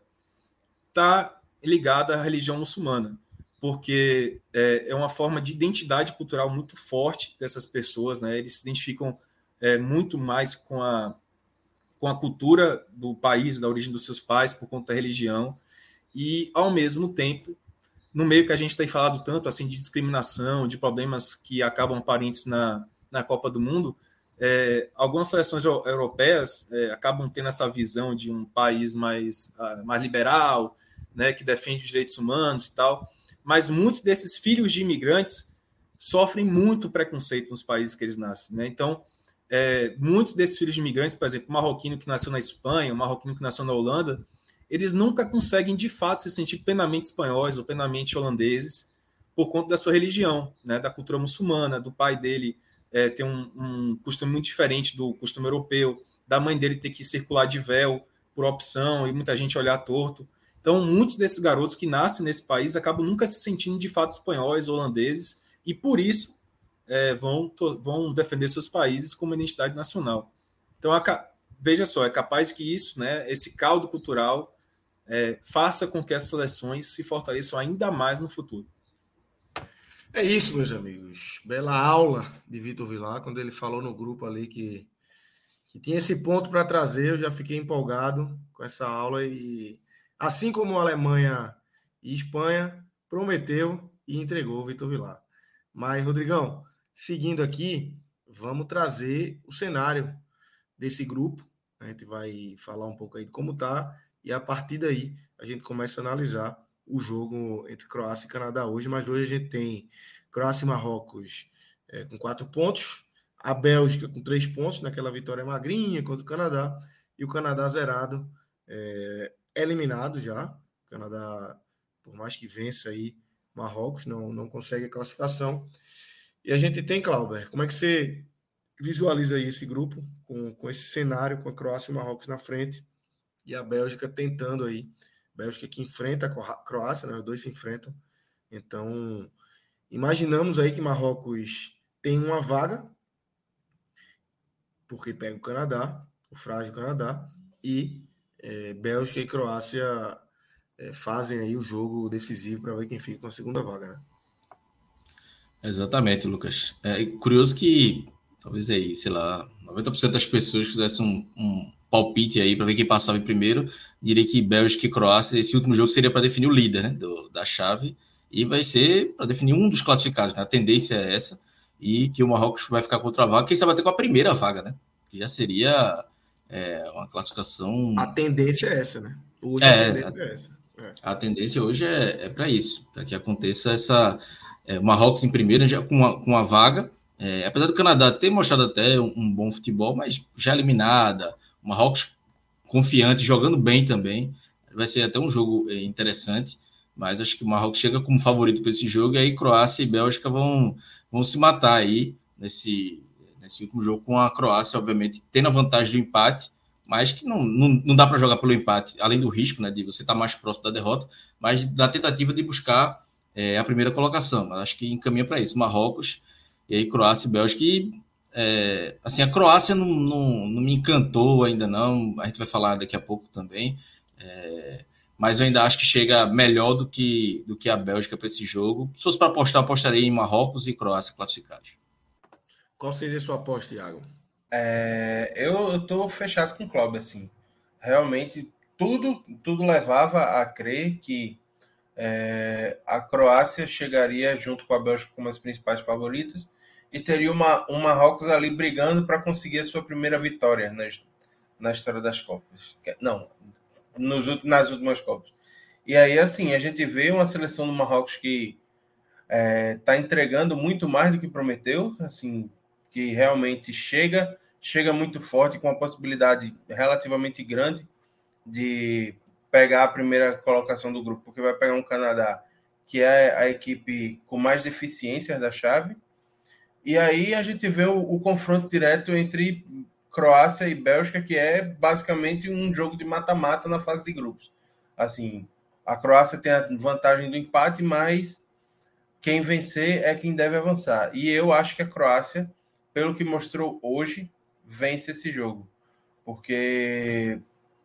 Speaker 4: está ligada à religião muçulmana, porque é, é uma forma de identidade cultural muito forte dessas pessoas, né? Eles se identificam é, muito mais com a, com a cultura do país, da origem dos seus pais, por conta da religião, e, ao mesmo tempo, no meio que a gente tem falado tanto assim de discriminação, de problemas que acabam aparentes na, na Copa do Mundo, é, algumas seleções europeias é, acabam tendo essa visão de um país mais, uh, mais liberal, né, que defende os direitos humanos e tal, mas muitos desses filhos de imigrantes sofrem muito preconceito nos países que eles nascem. Né? Então, é, muitos desses filhos de imigrantes, por exemplo, o marroquino que nasceu na Espanha, o marroquino que nasceu na Holanda, eles nunca conseguem, de fato, se sentir plenamente espanhóis ou plenamente holandeses por conta da sua religião, né, da cultura muçulmana, do pai dele é, ter um, um costume muito diferente do costume europeu, da mãe dele ter que circular de véu por opção e muita gente olhar torto. Então, muitos desses garotos que nascem nesse país acabam nunca se sentindo de fato espanhóis, holandeses, e por isso é, vão, to, vão defender seus países como identidade nacional. Então, a, veja só, é capaz que isso, né, esse caldo cultural, é, faça com que as seleções se fortaleçam ainda mais no futuro.
Speaker 2: É isso, meus amigos. Bela aula de Vitor Vilar, quando ele falou no grupo ali que, que tinha esse ponto para trazer, eu já fiquei empolgado com essa aula e, assim como a Alemanha e Espanha, prometeu e entregou o Vitor Vilar. Mas, Rodrigão, seguindo aqui, vamos trazer o cenário desse grupo. A gente vai falar um pouco aí de como tá e a partir daí a gente começa a analisar o jogo entre Croácia e Canadá hoje, mas hoje a gente tem Croácia e Marrocos é, com quatro pontos, a Bélgica com três pontos, naquela vitória magrinha contra o Canadá, e o Canadá zerado, é, eliminado já. O Canadá, por mais que vença aí Marrocos, não, não consegue a classificação. E a gente tem, Clauber, como é que você visualiza aí esse grupo, com, com esse cenário, com a Croácia e o Marrocos na frente, e a Bélgica tentando aí, Bélgica que enfrenta a Croácia, né? Os dois se enfrentam. Então, imaginamos aí que Marrocos tem uma vaga, porque pega o Canadá, o frágil Canadá, e é, Bélgica e Croácia é, fazem aí o jogo decisivo para ver quem fica com a segunda vaga, né?
Speaker 3: Exatamente, Lucas. É curioso que, talvez aí, sei lá, noventa por cento das pessoas fizessem um, um palpite aí para ver quem passava em primeiro, diria que Bélgica e Croácia, esse último jogo seria para definir o líder, né, do, da chave, e vai ser para definir um dos classificados, né? A tendência é essa, e que o Marrocos vai ficar contra a vaga, quem sabe até com a primeira vaga, né? Que já seria é, uma classificação...
Speaker 2: A tendência é essa, né? Hoje
Speaker 3: é,
Speaker 2: a tendência é essa. É.
Speaker 3: A tendência hoje é, é para isso, para que aconteça essa... É, o Marrocos em primeiro, já com a, com a vaga, é, apesar do Canadá ter mostrado até um, um bom futebol, mas já eliminada, o Marrocos confiante, jogando bem também, vai ser até um jogo é, interessante, mas acho que o Marrocos chega como favorito para esse jogo, e aí Croácia e Bélgica vão, vão se matar aí nesse, nesse último jogo, com a Croácia, obviamente, tendo a vantagem do empate, mas que não, não, não dá para jogar pelo empate, além do risco, né, de você estar mais próximo da derrota, mas da tentativa de buscar é, a primeira colocação. Mas acho que encaminha para isso, Marrocos, e aí Croácia e Bélgica. E, é, assim, a Croácia não, não, não me encantou ainda não, a gente vai falar daqui a pouco também, é, mas eu ainda acho que chega melhor do que, do que a Bélgica para esse jogo. Se fosse para apostar, apostaria em Marrocos e Croácia classificados.
Speaker 2: Qual seria a sua aposta, Iago?
Speaker 5: É, eu estou fechado com o Cláudio, assim. Realmente, tudo, tudo levava a crer que é, a Croácia chegaria junto com a Bélgica como as principais favoritas e teria uma, um Marrocos ali brigando para conseguir a sua primeira vitória nas, na história das Copas. Não, nos, nas últimas Copas. E aí, assim, a gente vê uma seleção do Marrocos que está é, entregando muito mais do que prometeu, assim, que realmente chega, chega muito forte, com uma possibilidade relativamente grande de pegar a primeira colocação do grupo, porque vai pegar um Canadá que é a equipe com mais deficiências da chave. E aí a gente vê o, o confronto direto entre Croácia e Bélgica, que é basicamente um jogo de mata-mata na fase de grupos. Assim, a Croácia tem a vantagem do empate, mas quem vencer é quem deve avançar. E eu acho que a Croácia, pelo que mostrou hoje, vence esse jogo. Porque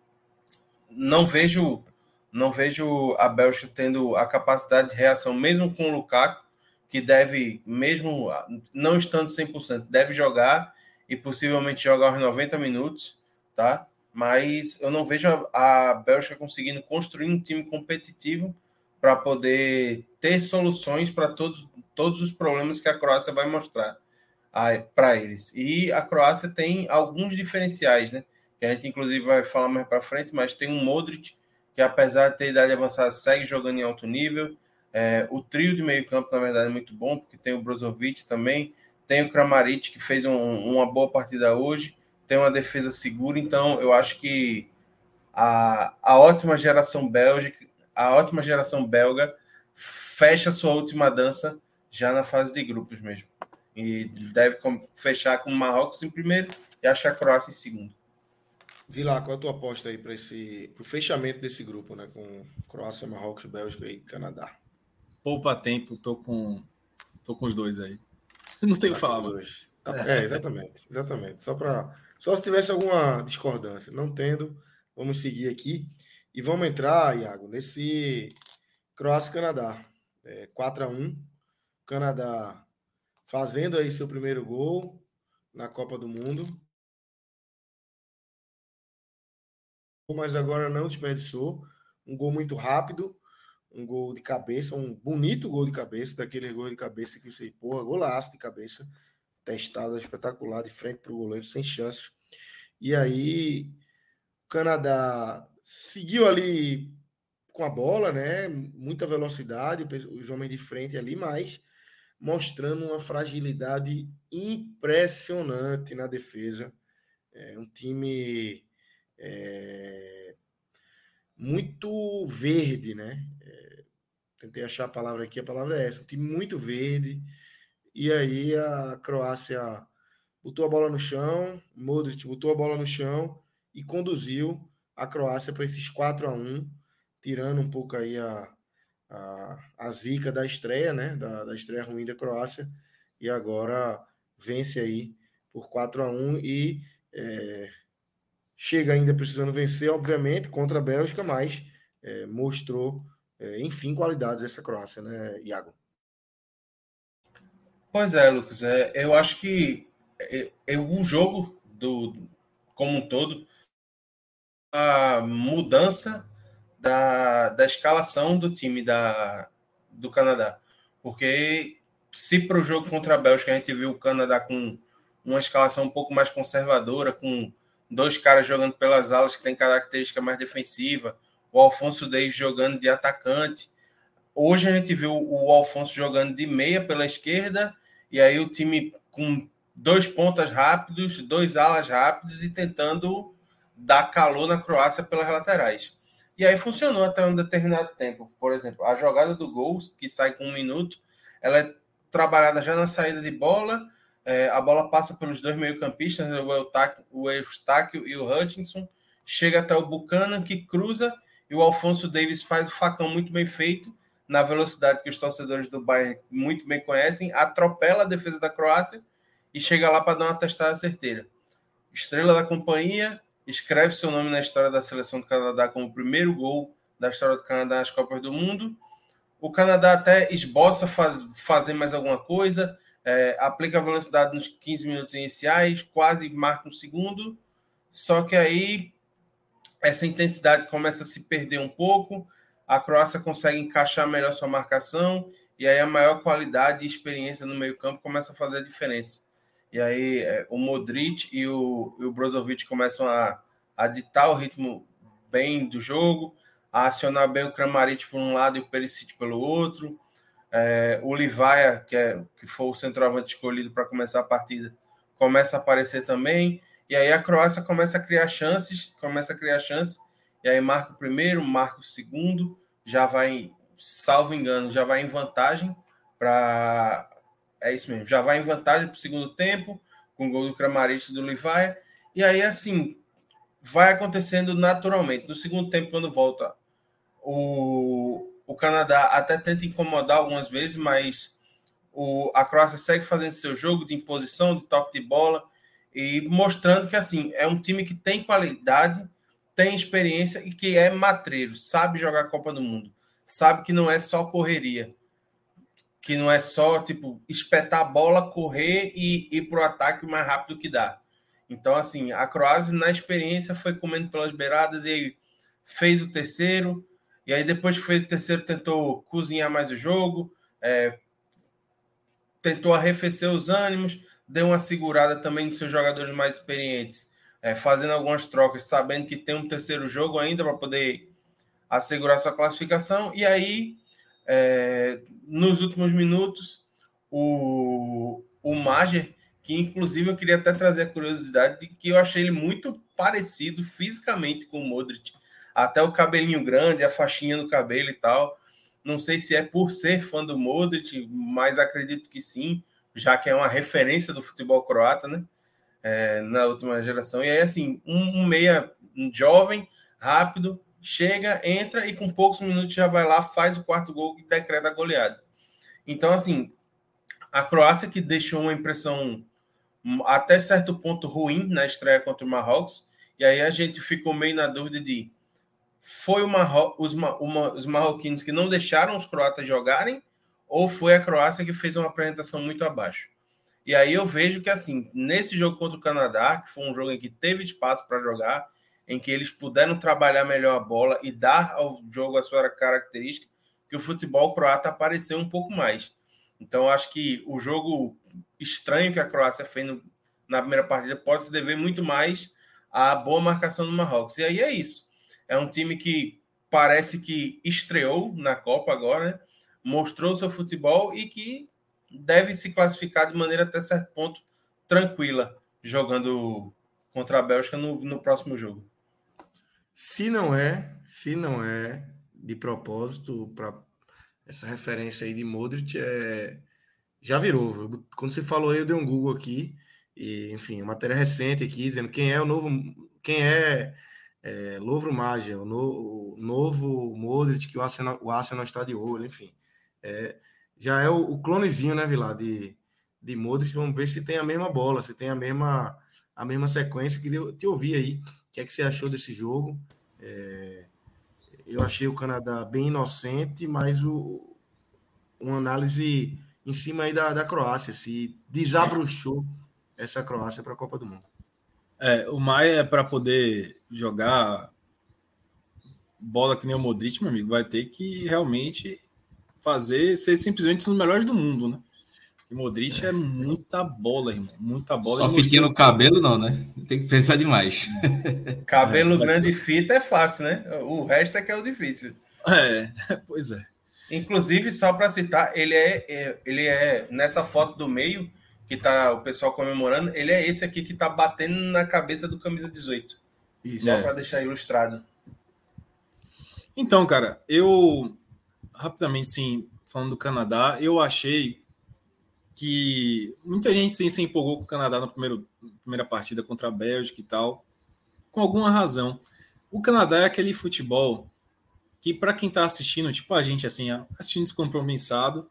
Speaker 5: não vejo, não vejo a Bélgica tendo a capacidade de reação, mesmo com o Lukaku, que deve, mesmo não estando cem por cento, deve jogar e possivelmente jogar aos noventa minutos, tá? Mas eu não vejo a, a Bélgica conseguindo construir um time competitivo para poder ter soluções para todos, todos os problemas que a Croácia vai mostrar para eles. E a Croácia tem alguns diferenciais, né? Que a gente inclusive vai falar mais para frente, mas tem um Modric, que apesar de ter idade avançada, segue jogando em alto nível. É, o trio de meio campo, na verdade, é muito bom, porque tem o Brozovic também, tem o Kramaric, que fez um, uma boa partida hoje, tem uma defesa segura, então eu acho que a, a ótima geração belga, a ótima geração belga fecha sua última dança já na fase de grupos mesmo. E deve fechar com o Marrocos em primeiro e acho que a Croácia em segundo.
Speaker 2: Vila, qual é a tua aposta aí para esse pro fechamento desse grupo, né? Com Croácia, Marrocos, Bélgica e Canadá?
Speaker 4: Poupa tempo, tô com, tô com os dois aí. Não tenho o que falar, mano.
Speaker 2: Tá, é, exatamente, exatamente. Só para só se tivesse alguma discordância. Não tendo, vamos seguir aqui e vamos entrar, Iago, nesse Croácia-Canadá. É, quatro a um. Canadá fazendo aí seu primeiro gol na Copa do Mundo. Mas agora não desperdiçou. Um gol muito rápido, um gol de cabeça, um bonito gol de cabeça, daquele gol de cabeça que você, porra, golaço de cabeça, testado, espetacular, de frente para o goleiro, sem chances. E aí, o Canadá seguiu ali com a bola, né? Muita velocidade, os homens de frente ali, mas mostrando uma fragilidade impressionante na defesa. É um time é, muito verde, né? É, tentei achar a palavra aqui, a palavra é essa, um time muito verde. E aí a Croácia botou a bola no chão, Modric botou a bola no chão e conduziu a Croácia para esses quatro a um, tirando um pouco aí a, a, a zica da estreia, né? Da, da estreia ruim da Croácia. E agora vence aí por quatro a um e é, chega ainda precisando vencer, obviamente, contra a Bélgica, mas é, mostrou, é, enfim, qualidades essa Croácia, né, Iago?
Speaker 5: Pois é, Lucas. É, eu acho que é, é um jogo do, como um todo, a mudança da, da escalação do time da, do Canadá. Porque se para o jogo contra a Bélgica a gente viu o Canadá com uma escalação um pouco mais conservadora, com dois caras jogando pelas alas que tem característica mais defensiva, o Alphonso Davies jogando de atacante. Hoje a gente viu o Alphonso jogando de meia pela esquerda, e aí o time com dois pontas rápidos, dois alas rápidos e tentando dar calor na Croácia pelas laterais. E aí funcionou até um determinado tempo. Por exemplo, a jogada do gol, que sai com um minuto, ela é trabalhada já na saída de bola, é, a bola passa pelos dois meio-campistas, o Eustáquio e o Hutchinson, chega até o Buchanan, que cruza, e o Alphonso Davies faz o facão muito bem feito, na velocidade que os torcedores do Bayern muito bem conhecem, atropela a defesa da Croácia e chega lá para dar uma testada certeira. Estrela da companhia, escreve seu nome na história da seleção do Canadá como o primeiro gol da história do Canadá nas Copas do Mundo. O Canadá até esboça faz, fazer mais alguma coisa, é, aplica a velocidade nos quinze minutos iniciais, quase marca um segundo, só que aí essa intensidade começa a se perder um pouco, a Croácia consegue encaixar melhor sua marcação, e aí a maior qualidade e experiência no meio-campo começa a fazer a diferença. E aí é, o Modric e o, e o Brozovic começam a, a ditar o ritmo bem do jogo, a acionar bem o Kramaric por um lado e o Perisic pelo outro. É, o Livaja, que, é, que foi o centroavante escolhido para começar a partida, começa a aparecer também. E aí a Croácia começa a criar chances, começa a criar chances, e aí marca o primeiro, marca o segundo, já vai, salvo engano, já vai em vantagem para... É isso mesmo, já vai em vantagem para o segundo tempo, com o gol do Kramaric e do Livaja, e aí, assim, vai acontecendo naturalmente. No segundo tempo, quando volta, o, o Canadá até tenta incomodar algumas vezes, mas o, a Croácia segue fazendo seu jogo de imposição, de toque de bola, e mostrando que, assim, é um time que tem qualidade, tem experiência e que é matreiro, sabe jogar a Copa do Mundo, sabe que não é só correria, que não é só, tipo, espetar a bola, correr e ir para o ataque o mais rápido que dá. Então, assim, a Croácia, na experiência, foi comendo pelas beiradas e aí fez o terceiro, e aí depois que fez o terceiro tentou cozinhar mais o jogo, é, tentou arrefecer os ânimos, deu uma segurada também nos seus jogadores mais experientes, é, fazendo algumas trocas, sabendo que tem um terceiro jogo ainda para poder assegurar sua classificação, e aí É, nos últimos minutos, o, o Mager, que inclusive eu queria até trazer a curiosidade de que eu achei ele muito parecido fisicamente com o Modric. até o cabelinho grande, a faixinha no cabelo e tal. Não sei se é por ser fã do Modric, mas acredito que sim, já que é uma referência do futebol croata, né? É, na última geração. E aí, assim, um, um meia um jovem, rápido, chega, entra e com poucos minutos já vai lá, faz o quarto gol e decreta a goleada. Então, assim, a Croácia que deixou uma impressão até certo ponto ruim na estreia contra o Marrocos, e aí a gente ficou meio na dúvida de foi o Marro... os, uma... os marroquinos que não deixaram os croatas jogarem ou foi a Croácia que fez uma apresentação muito abaixo. E aí eu vejo que, assim, nesse jogo contra o Canadá, que foi um jogo em que teve espaço para jogar, em que eles puderam trabalhar melhor a bola e dar ao jogo a sua característica, que o futebol croata apareceu um pouco mais. Então, acho que o jogo estranho que a Croácia fez no, na primeira partida pode se dever muito mais à boa marcação do Marrocos. E aí é isso. É um time que parece que estreou na Copa agora, né? Mostrou seu futebol e que deve se classificar de maneira até certo ponto tranquila, jogando contra a Bélgica no, no próximo jogo.
Speaker 2: Se não é, se não é de propósito, para essa referência aí de Modric, é, já virou. Viu? Quando você falou aí, eu dei um Google aqui, e, enfim, matéria recente aqui, dizendo quem é o novo, quem é, é Lovro Magia, o, no, o novo Modric que o Arsenal, o Arsenal está de olho, enfim. É, já é o, o clonezinho, né, Vilar, de, de Modric. Vamos ver se tem a mesma bola, se tem a mesma, a mesma sequência. Queria te ouvir aí. O que é que você achou desse jogo? É, eu achei o Canadá bem inocente, mas o, uma análise em cima aí da, da Croácia, se desabrochou essa Croácia para a Copa do Mundo.
Speaker 4: É, o Maia, para poder jogar bola que nem o Modric, meu amigo, vai ter que realmente fazer, ser simplesmente um dos melhores do mundo, né? O Modric é, é muita bola, irmão. Muita bola.
Speaker 3: Só fitinha no cabelo, não, né? Tem que pensar demais.
Speaker 5: Cabelo é, grande e fita é fácil, né? O resto é que é o difícil.
Speaker 4: É, pois é.
Speaker 5: Inclusive, só para citar, ele é, é, ele é nessa foto do meio, que tá o pessoal comemorando, ele é esse aqui que tá batendo na cabeça do camisa dezoito. Isso. Só é. Para deixar ilustrado.
Speaker 4: Então, cara, eu rapidamente, sim, falando do Canadá, eu achei que muita gente sim, se empolgou com o Canadá na primeiro, primeira partida contra a Bélgica e tal, com alguma razão. O Canadá é aquele futebol que, para quem está assistindo, tipo a gente, assim, assistindo descompromissado,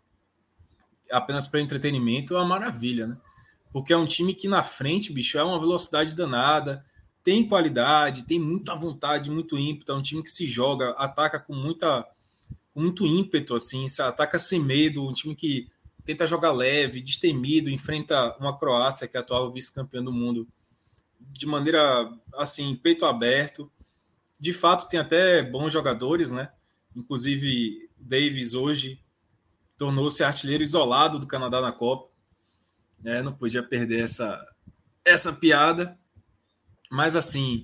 Speaker 4: apenas para entretenimento, é uma maravilha, né? Porque é um time que na frente, bicho, é uma velocidade danada, tem qualidade, tem muita vontade, muito ímpeto, é um time que se joga, ataca com muita... com muito ímpeto, assim, se ataca sem medo, um time que tenta jogar leve, destemido, enfrenta uma Croácia, que é a atual vice-campeã do mundo, de maneira, assim, peito aberto. De fato, tem até bons jogadores, né? Inclusive, Davis hoje tornou-se artilheiro isolado do Canadá na Copa. É, não podia perder essa, essa piada. Mas, assim,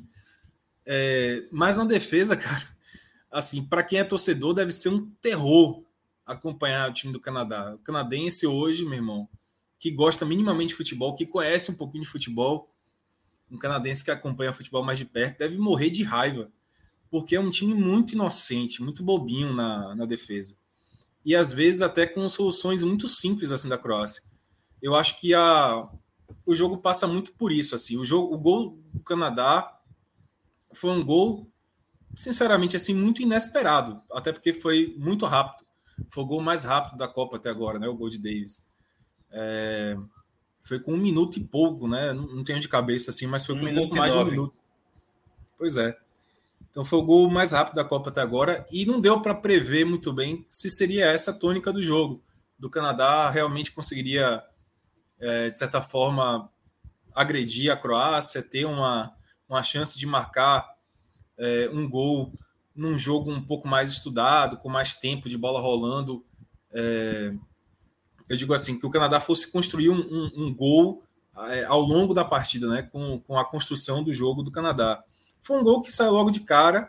Speaker 4: é, mas na defesa, cara, assim, para quem é torcedor, deve ser um terror acompanhar o time do Canadá. O canadense hoje, meu irmão, que gosta minimamente de futebol, que conhece um pouquinho de futebol, um canadense que acompanha futebol mais de perto, deve morrer de raiva, porque é um time muito inocente, muito bobinho na, na defesa. E às vezes até com soluções muito simples assim da Croácia. Eu acho que a, o jogo passa muito por isso. Assim. O, jogo, o gol do Canadá foi um gol, sinceramente, assim, muito inesperado, até porque foi muito rápido. Foi o gol mais rápido da Copa até agora, né? O gol de Davis. É, foi com um minuto e pouco, né? Não, não tenho de cabeça assim, mas foi um com um pouco mais de um minuto. Pois é. Então foi o gol mais rápido da Copa até agora e não deu para prever muito bem se seria essa a tônica do jogo. Do Canadá realmente conseguiria, é, de certa forma, agredir a Croácia, ter uma, uma chance de marcar é, um gol num jogo um pouco mais estudado, com mais tempo de bola rolando. É, eu digo assim, que o Canadá fosse construir um, um, um gol é, ao longo da partida, né, com, com a construção do jogo do Canadá. Foi um gol que saiu logo de cara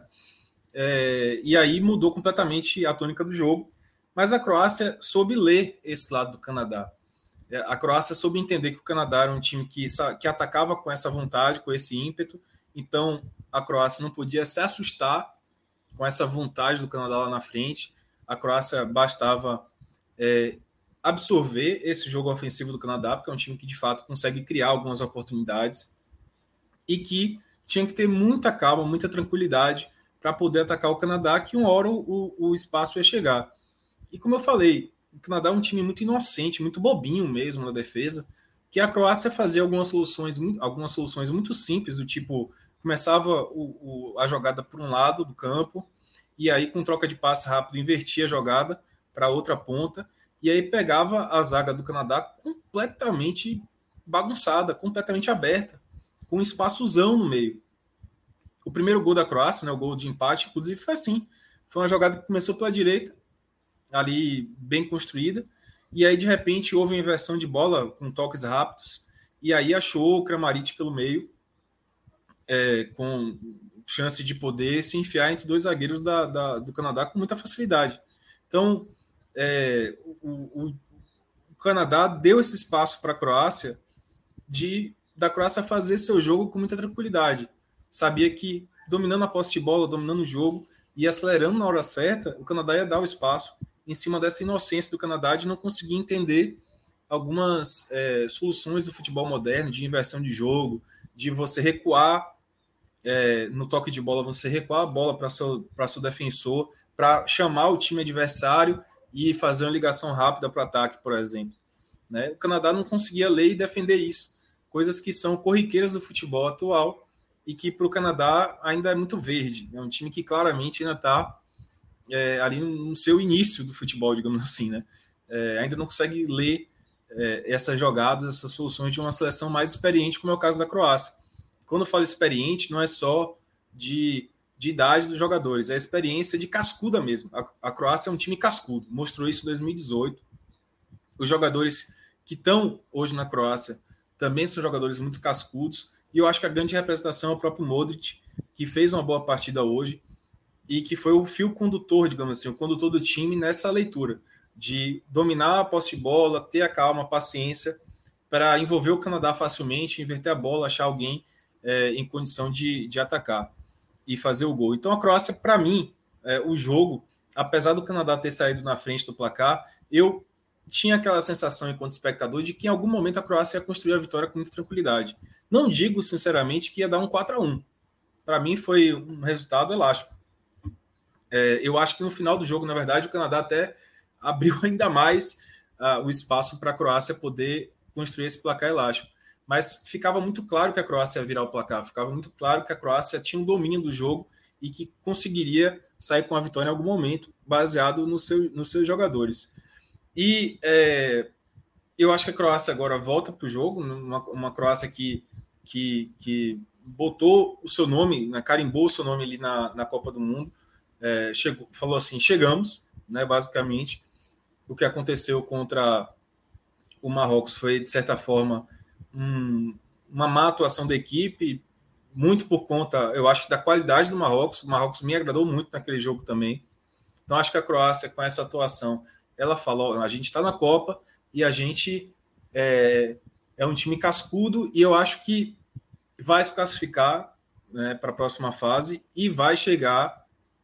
Speaker 4: é, e aí mudou completamente a tônica do jogo. Mas a Croácia soube ler esse lado do Canadá. A Croácia soube entender que o Canadá era um time que, que atacava com essa vontade, com esse ímpeto. Então, a Croácia não podia se assustar com essa vontade do Canadá lá na frente. A Croácia bastava é, absorver esse jogo ofensivo do Canadá, porque é um time que, de fato, consegue criar algumas oportunidades e que tinha que ter muita calma, muita tranquilidade para poder atacar o Canadá, que uma hora o, o espaço ia chegar. E como eu falei, o Canadá é um time muito inocente, muito bobinho mesmo na defesa, que a Croácia fazia algumas soluções, algumas soluções muito simples, do tipo, começava o, o, a jogada por um lado do campo, e aí com troca de passe rápido invertia a jogada para outra ponta, e aí pegava a zaga do Canadá completamente bagunçada, completamente aberta, com um espaçozão no meio. O primeiro gol da Croácia, né, o gol de empate, inclusive, foi assim. Foi uma jogada que começou pela direita, ali bem construída, e aí de repente houve uma inversão de bola com toques rápidos, e aí achou o Kramaric pelo meio, é, com chance de poder se enfiar entre dois zagueiros da, da, do Canadá com muita facilidade. Então, é, o, o, o Canadá deu esse espaço para a Croácia, de, da Croácia fazer seu jogo com muita tranquilidade. Sabia que dominando a posse de bola, dominando o jogo e acelerando na hora certa, o Canadá ia dar o espaço em cima dessa inocência do Canadá de não conseguir entender algumas é, soluções do futebol moderno, de inversão de jogo, de você recuar é, no toque de bola, você recuar a bola para seu, para seu defensor, para chamar o time adversário e fazer uma ligação rápida para o ataque, por exemplo. Né? O Canadá não conseguia ler e defender isso, coisas que são corriqueiras do futebol atual e que para o Canadá ainda é muito verde. É um time que claramente ainda está É, ali no seu início do futebol, digamos assim, né? É, ainda não consegue ler é, essas jogadas, essas soluções de uma seleção mais experiente, como é o caso da Croácia. Quando eu falo experiente, não é só de, de idade dos jogadores, é a experiência de cascuda mesmo. A, a Croácia é um time cascudo, mostrou isso em dois mil e dezoito. Os jogadores que estão hoje na Croácia também são jogadores muito cascudos, e eu acho que a grande representação é o próprio Modric, que fez uma boa partida hoje, e que foi o fio condutor, digamos assim, o condutor do time nessa leitura, de dominar a posse de bola, ter a calma, a paciência, para envolver o Canadá facilmente, inverter a bola, achar alguém é, em condição de, de atacar e fazer o gol. Então a Croácia, para mim, é, o jogo, apesar do Canadá ter saído na frente do placar, eu tinha aquela sensação enquanto espectador de que em algum momento a Croácia ia construir a vitória com muita tranquilidade. Não digo, sinceramente, que ia dar um quatro a um. Para mim foi um resultado elástico. É, eu acho que no final do jogo, na verdade, o Canadá até abriu ainda mais uh, o espaço para a Croácia poder construir esse placar elástico. Mas ficava muito claro que a Croácia ia virar o placar, ficava muito claro que a Croácia tinha um domínio do jogo e que conseguiria sair com a vitória em algum momento, baseado no seu, nos seus jogadores. E é, eu acho que a Croácia agora volta para o jogo, uma, uma Croácia que, que, que botou o seu nome, né, carimbou o seu nome ali na, na Copa do Mundo. É, chegou, falou assim, chegamos, né, basicamente. O que aconteceu contra o Marrocos foi, de certa forma, um, uma má atuação da equipe, muito por conta, eu acho, da qualidade do Marrocos. O Marrocos me agradou muito naquele jogo também. Então, acho que a Croácia, com essa atuação, ela falou, a gente está na Copa e a gente é, é um time cascudo e eu acho que vai se classificar, né, para a próxima fase e vai chegar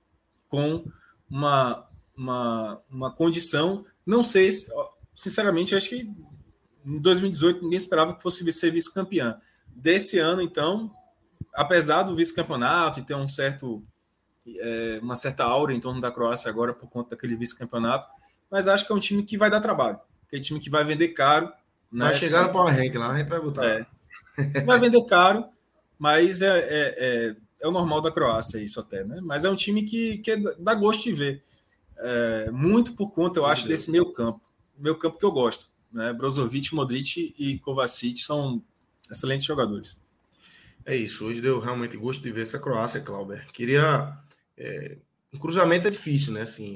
Speaker 4: com uma, uma, uma condição, não sei, sinceramente, acho que em dois mil e dezoito ninguém esperava que fosse ser vice-campeã. Desse ano, então, apesar do vice-campeonato e ter um certo, é, uma certa aura em torno da Croácia agora por conta daquele vice-campeonato, mas acho que é um time que vai dar trabalho, aquele time que vai vender caro. Né?
Speaker 2: Vai chegar no Power Rank lá, a gente vai botar.
Speaker 4: É. Vai vender caro, mas é... é, é É o normal da Croácia isso até, né? Mas é um time que, que dá gosto de ver. É, muito por conta, eu acho, desse meio campo. Meio campo que eu gosto. Né? Brozovic, Modric e Kovacic são excelentes jogadores.
Speaker 2: É isso. Hoje deu realmente gosto de ver essa Croácia, Clauber. Queria... É, um cruzamento é difícil, né? Assim,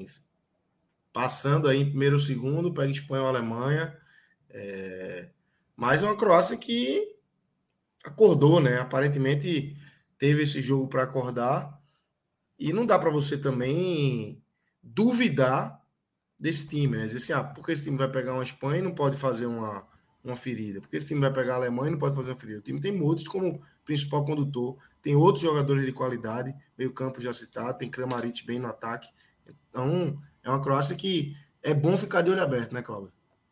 Speaker 2: passando aí em primeiro ou segundo, pega Espanha ou Alemanha. É, mas é uma Croácia que acordou, né? Aparentemente... teve esse jogo para acordar e não dá para você também duvidar desse time, né? Dizer assim, ah, porque esse time vai pegar uma Espanha e não pode fazer uma, uma ferida. Porque esse time vai pegar a Alemanha e não pode fazer uma ferida. O time tem Modric como principal condutor, tem outros jogadores de qualidade, meio campo já citado, tem Kramaric bem no ataque. Então, é uma Croácia que é bom ficar de olho aberto, né, Cláudio?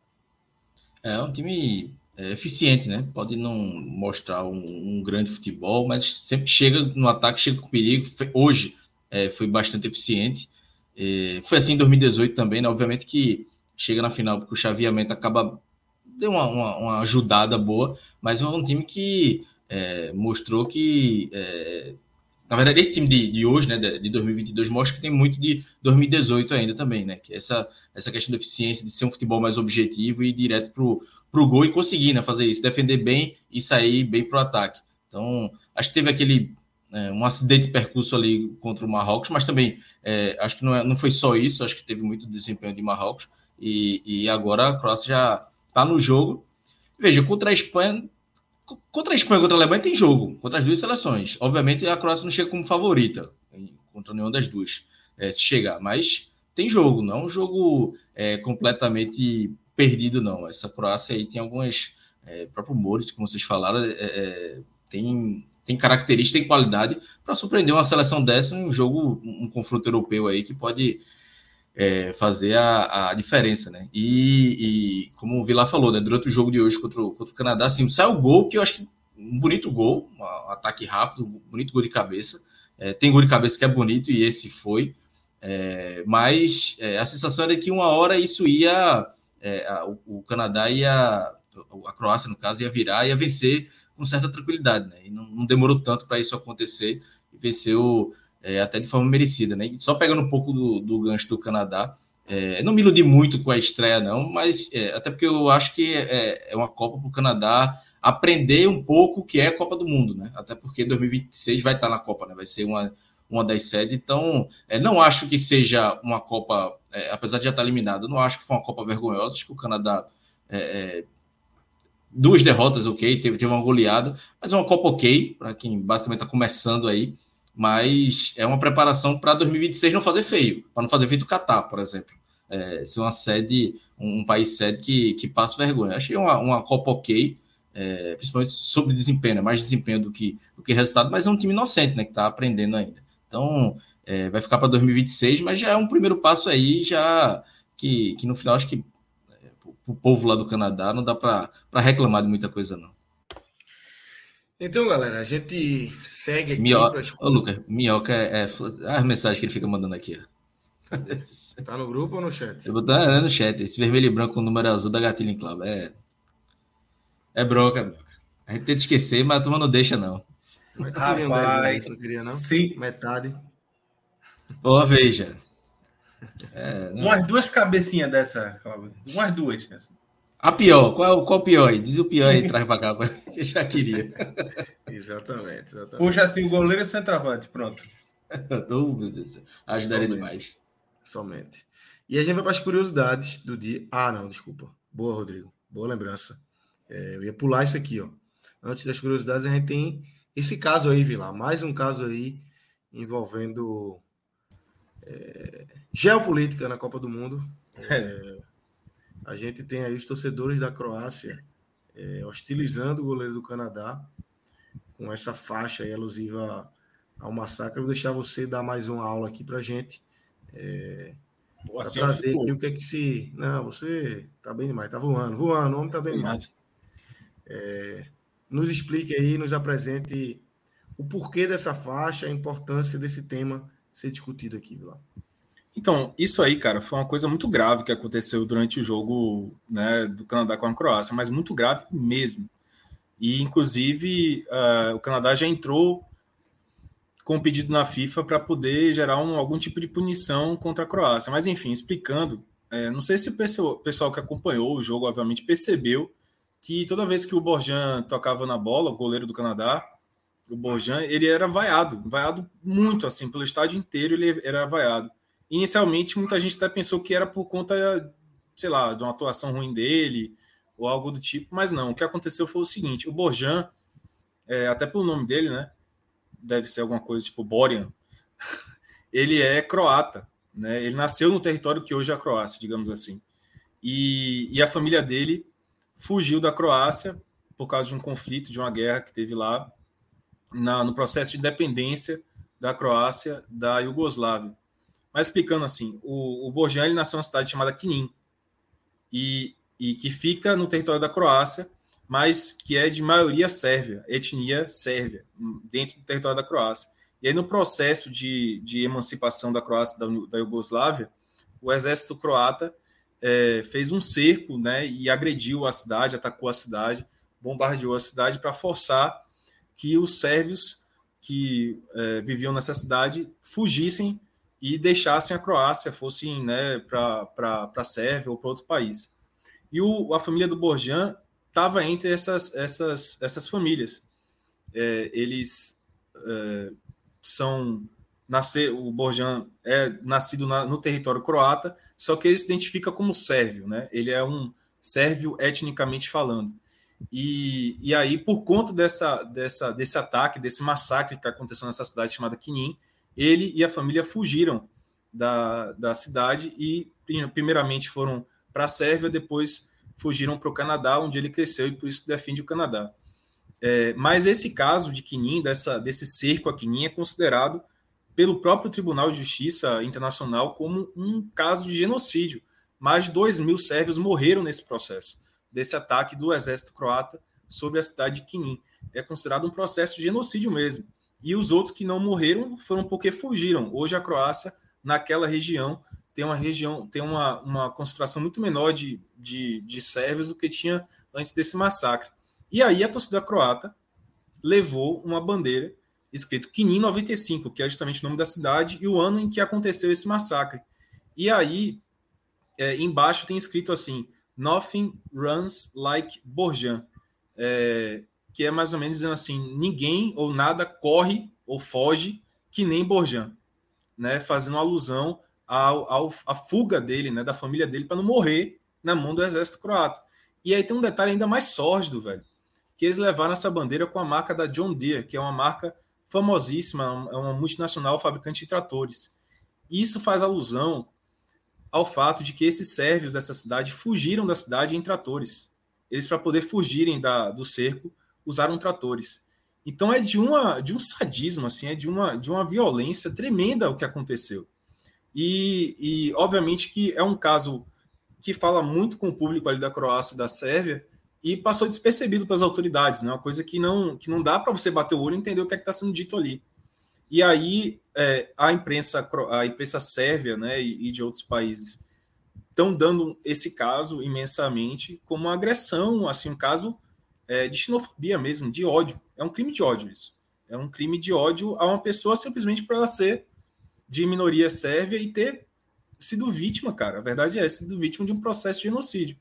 Speaker 3: É um time é, eficiente, né? Pode não mostrar um, um grande futebol, mas sempre chega no ataque, chega com perigo. Hoje é, foi bastante eficiente. É, foi assim em dois mil e dezoito também, né? Obviamente que chega na final, porque o chaveamento acaba... Deu uma, uma, uma ajudada boa, mas é um time que é, mostrou que... É, na verdade, esse time de, de hoje, né, de dois mil e vinte e dois, mostra que tem muito de dois mil e dezoito ainda também, né? Que essa, essa questão da eficiência, de ser um futebol mais objetivo e ir direto pro, pro gol e conseguir, né, fazer isso, defender bem e sair bem pro ataque. Então, acho que teve aquele é, um acidente de percurso ali contra o Marrocos, mas também é, acho que não, é, não foi só isso, acho que teve muito desempenho de Marrocos e, e agora a Croácia já tá no jogo. Veja, contra a Espanha... Contra a Espanha e contra a Alemanha tem jogo, contra as duas seleções. Obviamente a Croácia não chega como favorita contra nenhuma das duas, é, se chegar, mas tem jogo, não é um jogo é, completamente perdido, não. Essa Croácia aí tem algumas, é, próprio Modric, como vocês falaram, é, é, tem, tem características, tem qualidade para surpreender uma seleção dessa em um jogo, um confronto europeu aí que pode... É, fazer a, a diferença, né? E, e como o Vilar falou, né, durante o jogo de hoje contra o, contra o Canadá, assim, sai o gol, que eu acho que um bonito gol, um ataque rápido, um bonito gol de cabeça. É, tem gol de cabeça que é bonito e esse foi. É, mas é, a sensação era que uma hora isso ia... É, a, o, o Canadá ia... A Croácia, no caso, ia virar e ia vencer com certa tranquilidade, né? E não, não demorou tanto para isso acontecer e venceu... É, até de forma merecida, né? Só pegando um pouco do, do gancho do Canadá, é, não me iludi muito com a estreia, não, mas é, até porque eu acho que é, é uma Copa para o Canadá aprender um pouco o que é a Copa do Mundo, né? Até porque dois mil e vinte e seis vai estar na Copa, né? Vai ser uma, uma das sedes, então é, não acho que seja uma Copa, é, apesar de já estar eliminado, não acho que foi uma Copa vergonhosa, acho que o Canadá é, é, duas derrotas, ok, teve, teve uma goleada, mas é uma Copa ok, para quem basicamente está começando aí, mas é uma preparação para dois mil e vinte e seis não fazer feio, para não fazer feito o Catar, por exemplo. É, ser uma sede, um, um país sede que, que passa vergonha. Achei uma, uma Copa ok, é, principalmente sobre desempenho, né? Mais desempenho do que, do que resultado, mas é um time inocente, né, que está aprendendo ainda. Então, é, vai ficar para dois mil e vinte e seis, mas já é um primeiro passo aí, já que, que no final acho que é, o povo lá do Canadá não dá para reclamar de muita coisa, não.
Speaker 2: Então, galera, a gente segue aqui
Speaker 3: Mio...
Speaker 2: para
Speaker 3: Ô, Lucas, Minhoca é, é as mensagens que ele fica mandando aqui. Ó.
Speaker 2: Tá no grupo ou no chat?
Speaker 3: Eu vou botar no chat. Esse vermelho e branco com o número azul da Gatilho Club. É, é bronca, bronca. A gente tenta esquecer, mas a turma não deixa, não.
Speaker 2: Mas tu queria um dez, não queria, não?
Speaker 5: Sim.
Speaker 2: Metade.
Speaker 3: Ó, veja. É,
Speaker 5: umas duas cabecinhas dessa, Cláudio. Umas duas. Assim.
Speaker 3: A pior, qual, qual pior aí? Diz o pior aí, traz pra cá, que eu já queria.
Speaker 2: Exatamente, exatamente.
Speaker 5: Puxa assim, o goleiro e o centroavante, pronto.
Speaker 3: Oh, meu Deus, ajudaria
Speaker 2: Somente.
Speaker 3: demais.
Speaker 2: Somente. E a gente vai para as curiosidades do dia. Ah, não, desculpa. Boa, Rodrigo. Boa lembrança. É, eu ia pular isso aqui, ó. Antes das curiosidades, a gente tem esse caso aí, Vilar. Mais um caso aí envolvendo é, geopolítica na Copa do Mundo. É, a gente tem aí os torcedores da Croácia é, hostilizando o goleiro do Canadá com essa faixa aí alusiva ao massacre. Eu vou deixar você dar mais uma aula aqui pra gente. É, Pô, assim pra trazer aqui o que é que se... Não, você tá bem demais, tá voando, voando, o homem tá bem Sim, demais. É, nos explique aí, nos apresente o porquê dessa faixa, a importância desse tema ser discutido aqui, Vilar.
Speaker 4: Então, isso aí, cara, foi uma coisa muito grave que aconteceu durante o jogo, né, do Canadá com a Croácia, mas muito grave mesmo. E, inclusive, uh, o Canadá já entrou com um pedido na FIFA para poder gerar um, algum tipo de punição contra a Croácia. Mas, enfim, explicando, é, não sei se o pessoal, pessoal que acompanhou o jogo, obviamente, percebeu que toda vez que o Borjan tocava na bola, o goleiro do Canadá, o Borjan, ele era vaiado, vaiado muito, assim, pelo estádio inteiro ele era vaiado. Inicialmente, muita gente até pensou que era por conta, sei lá, de uma atuação ruim dele ou algo do tipo, mas não. O que aconteceu foi o seguinte, o Borjan, é, até pelo nome dele, né, deve ser alguma coisa tipo Borjan, ele é croata, né, ele nasceu no território que hoje é a Croácia, digamos assim. E, e a família dele fugiu da Croácia por causa de um conflito, de uma guerra que teve lá, na, no processo de independência da Croácia da Iugoslávia. Mas explicando assim, o, o Borjan ele nasceu em uma cidade chamada Knin, e, e que fica no território da Croácia, mas que é de maioria sérvia, etnia sérvia, dentro do território da Croácia. E aí, no processo de, de emancipação da Croácia da, da Iugoslávia, o exército croata é, fez um cerco, né, e agrediu a cidade, atacou a cidade, bombardeou a cidade para forçar que os sérvios que é, viviam nessa cidade fugissem e deixassem a Croácia, fossem, né, para a Sérvia ou para outro país. E o, a família do Borjan estava entre essas, essas, essas famílias. É, eles é, são... Nascer, o Borjan é nascido na, no território croata, só que ele se identifica como sérvio, né? Ele é um sérvio etnicamente falando. E, e aí, por conta dessa, dessa, desse ataque, desse massacre que aconteceu nessa cidade chamada Knin, ele e a família fugiram da, da cidade e, primeiramente, foram para a Sérvia, depois fugiram para o Canadá, onde ele cresceu, e por isso defende o Canadá. É, mas esse caso de Knin, dessa, desse cerco a Knin, é considerado pelo próprio Tribunal de Justiça Internacional como um caso de genocídio. Mais de dois mil sérvios morreram nesse processo, desse ataque do exército croata sobre a cidade de Knin. É considerado um processo de genocídio mesmo. E os outros que não morreram foram porque fugiram. Hoje a Croácia, naquela região, tem uma região, tem uma, uma concentração muito menor de, de, de sérvios do que tinha antes desse massacre. E aí a torcida croata levou uma bandeira escrito Knin noventa e cinco, que é justamente o nome da cidade e o ano em que aconteceu esse massacre. E aí, é, embaixo tem escrito assim, Nothing runs like Borjan, é, que é mais ou menos dizendo assim, ninguém ou nada corre ou foge que nem Borjan, né, fazendo alusão ao, ao, à fuga dele, né, da família dele, para não morrer na mão do exército croata. E aí tem um detalhe ainda mais sórdido, velho, que eles levaram essa bandeira com a marca da John Deere, que é uma marca famosíssima, é uma multinacional fabricante de tratores. E isso faz alusão ao fato de que esses sérvios dessa cidade fugiram da cidade em tratores. Eles, para poder fugirem da, do cerco, usaram tratores. Então é de, uma, de um sadismo, assim, é de uma, de uma violência tremenda o que aconteceu. E, e, obviamente, que é um caso que fala muito com o público ali da Croácia e da Sérvia, e passou despercebido pelas autoridades, né? Uma coisa que não, que não dá para você bater o olho e entender o que é está sendo dito ali. E aí é, a imprensa a imprensa sérvia, né, e, e de outros países estão dando esse caso imensamente como uma agressão, assim, um caso é, de xenofobia mesmo, de ódio. É um crime de ódio isso. É um crime de ódio a uma pessoa simplesmente por ela ser de minoria sérvia e ter sido vítima, cara. A verdade é, sido vítima de um processo de genocídio.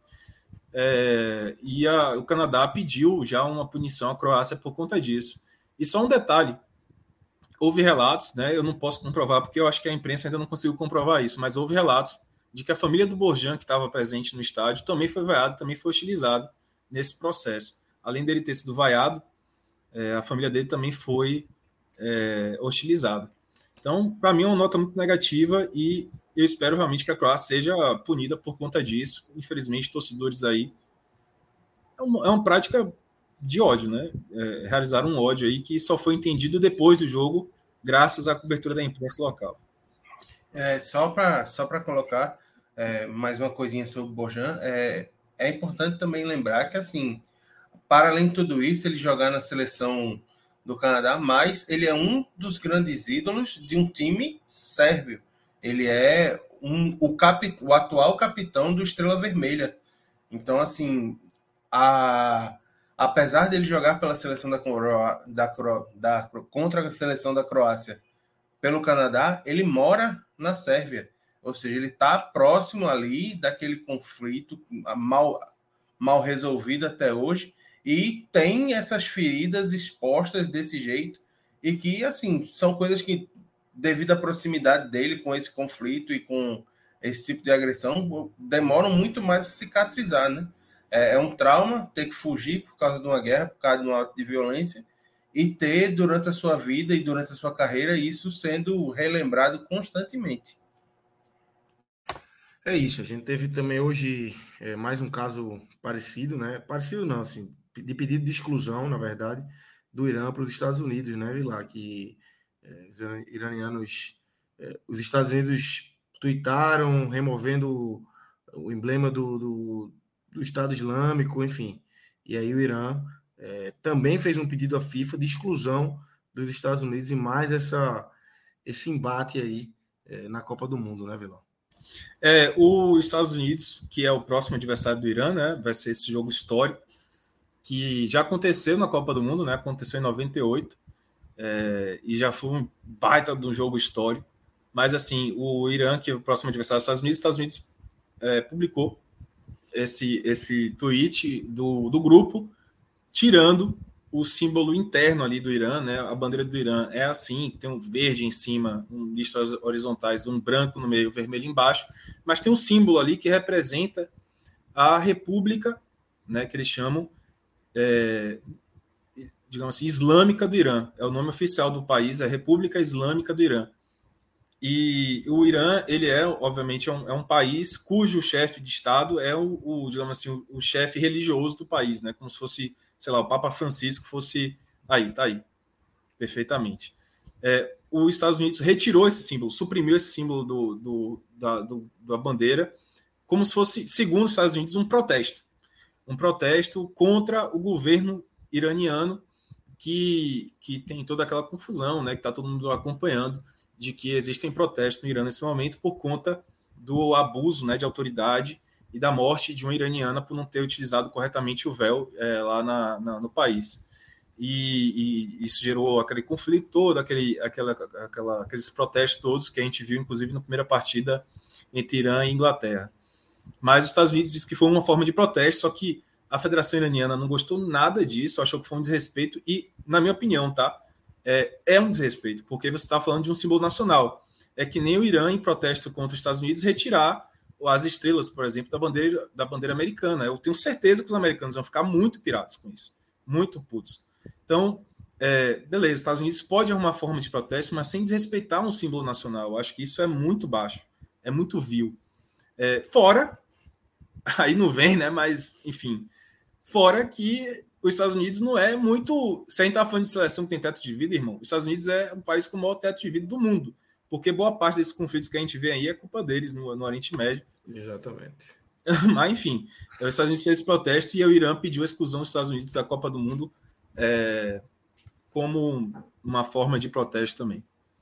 Speaker 4: É, e a, o Canadá pediu já uma punição à Croácia por conta disso. E só um detalhe, houve relatos, né, eu não posso comprovar porque eu acho que a imprensa ainda não conseguiu comprovar isso, mas houve relatos de que a família do Borjan, que estava presente no estádio, também foi vaiada, também foi hostilizada nesse processo. Além dele ter sido vaiado, é, a família dele também foi é, hostilizada. Então, para mim é uma nota muito negativa e eu espero realmente que a Croácia seja punida por conta disso. Infelizmente, torcedores aí... É uma, é uma prática de ódio, né? É, realizaram um ódio aí que só foi entendido depois do jogo, graças à cobertura da imprensa local.
Speaker 5: É, só para só para colocar é, mais uma coisinha sobre o Borjan, é, é importante também lembrar que, assim, para além de tudo isso, ele jogar na seleção do Canadá, mas ele é um dos grandes ídolos de um time sérvio. Ele é um, o, cap, o atual capitão do Estrela Vermelha. Então, assim, a, apesar dele jogar pela seleção da, da, da, contra a seleção da Croácia pelo Canadá, ele mora na Sérvia. Ou seja, ele está próximo ali daquele conflito mal, mal resolvido até hoje e tem essas feridas expostas desse jeito e que, assim, são coisas que, devido à proximidade dele com esse conflito e com esse tipo de agressão, demoram muito mais a cicatrizar, né? É, é um trauma ter que fugir por causa de uma guerra, por causa de um ato de violência, e ter, durante a sua vida e durante a sua carreira, isso sendo relembrado constantemente.
Speaker 2: É isso, a gente teve também hoje é, mais um caso parecido, né? Parecido não, assim, de pedido de exclusão, na verdade, do Irã para os Estados Unidos, né, Vilar? Que é, os iranianos, é, os Estados Unidos tuitaram removendo o, o emblema do, do, do Estado Islâmico, enfim. E aí o Irã é, também fez um pedido à FIFA de exclusão dos Estados Unidos e mais essa, esse embate aí é, na Copa do Mundo, né, Vilar?
Speaker 4: É, os Estados Unidos, que é o próximo adversário do Irã, né? Vai ser esse jogo histórico, que já aconteceu na Copa do Mundo, né? Aconteceu em noventa e oito, é, e já foi um baita de um jogo histórico. Mas, assim, o Irã, que é o próximo adversário dos Estados Unidos, os Estados Unidos é, publicou esse, esse tweet do, do grupo, tirando o símbolo interno ali do Irã, né? A bandeira do Irã é assim, tem um verde em cima, um listras horizontais, um branco no meio, vermelho embaixo, mas tem um símbolo ali que representa a República, né, que eles chamam, é, digamos assim, Islâmica do Irã. É o nome oficial do país, é a República Islâmica do Irã. E o Irã, ele é, obviamente, é um, é um país cujo chefe de Estado é o, o digamos assim, o, o chefe religioso do país, né? Como se fosse, sei lá, o Papa Francisco fosse... Aí, tá aí. Perfeitamente. É, os Estados Unidos retirou esse símbolo, suprimiu esse símbolo do, do, da, do, da bandeira, como se fosse, segundo os Estados Unidos, um protesto. Um protesto contra o governo iraniano, que, que tem toda aquela confusão, né? Que está todo mundo acompanhando, de que existem protestos no Irã nesse momento por conta do abuso, né, de autoridade e da morte de uma iraniana por não ter utilizado corretamente o véu é, lá na, na, no país. E, e isso gerou aquele conflito todo, aquele, aquela, aquela, aqueles protestos todos que a gente viu, inclusive, na primeira partida entre Irã e Inglaterra. Mas os Estados Unidos disse que foi uma forma de protesto, só que a Federação Iraniana não gostou nada disso, achou que foi um desrespeito e, na minha opinião, tá? É, é um desrespeito, porque você está falando de um símbolo nacional. É que nem o Irã, em protesto contra os Estados Unidos, retirar as estrelas, por exemplo, da bandeira, da bandeira americana. Eu tenho certeza que os americanos vão ficar muito pirados com isso, muito putos. Então, é, beleza, os Estados Unidos pode arrumar forma de protesto, mas sem desrespeitar um símbolo nacional. Eu acho que isso é muito baixo, é muito vil. É, fora, aí não vem, né? Mas, enfim, fora que os Estados Unidos não é muito... Se a gente está falando de seleção que tem teto de vida, irmão, os Estados Unidos é um país com o maior teto de vida do mundo, porque boa parte desses conflitos que a gente vê aí é culpa deles no, no Oriente Médio.
Speaker 2: Exatamente.
Speaker 4: Mas, enfim, os Estados Unidos fez esse protesto e o Irã pediu a exclusão dos Estados Unidos da Copa do Mundo é, como uma forma de protesto também.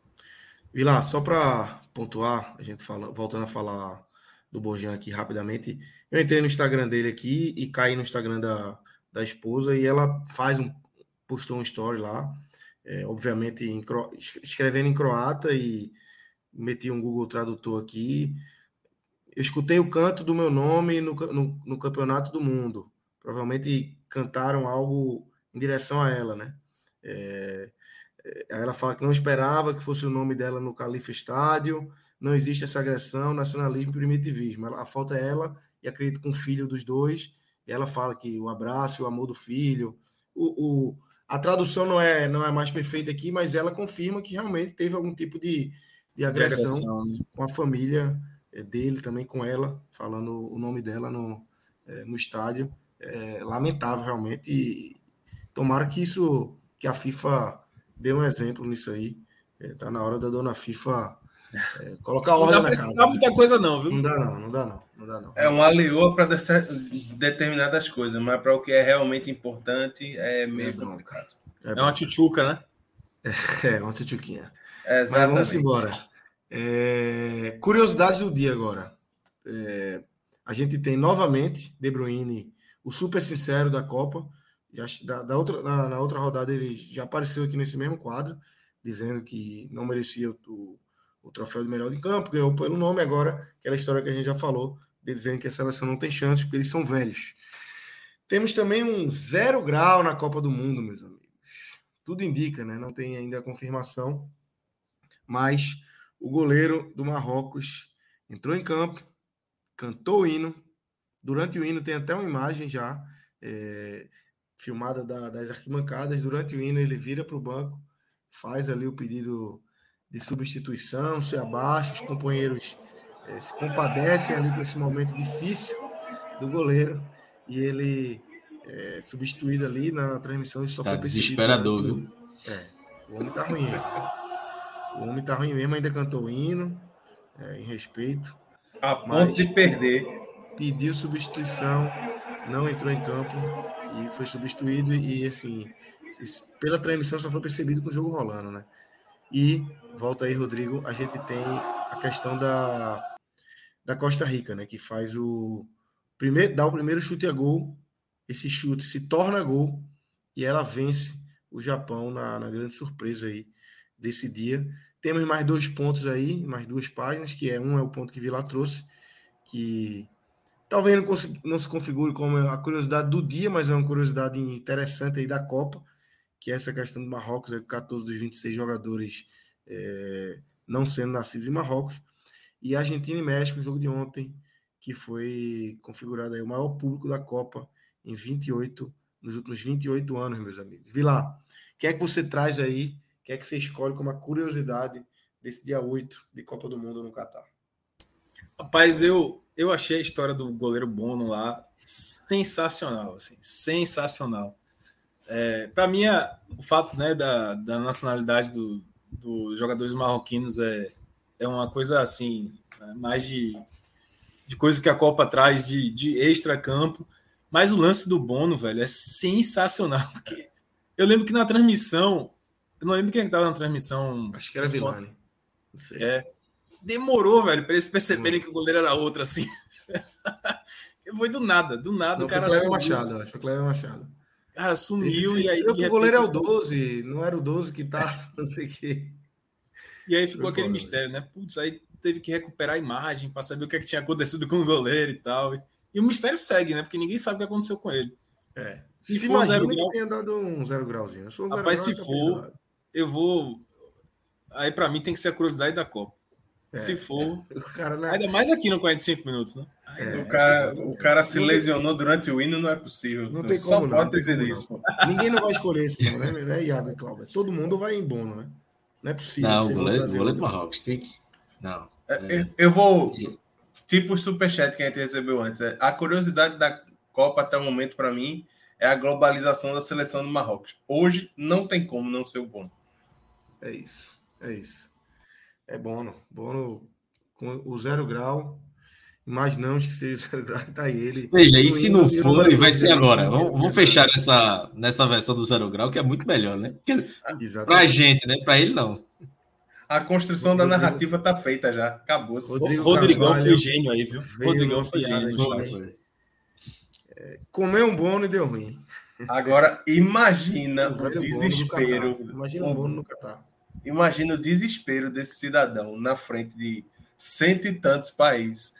Speaker 2: Vilar, só para pontuar, a gente fala, voltando a falar do Borjan aqui rapidamente, eu entrei no Instagram dele aqui e caí no Instagram da, da esposa e ela faz um, postou um story lá, é, obviamente em, escrevendo em croata e meti um Google Tradutor aqui. Eu escutei o canto do meu nome no, no, no Campeonato do Mundo. Provavelmente cantaram algo em direção a ela, né? É, ela fala que não esperava que fosse o nome dela no Califa Estádio, não existe essa agressão, nacionalismo e primitivismo. A falta é ela, e acredito com o filho dos dois, e ela fala que o abraço, o amor do filho, o, o, a tradução não é, não é mais perfeita aqui, mas ela confirma que realmente teve algum tipo de, de agressão, de agressão né? com a família dele, também com ela, falando o nome dela no, no estádio. É lamentável realmente, e tomara que isso, que a FIFA dê um exemplo nisso aí. É, tá na hora da dona FIFA é, colocar ordem na casa.
Speaker 4: Não dá muita coisa não, viu?
Speaker 2: Não dá não, não dá não. Não dá não.
Speaker 5: É uma leoa para determinadas coisas, mas para o que é realmente importante é meio é complicado.
Speaker 4: É, é uma tchutchuca, né?
Speaker 2: É, uma tchutchuquinha.
Speaker 5: É,
Speaker 2: mas vamos embora. É, curiosidades do dia agora. É, a gente tem novamente De Bruyne, o super sincero da Copa. Já, da, da outra, na, na outra rodada ele já apareceu aqui nesse mesmo quadro, dizendo que não merecia o, o troféu de melhor de campo, ganhou pelo nome. Agora, aquela história que a gente já falou, de dizendo que a seleção não tem chance porque eles são velhos. Temos também um zero grau na Copa do Mundo, meus amigos. Tudo indica, né? Não tem ainda a confirmação, mas o goleiro do Marrocos entrou em campo, cantou o hino. Durante o hino tem até uma imagem já é, filmada da, das arquibancadas. Durante o hino ele vira para o banco, faz ali o pedido de substituição, se abaixa, os companheiros é, se compadecem ali com esse momento difícil do goleiro e ele é substituído ali na transmissão. Só
Speaker 3: tá
Speaker 2: foi
Speaker 3: desesperador, viu?
Speaker 2: É, o homem tá ruim. O homem tá ruim mesmo, ainda cantou o hino, é, em respeito.
Speaker 5: A ponto de perder.
Speaker 2: Pediu substituição, não entrou em campo e foi substituído. E assim, pela transmissão só foi percebido com o jogo rolando, né? E, volta aí, Rodrigo, a gente tem a questão da, da Costa Rica, né? Que faz o primeiro, dá o primeiro chute a gol. Esse chute se torna gol e ela vence o Japão na, na grande surpresa aí desse dia. Temos mais dois pontos aí, mais duas páginas, que é um é o ponto que Vila trouxe, que talvez não, não se configure como a curiosidade do dia, mas é uma curiosidade interessante aí da Copa, que é essa questão do Marrocos, é quatorze dos vinte e seis jogadores é, não sendo nascidos em Marrocos, e Argentina e México, o jogo de ontem, que foi configurado aí o maior público da Copa em vinte e oito, nos últimos vinte e oito anos, meus amigos. Vila, o que é que você traz aí, o que é que você escolhe como a curiosidade desse dia oito de Copa do Mundo no Catar?
Speaker 4: Rapaz, eu, eu achei a história do goleiro Bono lá sensacional, assim, sensacional. É, para mim, é, o fato, né, da, da nacionalidade dos do jogadores marroquinos é, é uma coisa assim, né, mais de, de coisa que a Copa traz de, de extra-campo. Mas o lance do Bono, velho, é sensacional. Porque eu lembro que na transmissão, eu não lembro quem estava na transmissão.
Speaker 2: Acho que era Vilani.
Speaker 4: Não sei. É, demorou, velho, para eles perceberem que o goleiro era outro, assim. Foi do nada, do nada.
Speaker 2: Não,
Speaker 4: o cara
Speaker 2: foi Cleber Machado, acho que foi Cleber Machado.
Speaker 4: Cara, sumiu
Speaker 2: e aí...
Speaker 4: O
Speaker 2: repente... goleiro é o doze, não era o doze que tá, não sei o quê.
Speaker 4: E aí ficou foi aquele foda, mistério, né? Putz, aí teve que recuperar a imagem para saber o que, é que tinha acontecido com o goleiro e tal. E o mistério segue, né? Porque ninguém sabe o que aconteceu com ele.
Speaker 2: É. Se, se for zero grau... que tenha dado um zero grauzinho. Se
Speaker 4: zero Rapaz, grau, se for, eu vou... Aí, para mim, tem que ser a curiosidade da Copa. É. Se for... O cara não... Ainda mais aqui no quarenta e cinco minutos, né?
Speaker 5: É, o, cara, o cara se lesionou durante o hino, não é possível.
Speaker 2: Não tem como,
Speaker 5: Só
Speaker 2: não,
Speaker 5: pode
Speaker 2: não
Speaker 5: ter sido isso. Pô.
Speaker 2: Ninguém não vai escolher isso, não, né? né Iago e Cláudio? Todo mundo vai em Bono, né? Não é possível.
Speaker 3: Não, o goleiro, goleiro do Marrocos tem que... Não.
Speaker 5: É, é... Eu vou... Tipo o superchat que a gente recebeu antes. A curiosidade da Copa até o momento, para mim, é a globalização da seleção do Marrocos. Hoje não tem como não ser o Bono.
Speaker 2: É isso. É isso. É Bono. Bono com o zero grau. Imaginamos que seja o zero grau, tá aí ele.
Speaker 3: Veja, e se não for, vai ser agora. Vamos, vamos fechar nessa, nessa versão do zero grau, que é muito melhor, né? Pra gente, né? Pra ele, não.
Speaker 5: A construção Rodrigo, da narrativa tá feita já. Acabou.
Speaker 4: Rodrigo Rodrigão Carvalho, foi gênio aí, viu? Rodrigão foi gênio.
Speaker 2: Foi. É, comeu um Bono e deu ruim.
Speaker 5: Agora, imagina o, o desespero.
Speaker 2: Imagina o Bono no Catar.
Speaker 5: Imagina o desespero desse cidadão na frente de cento e tantos países.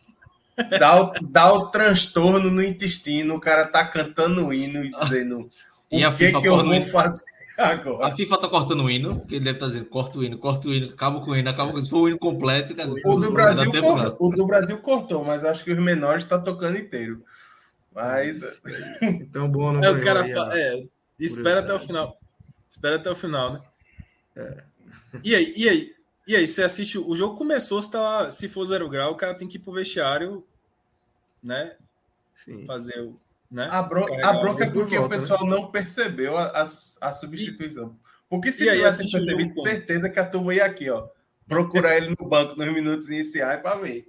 Speaker 5: Dá o, dá o transtorno no intestino, o cara tá cantando o hino e dizendo
Speaker 3: e
Speaker 5: o que, que eu vou fazer agora.
Speaker 3: A FIFA tá cortando o hino, porque ele deve estar dizendo, corta o hino, corta o hino, acaba com o hino, acaba com o hino. Se for o hino completo... Dizer,
Speaker 5: o, do Brasil cortou, o do Brasil cortou, mas acho que os menores tá tocando inteiro. Mas...
Speaker 2: Então, bom, não
Speaker 4: é, o cara fala, é, espera até o final. Espera até o final, né? É. E aí, e aí? E aí, você assiste, o jogo começou, se, tá, se for zero grau, o cara tem que ir pro vestiário, né?
Speaker 2: Sim.
Speaker 4: Fazer o... Né?
Speaker 5: A, bron a bronca é porque volta, o pessoal né? não percebeu a, a, a substituição. Porque se tivesse percebido, certeza que a turma ia aqui, ó, procurar ele no banco nos minutos iniciais para ver.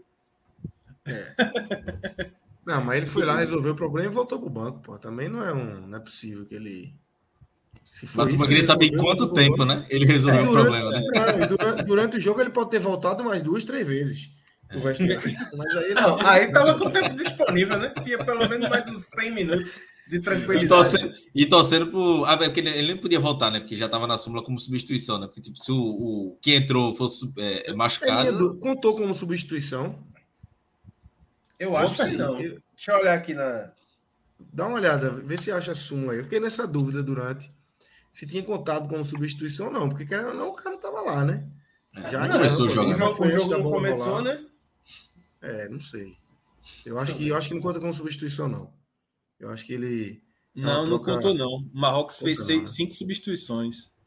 Speaker 2: É. Não, mas ele foi lá, resolveu o problema e voltou pro banco, pô. Também não é um, não é possível que ele...
Speaker 3: Se for mas tu queria saber em quanto tempo, né? Ele resolveu é, durante, o problema, né?
Speaker 2: Não, durante, durante o jogo ele pode ter voltado mais duas, três vezes.
Speaker 3: É.
Speaker 2: Mas aí ele
Speaker 5: não, aí tava com o tempo disponível, né? Tinha pelo menos mais uns cem minutos de tranquilidade.
Speaker 3: E torcendo, e torcendo pro... Ah, porque ele nem podia voltar, né? Porque já tava na súmula como substituição, né? Porque tipo, se o, o que entrou fosse é, machucado...
Speaker 2: Contou como substituição?
Speaker 5: Eu acho que não. Deixa eu olhar aqui na...
Speaker 2: Dá uma olhada, vê se acha a súmula aí. Eu fiquei nessa dúvida durante... Se tinha contado como substituição, não. Porque, querendo ou não, o cara tava lá, né?
Speaker 3: É, já não começou o jogo.
Speaker 5: Já foi o jogo não começou, rolar. Né?
Speaker 2: É, não sei. Eu acho, que, eu acho que não conta como substituição, não. Eu acho que ele...
Speaker 4: Não, troca... não contou, não. O Marrocos fez seis, cinco substituições.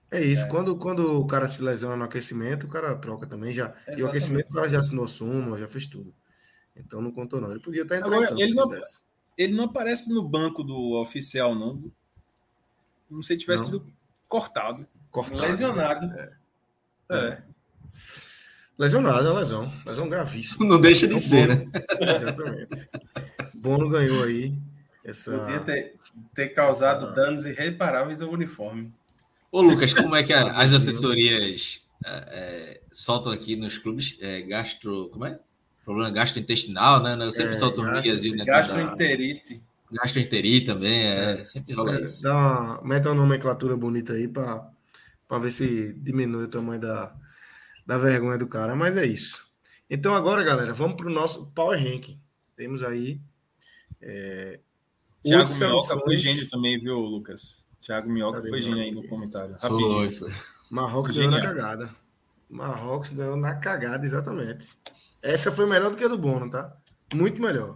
Speaker 2: É isso,
Speaker 5: É.
Speaker 2: Quando, quando o cara se lesiona no aquecimento, o cara troca também já. E o
Speaker 5: Exatamente.
Speaker 2: aquecimento o cara já assinou súmula, já fez tudo. Então não contou não. Ele podia até entrar
Speaker 4: Agora,
Speaker 2: em campo
Speaker 4: ele
Speaker 2: se
Speaker 4: não,
Speaker 2: quisesse.
Speaker 4: ele não aparece no banco do oficial, não. Não sei se tivesse
Speaker 2: Não.
Speaker 4: sido cortado.
Speaker 2: Cortado.
Speaker 5: Lesionado.
Speaker 4: É.
Speaker 2: Lesionado, é uma lesão. Lesão gravíssima.
Speaker 3: Não deixa de
Speaker 2: É o
Speaker 3: ser,
Speaker 2: Bono.
Speaker 3: né?
Speaker 2: Exatamente. Bono ganhou aí essa...
Speaker 5: Podia ter, ter causado
Speaker 2: essa-
Speaker 5: danos irreparáveis ao uniforme.
Speaker 3: Ô, Lucas, como é que a-
Speaker 2: Fazer
Speaker 3: as
Speaker 2: assim,
Speaker 3: assessorias é, é, soltam aqui nos clubes? É, gastro. Como é? Problema gastrointestinal, né? Eu sempre
Speaker 2: É,
Speaker 3: solto um
Speaker 2: gastro-
Speaker 3: guiazinho, né?
Speaker 5: Gastroenterite.
Speaker 3: Gastroenterite também, é,
Speaker 2: É.
Speaker 3: sempre rola
Speaker 2: É,
Speaker 3: isso.
Speaker 2: dá uma, mete uma nomenclatura bonita aí para ver se diminui o tamanho da, da vergonha do cara. Mas é isso. Então agora, galera, vamos para o nosso Power Ranking. Temos aí é,
Speaker 4: Thiago
Speaker 2: oito
Speaker 4: Minhoca
Speaker 2: seleções.
Speaker 4: foi gênio também, viu, Lucas? Thiago Minhoca
Speaker 2: Cadê
Speaker 4: foi
Speaker 2: meu
Speaker 4: gênio aí
Speaker 2: amigo?
Speaker 4: no comentário.
Speaker 3: Foi,
Speaker 4: Rapidinho.
Speaker 3: foi.
Speaker 2: Marrocos ganhou na
Speaker 4: Genial.
Speaker 2: cagada. Marrocos ganhou na cagada, exatamente. Essa foi melhor do que a do Bono, tá? Muito melhor.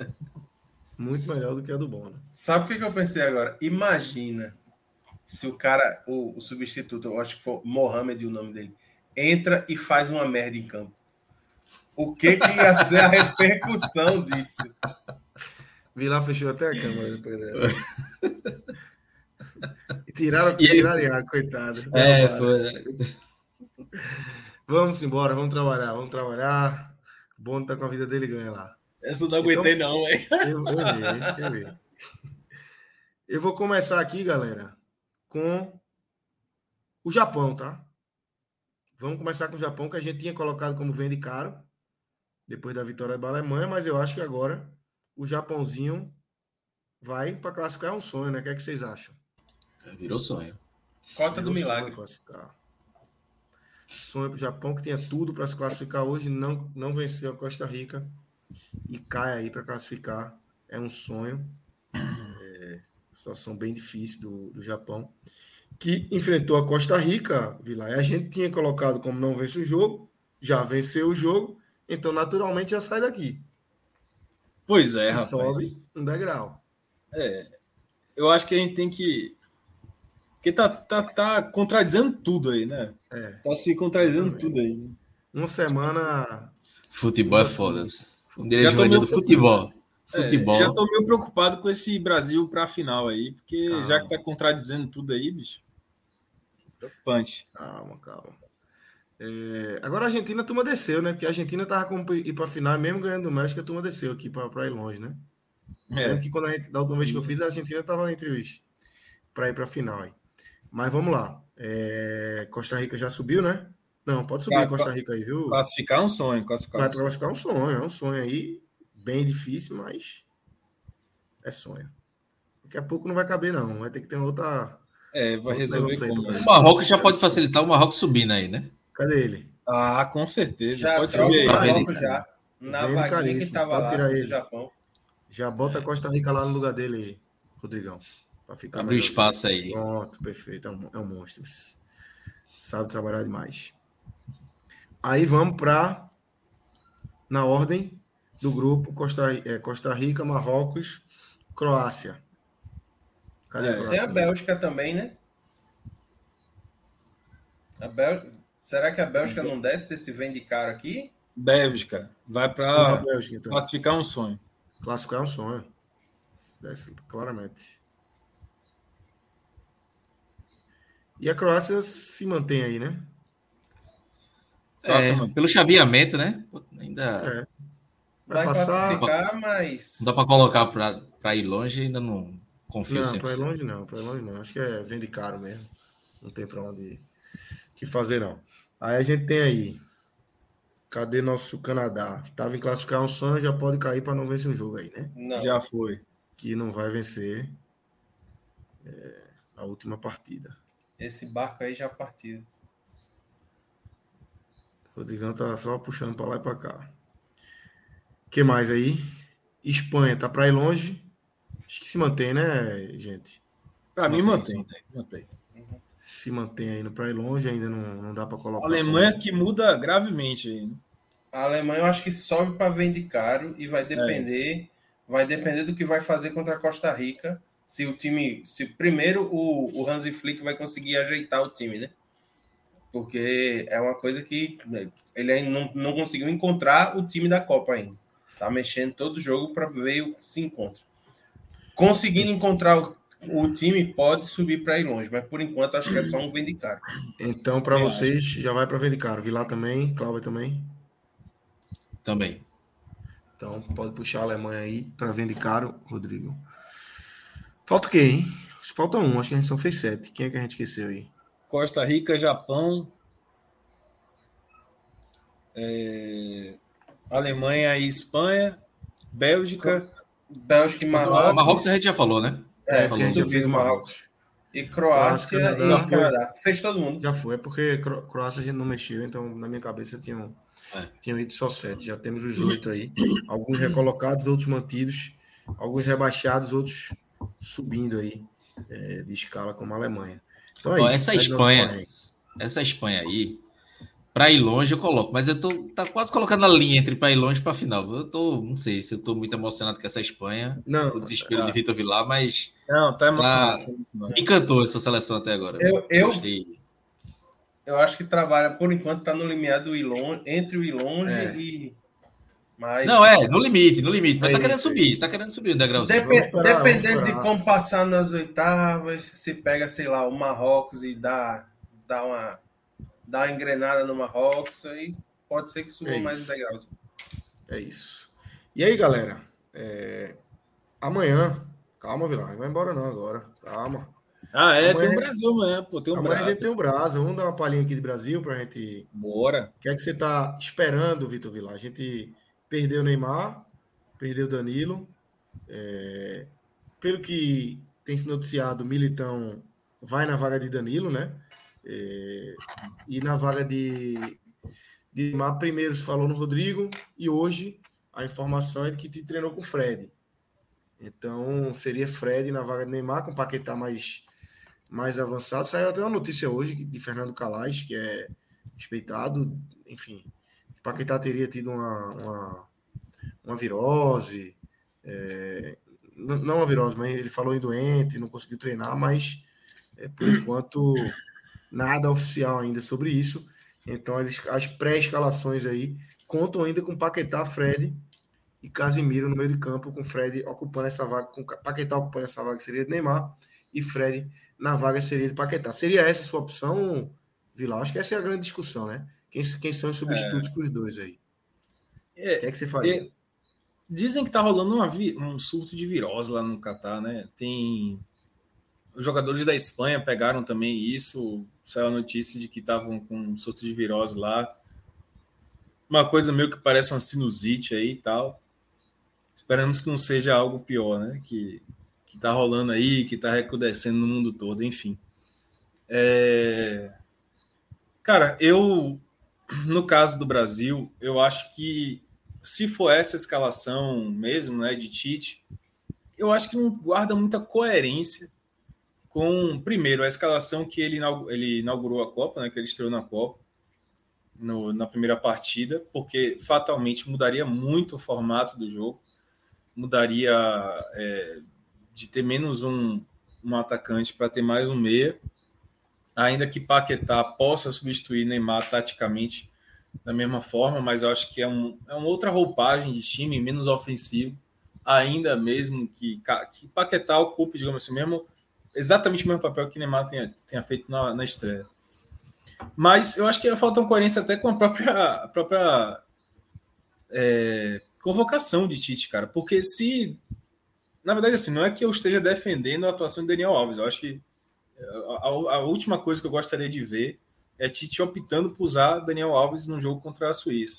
Speaker 2: Muito melhor do que a do Bono.
Speaker 5: Sabe o que, que eu pensei agora? Imagina se o cara, o, o substituto, eu acho que foi Mohamed o nome dele, entra e faz uma merda em campo. O que, que ia ser a repercussão disso?
Speaker 2: Vilar fechou até a câmera depois dessa. E tiraram,
Speaker 3: E ele-
Speaker 2: tiraram Iago, coitado.
Speaker 3: É,
Speaker 2: Derrubaram.
Speaker 3: foi.
Speaker 2: Vamos embora, vamos trabalhar, vamos trabalhar. O Bono tá com a vida dele ganha lá.
Speaker 4: Essa eu não aguentei, não, velho.
Speaker 2: Eu, eu vi, eu vi. Eu vou começar aqui, galera, com o Japão, tá? Vamos começar com o Japão, que a gente tinha colocado como vende caro, depois da vitória da Alemanha, mas eu acho que agora o Japãozinho vai para classificar, é um sonho, né? O que é que vocês acham?
Speaker 3: Virou sonho.
Speaker 5: Cota do
Speaker 2: Virou sonho
Speaker 5: milagre.
Speaker 2: classificar. Sonho para o Japão, que tinha tudo para se classificar hoje, não, não venceu a Costa Rica e cai aí para classificar. É um sonho. É, situação bem difícil do, do Japão, que enfrentou a Costa Rica, Vila. A gente tinha colocado como não vence o jogo, já venceu o jogo, então naturalmente já sai daqui.
Speaker 4: Pois é,
Speaker 2: E
Speaker 4: rapaz.
Speaker 2: sobe um degrau.
Speaker 4: Eu acho que a gente tem que. Porque tá, tá, tá contradizendo tudo aí, né?
Speaker 2: É.
Speaker 4: Tá se contradizendo
Speaker 2: Exatamente.
Speaker 4: tudo aí.
Speaker 2: Uma semana.
Speaker 3: Futebol é foda. Como diria
Speaker 4: Já tô
Speaker 3: Giovanni do
Speaker 4: meio-
Speaker 3: futebol.
Speaker 4: É,
Speaker 3: Futebol.
Speaker 4: já tô meio preocupado com esse Brasil pra final aí, porque
Speaker 2: Calma.
Speaker 4: já que tá contradizendo tudo aí, bicho. Preocupante.
Speaker 2: Calma, calma. É, agora a Argentina, a turma desceu, né? Porque a Argentina tava como ir para final, mesmo ganhando do México, a turma desceu aqui para ir longe, né?
Speaker 4: É.
Speaker 2: Lembro que quando a gente, da última vez que eu fiz, a Argentina estava entre os para ir para a final aí. Mas vamos lá. É, Costa Rica já subiu, né? Não, pode subir
Speaker 4: Vai,
Speaker 2: Costa Rica aí, viu?
Speaker 4: Classificar é um sonho, classificar.
Speaker 2: Vai
Speaker 4: é um sonho.
Speaker 2: classificar um sonho, é um sonho aí, bem difícil, mas é sonho. Daqui a pouco não vai caber, não. Vai ter que ter uma outra.
Speaker 4: É, vai
Speaker 2: Outro
Speaker 4: resolver
Speaker 2: negócio aí
Speaker 4: como.
Speaker 2: pra
Speaker 4: né?
Speaker 3: O Marrocos já pode facilitar o Marrocos subindo aí, né?
Speaker 2: Cadê ele?
Speaker 4: Ah, com certeza.
Speaker 5: Já
Speaker 4: Pode
Speaker 5: troca
Speaker 4: subir
Speaker 5: o
Speaker 4: aí.
Speaker 3: Tá vendo
Speaker 5: Marrocos
Speaker 3: isso?
Speaker 5: já. Na
Speaker 2: Vende
Speaker 5: vaguinha que
Speaker 2: caríssimo,
Speaker 5: estava
Speaker 2: pode
Speaker 5: lá
Speaker 2: tirar
Speaker 5: do
Speaker 2: ele.
Speaker 5: Japão.
Speaker 2: Já bota Costa Rica lá no lugar dele aí, Rodrigão. Pra ficar
Speaker 3: Abriu
Speaker 2: melhor.
Speaker 3: espaço aí.
Speaker 2: Pronto, perfeito. É um, é um monstro. Sabe trabalhar demais. Aí vamos para, na ordem do grupo, Costa, é, Costa Rica, Marrocos, Croácia. Cadê
Speaker 4: É,
Speaker 2: a
Speaker 5: Tem
Speaker 2: Croácia?
Speaker 5: a Bélgica também, né? A Bel... Será que a Bélgica não desce desse vende caro aqui?
Speaker 4: Bélgica. Vai
Speaker 2: Vamos pra
Speaker 4: para
Speaker 2: Bélgica, então.
Speaker 4: classificar um sonho.
Speaker 2: Classificar é um sonho. Desce, claramente. E a Croácia se mantém aí, né?
Speaker 4: Nossa,
Speaker 3: É,
Speaker 4: mano.
Speaker 3: pelo chaveamento, né? Ainda
Speaker 2: É. Vai,
Speaker 5: Vai
Speaker 2: passar.
Speaker 5: classificar, mas...
Speaker 3: não dá para colocar para ir longe, ainda não confio
Speaker 2: Não,
Speaker 3: cem por
Speaker 2: para ir
Speaker 3: cento.
Speaker 2: longe não, para ir longe não. Acho que é vende caro mesmo. Não tem para onde que fazer, não. Aí a gente tem aí. Cadê nosso Canadá? Tava em classificar um sonho, já pode cair para não vencer um jogo aí, né?
Speaker 5: Não.
Speaker 4: Já foi.
Speaker 2: Que não vai vencer é, a última partida.
Speaker 5: Esse barco aí já partiu.
Speaker 2: O Rodrigão tá só puxando para lá e para cá. O que mais aí? Espanha, tá para ir longe. Acho que se mantém, né, gente?
Speaker 4: Pra mim,
Speaker 3: Mantém,
Speaker 4: mantém. mantém.
Speaker 2: Se mantém aí no para ir longe, ainda não, não dá para
Speaker 4: A
Speaker 2: colocar.
Speaker 4: Alemanha que muda gravemente aí. Né?
Speaker 5: A Alemanha eu acho que sobe para vende caro e vai depender, vai depender do que vai fazer contra a Costa Rica, se o time, se primeiro o, o Hansi Flick vai conseguir ajeitar o time, né? Porque é uma coisa que ele ainda não, não conseguiu encontrar o time da Copa ainda. Tá mexendo todo jogo para ver o que se encontra. Conseguindo encontrar o, o time, pode subir para ir longe, mas por enquanto acho que é só um vem de cara.
Speaker 2: Então, para vocês, acho. já vai para vem de cara. Vilar também, Cláudio também?
Speaker 3: Também.
Speaker 2: Então, pode puxar a Alemanha aí para vem de cara, Rodrigo. Falta o quê, hein? Falta um, acho que a gente só fez sete. Quem é que a gente esqueceu aí?
Speaker 4: Costa Rica, Japão, é... Alemanha e Espanha, Bélgica,
Speaker 5: Bélgica e Marrocos.
Speaker 3: Marrocos a gente já falou, né?
Speaker 2: É, que a gente já fez o Marrocos.
Speaker 5: E Croácia, Croácia e Canadá. Fez todo mundo.
Speaker 2: Já foi, é porque Croácia a gente não mexeu, então na minha cabeça tinham, é. tinham ido só sete. Já temos os oito aí. Alguns recolocados, outros mantidos. Alguns rebaixados, outros subindo aí é, de escala, como a Alemanha. Então, aí,
Speaker 3: Ó, essa Espanha, essa Espanha aí, para ir longe eu coloco, mas eu tô tá quase colocando a linha entre para ir longe para final. Eu tô, não sei se eu tô muito emocionado com essa Espanha,
Speaker 2: não,
Speaker 3: o desespero
Speaker 2: é.
Speaker 3: de Vitor Vilar, mas
Speaker 4: não, tá emocionado.
Speaker 3: Tá, me encantou essa seleção até agora.
Speaker 5: Eu, eu, eu acho que trabalha por enquanto tá no limiar do ir longe, entre o ir longe é. e mas...
Speaker 3: Não, é, no limite, no limite. Mas é tá querendo isso, subir, é. tá querendo subir o degrauzinho.
Speaker 5: Dep dependendo de como passar nas oitavas, se pega, sei lá, o Marrocos e dá, dá, uma, dá uma engrenada no Marrocos, aí pode ser que suba é mais o degrauzinho.
Speaker 2: É isso. E aí, galera? É... Amanhã... Calma, Vilar, não vai embora não agora. Calma.
Speaker 4: Ah, é, amanhã... tem o Brasil amanhã, pô. Tem um
Speaker 2: amanhã
Speaker 4: Brasa.
Speaker 2: a gente tem o Brasa. Vamos dar uma palhinha aqui de Brasil pra gente...
Speaker 4: Bora.
Speaker 2: O que é que você tá esperando, Vitor Vilar? A gente... Perdeu o Neymar, perdeu o Danilo. É, pelo que tem se noticiado, o Militão vai na vaga de Danilo, né? É, e na vaga de, de Neymar, primeiro se falou no Rodrigo, e hoje a informação é de que te treinou com o Fred. Então, seria Fred na vaga de Neymar, com o Paquetá mais, mais avançado. Saiu até uma notícia hoje de Fernando Calais, que é respeitado, enfim... Paquetá teria tido uma, uma, uma virose, é, não uma virose, mas ele falou em doente, não conseguiu treinar, mas é, por enquanto nada oficial ainda sobre isso. Então eles, as pré-escalações aí contam ainda com Paquetá, Fred e Casemiro no meio de campo, com Fred ocupando essa vaga, com Paquetá ocupando essa vaga que seria de Neymar e Fred na vaga seria de Paquetá. Seria essa a sua opção, Vilar? Acho que essa é a grande discussão, né? Quem, quem são os substitutos é. para os dois aí?
Speaker 4: É,
Speaker 2: o que é que você faria?
Speaker 4: É, dizem que tá rolando uma, um surto de virose lá no Catar, né? Tem... Os jogadores da Espanha pegaram também isso. Saiu a notícia de que estavam com um surto de virose lá. Uma coisa meio que parece uma sinusite aí e tal. Esperamos que não seja algo pior, né? Que, que tá rolando aí, que tá recrudescendo no mundo todo, enfim. É... Cara, eu... No caso do Brasil, eu acho que se for essa escalação mesmo, né, de Tite, eu acho que não guarda muita coerência com, primeiro, a escalação que ele inaugurou a Copa, né, que ele estreou na Copa, no, na primeira partida, porque fatalmente mudaria muito o formato do jogo, mudaria é, de ter menos um, um atacante para ter mais um meia, ainda que Paquetá possa substituir Neymar taticamente da mesma forma, mas eu acho que é, um, é uma outra roupagem de time, menos ofensivo, ainda mesmo que, que Paquetá ocupe, digamos assim, mesmo, exatamente o mesmo papel que Neymar tenha, tenha feito na, na estreia. Mas eu acho que falta uma coerência até com a própria, a própria é, convocação de Tite, cara, porque se... Na verdade, assim, não é que eu esteja defendendo a atuação de Daniel Alves, eu acho que A, a última coisa que eu gostaria de ver é Tite optando por usar Daniel Alves no jogo contra a Suíça.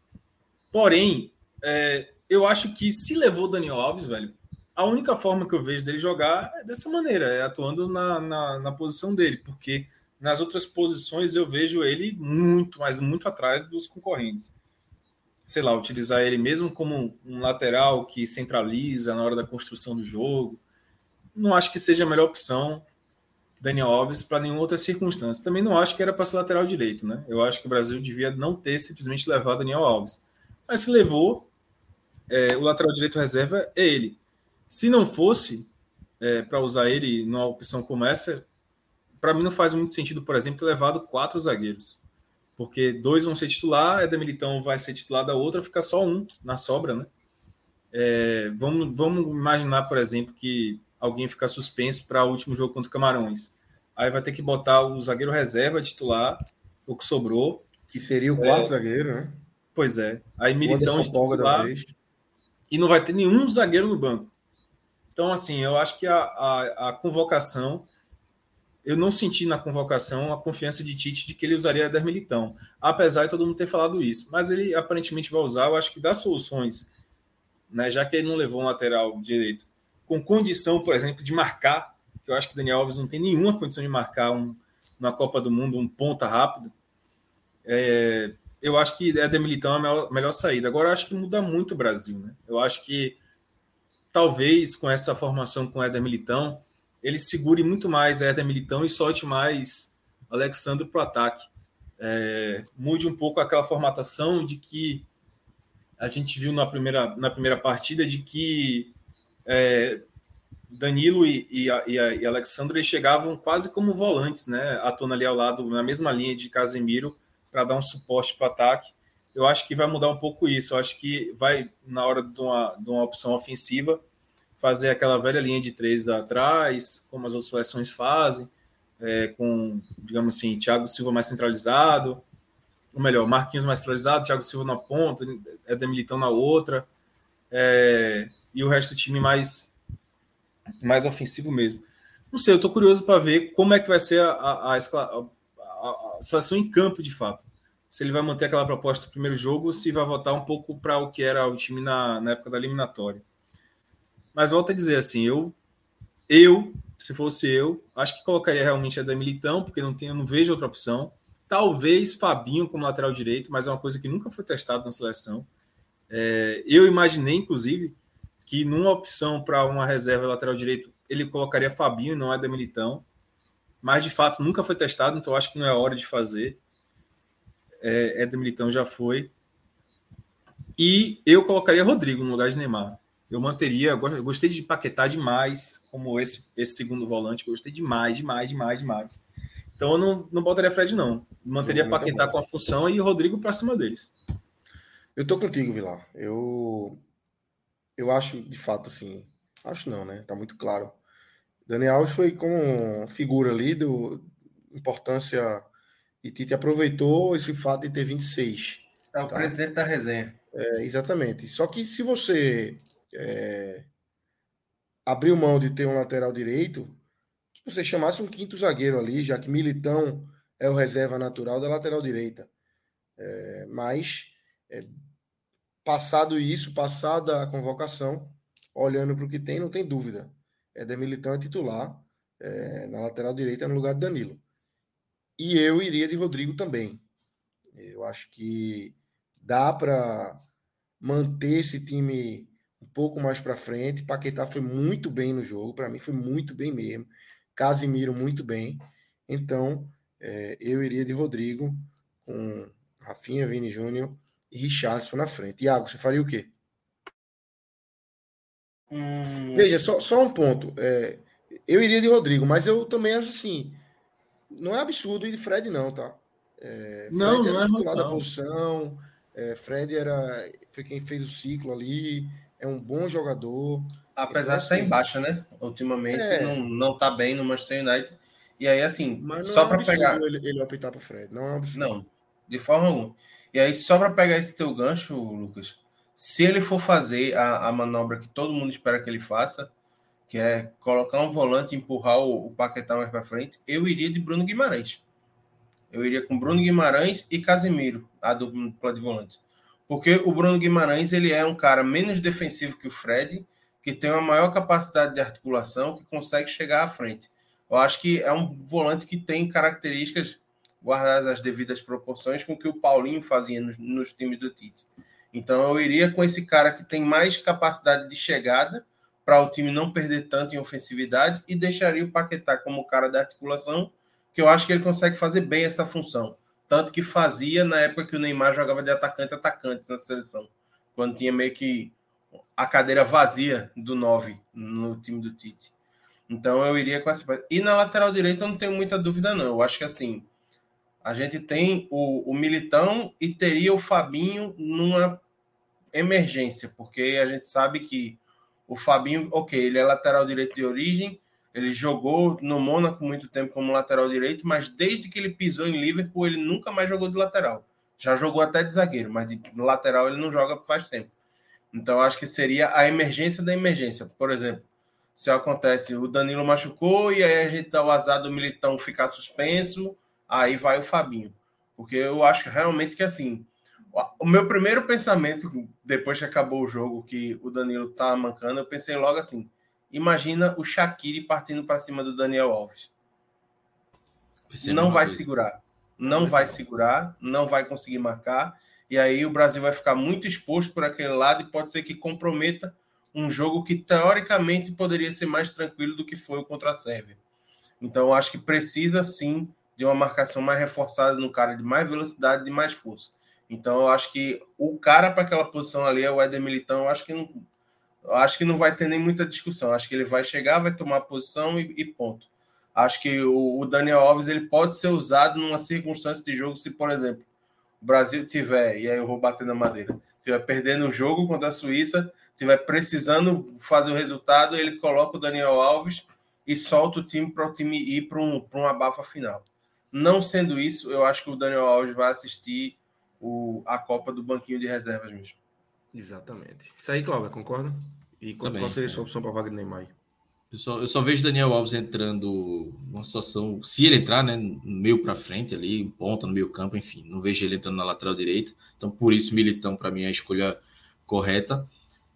Speaker 4: Porém, é, eu acho que se levou Daniel Alves, velho, a única forma que eu vejo dele jogar é dessa maneira, é atuando na, na, na posição dele, porque nas outras posições eu vejo ele muito, mas muito atrás dos concorrentes. Sei lá, utilizar ele mesmo como um lateral que centraliza na hora da construção do jogo. Não acho que seja a melhor opção Daniel Alves para nenhuma outra circunstância. Também não acho que era para ser lateral direito, né? Eu acho que o Brasil devia não ter simplesmente levado Daniel Alves. Mas se levou, é, o lateral direito reserva é ele. Se não fosse, é, para usar ele numa opção como essa, para mim não faz muito sentido, por exemplo, ter levado quatro zagueiros. Porque dois vão ser titular, Éder Militão vai ser titular da outra, fica só um na sobra, né? É, vamos, vamos imaginar, por exemplo, que alguém fica suspenso para o último jogo contra o Camarões. Aí vai ter que botar o zagueiro reserva titular, o que sobrou.
Speaker 2: Que seria o quarto é, zagueiro, né?
Speaker 4: Pois é. Aí Militão titular, e não vai ter nenhum zagueiro no banco. Então, assim, eu acho que a, a, a convocação... Eu não senti na convocação a confiança de Tite de que ele usaria Éder Militão, apesar de todo mundo ter falado isso. Mas ele aparentemente vai usar, eu acho que dá soluções, né? Já que ele não levou um lateral direito com condição, por exemplo, de marcar, que eu acho que Daniel Alves não tem nenhuma condição de marcar um, na Copa do Mundo um ponta rápido. É, eu acho que Éder Militão é a melhor, melhor saída. Agora, eu acho que muda muito o Brasil, né? Eu acho que talvez com essa formação com Éder Militão ele segure muito mais Éder Militão e solte mais Alexandre para o ataque. É, mude um pouco aquela formatação de que a gente viu na primeira, na primeira partida, de que é, Danilo e, e, e, e Alexandre chegavam quase como volantes, né? Atuando ali ao lado, na mesma linha de Casemiro, para dar um suporte para o ataque. Eu acho que vai mudar um pouco isso. Eu acho que vai, na hora de uma, de uma opção ofensiva, fazer aquela velha linha de três atrás, como as outras seleções fazem, é, com, digamos assim, Thiago Silva mais centralizado, ou melhor, Marquinhos mais centralizado, Thiago Silva na ponta, Éder Militão na outra, é, e o resto do time mais, mais ofensivo mesmo. Não sei, eu estou curioso para ver como é que vai ser a, a, a, a, a seleção em campo, de fato. Se ele vai manter aquela proposta do primeiro jogo, ou se vai voltar um pouco para o que era o time na, na época da eliminatória. Mas volto a dizer assim, eu, eu, se fosse eu, acho que colocaria realmente Éder Militão, porque não tenho, não vejo outra opção. Talvez Fabinho como lateral direito, mas é uma coisa que nunca foi testada na seleção. É, eu imaginei, inclusive, que numa opção para uma reserva lateral direito, ele colocaria Fabinho e não Éder Militão. Mas, de fato, nunca foi testado, então acho que não é hora de fazer. É, Éder Militão já foi. E eu colocaria Rodrigo no lugar de Neymar. Eu manteria, eu gostei de Paquetá demais, como esse, esse segundo volante, gostei demais, demais, demais, demais. Então eu não, não botaria Fred, não. Manteria não, Paquetá com a função e Rodrigo para cima deles.
Speaker 2: Eu tô contigo, Vilar. Eu, eu acho, de fato, assim, acho não, né? Tá muito claro. Daniel Alves foi como figura ali do importância, e Tite aproveitou esse fato de ter vinte e seis.
Speaker 5: É o tá? presidente da resenha.
Speaker 2: É, exatamente. Só que se você é, abriu mão de ter um lateral direito, que você chamasse um quinto zagueiro ali, já que Militão é o reserva natural da lateral direita. É, mas, é, passado isso, passada a convocação, olhando para o que tem, não tem dúvida. Éder Militão é titular é, na lateral direita no lugar de Danilo. E eu iria de Rodrigo também. Eu acho que dá para manter esse time um pouco mais para frente. Paquetá foi muito bem no jogo, para mim foi muito bem mesmo. Casimiro muito bem. Então, é, eu iria de Rodrigo com Rafinha, Vini Júnior e Richarlison na frente. Iago, você faria o quê? Hum... Veja, só, só um ponto. É, eu iria de Rodrigo, mas eu também acho assim, não é absurdo ir de Fred não, tá? É,
Speaker 4: não,
Speaker 2: Fred
Speaker 4: não
Speaker 2: era
Speaker 4: é
Speaker 2: titular
Speaker 4: não.
Speaker 2: da posição, é, Fred era, foi quem fez o ciclo ali, é um bom jogador.
Speaker 5: Apesar então, de estar assim, em baixa, né? Ultimamente é... não, não tá bem no Manchester United. E aí, assim,
Speaker 2: mas
Speaker 5: só
Speaker 2: é
Speaker 5: para pegar.
Speaker 2: Ele, ele optar pro Fred, não é um absurdo.
Speaker 5: Não, de forma alguma. E aí, só para pegar esse teu gancho, Lucas, se ele for fazer a, a manobra que todo mundo espera que ele faça, que é colocar um volante e empurrar o, o Paquetá mais para frente, eu iria de Bruno Guimarães. Eu iria com Bruno Guimarães e Casemiro, a dupla de volantes. Porque o Bruno Guimarães ele é um cara menos defensivo que o Fred, que tem uma maior capacidade de articulação, que consegue chegar à frente. Eu acho que é um volante que tem características guardadas as devidas proporções com o que o Paulinho fazia nos, nos times do Tite. Então eu iria com esse cara que tem mais capacidade de chegada para o time não perder tanto em ofensividade e deixaria o Paquetá como cara da articulação, que eu acho que ele consegue fazer bem essa função. Tanto que fazia na época que o Neymar jogava de atacante a atacante na seleção, quando tinha meio que a cadeira vazia do nove no time do Tite. Então eu iria com essa. E na lateral direita eu não tenho muita dúvida, não. Eu acho que assim, a gente tem o, o Militão e teria o Fabinho numa emergência, porque a gente sabe que o Fabinho, ok, ele é lateral direito de origem, ele jogou no Mônaco muito tempo como lateral direito, mas desde que ele pisou em Liverpool, ele nunca mais jogou de lateral. Já jogou até de zagueiro, mas de lateral ele não joga faz tempo. Então acho que seria a emergência da emergência. Por exemplo, se acontece, o Danilo machucou e aí a gente dá o azar do Militão ficar suspenso, aí vai o Fabinho. Porque eu acho realmente que assim, o meu primeiro pensamento, depois que acabou o jogo, que o Danilo tá mancando, eu pensei logo assim, imagina o Shaqiri partindo para cima do Daniel Alves. Não vai segurar. Não vai segurar, não vai conseguir marcar, e aí o Brasil vai ficar muito exposto por aquele lado e pode ser que comprometa um jogo que, teoricamente, poderia ser mais tranquilo do que foi o contra a Sérvia. Então, eu acho que precisa, sim, de uma marcação mais reforçada no cara, de mais velocidade, de mais força. Então, eu acho que o cara para aquela posição ali é o Éder Militão. Eu acho que não, eu acho que não vai ter nem muita discussão. Eu acho que ele vai chegar, vai tomar a posição e, e ponto. Acho que o, o Daniel Alves ele pode ser usado numa circunstância de jogo se, por exemplo, o Brasil tiver, e aí eu vou bater na madeira, tiver perdendo o jogo contra a Suíça, tiver precisando fazer o resultado, ele coloca o Daniel Alves e solta o time para o time ir para um, para uma abafa final. Não sendo isso, eu acho que o Daniel Alves vai assistir o, a Copa do banquinho de reservas mesmo.
Speaker 2: Exatamente. Isso aí, Cláudia, concorda? E qual, qual seria a sua opção para a vaga de Neymar?
Speaker 3: Eu só, eu só vejo Daniel Alves entrando numa situação, se ele entrar, né, no meio para frente ali, em ponta, no meio campo, enfim, não vejo ele entrando na lateral direita, então por isso Militão para mim é a escolha correta.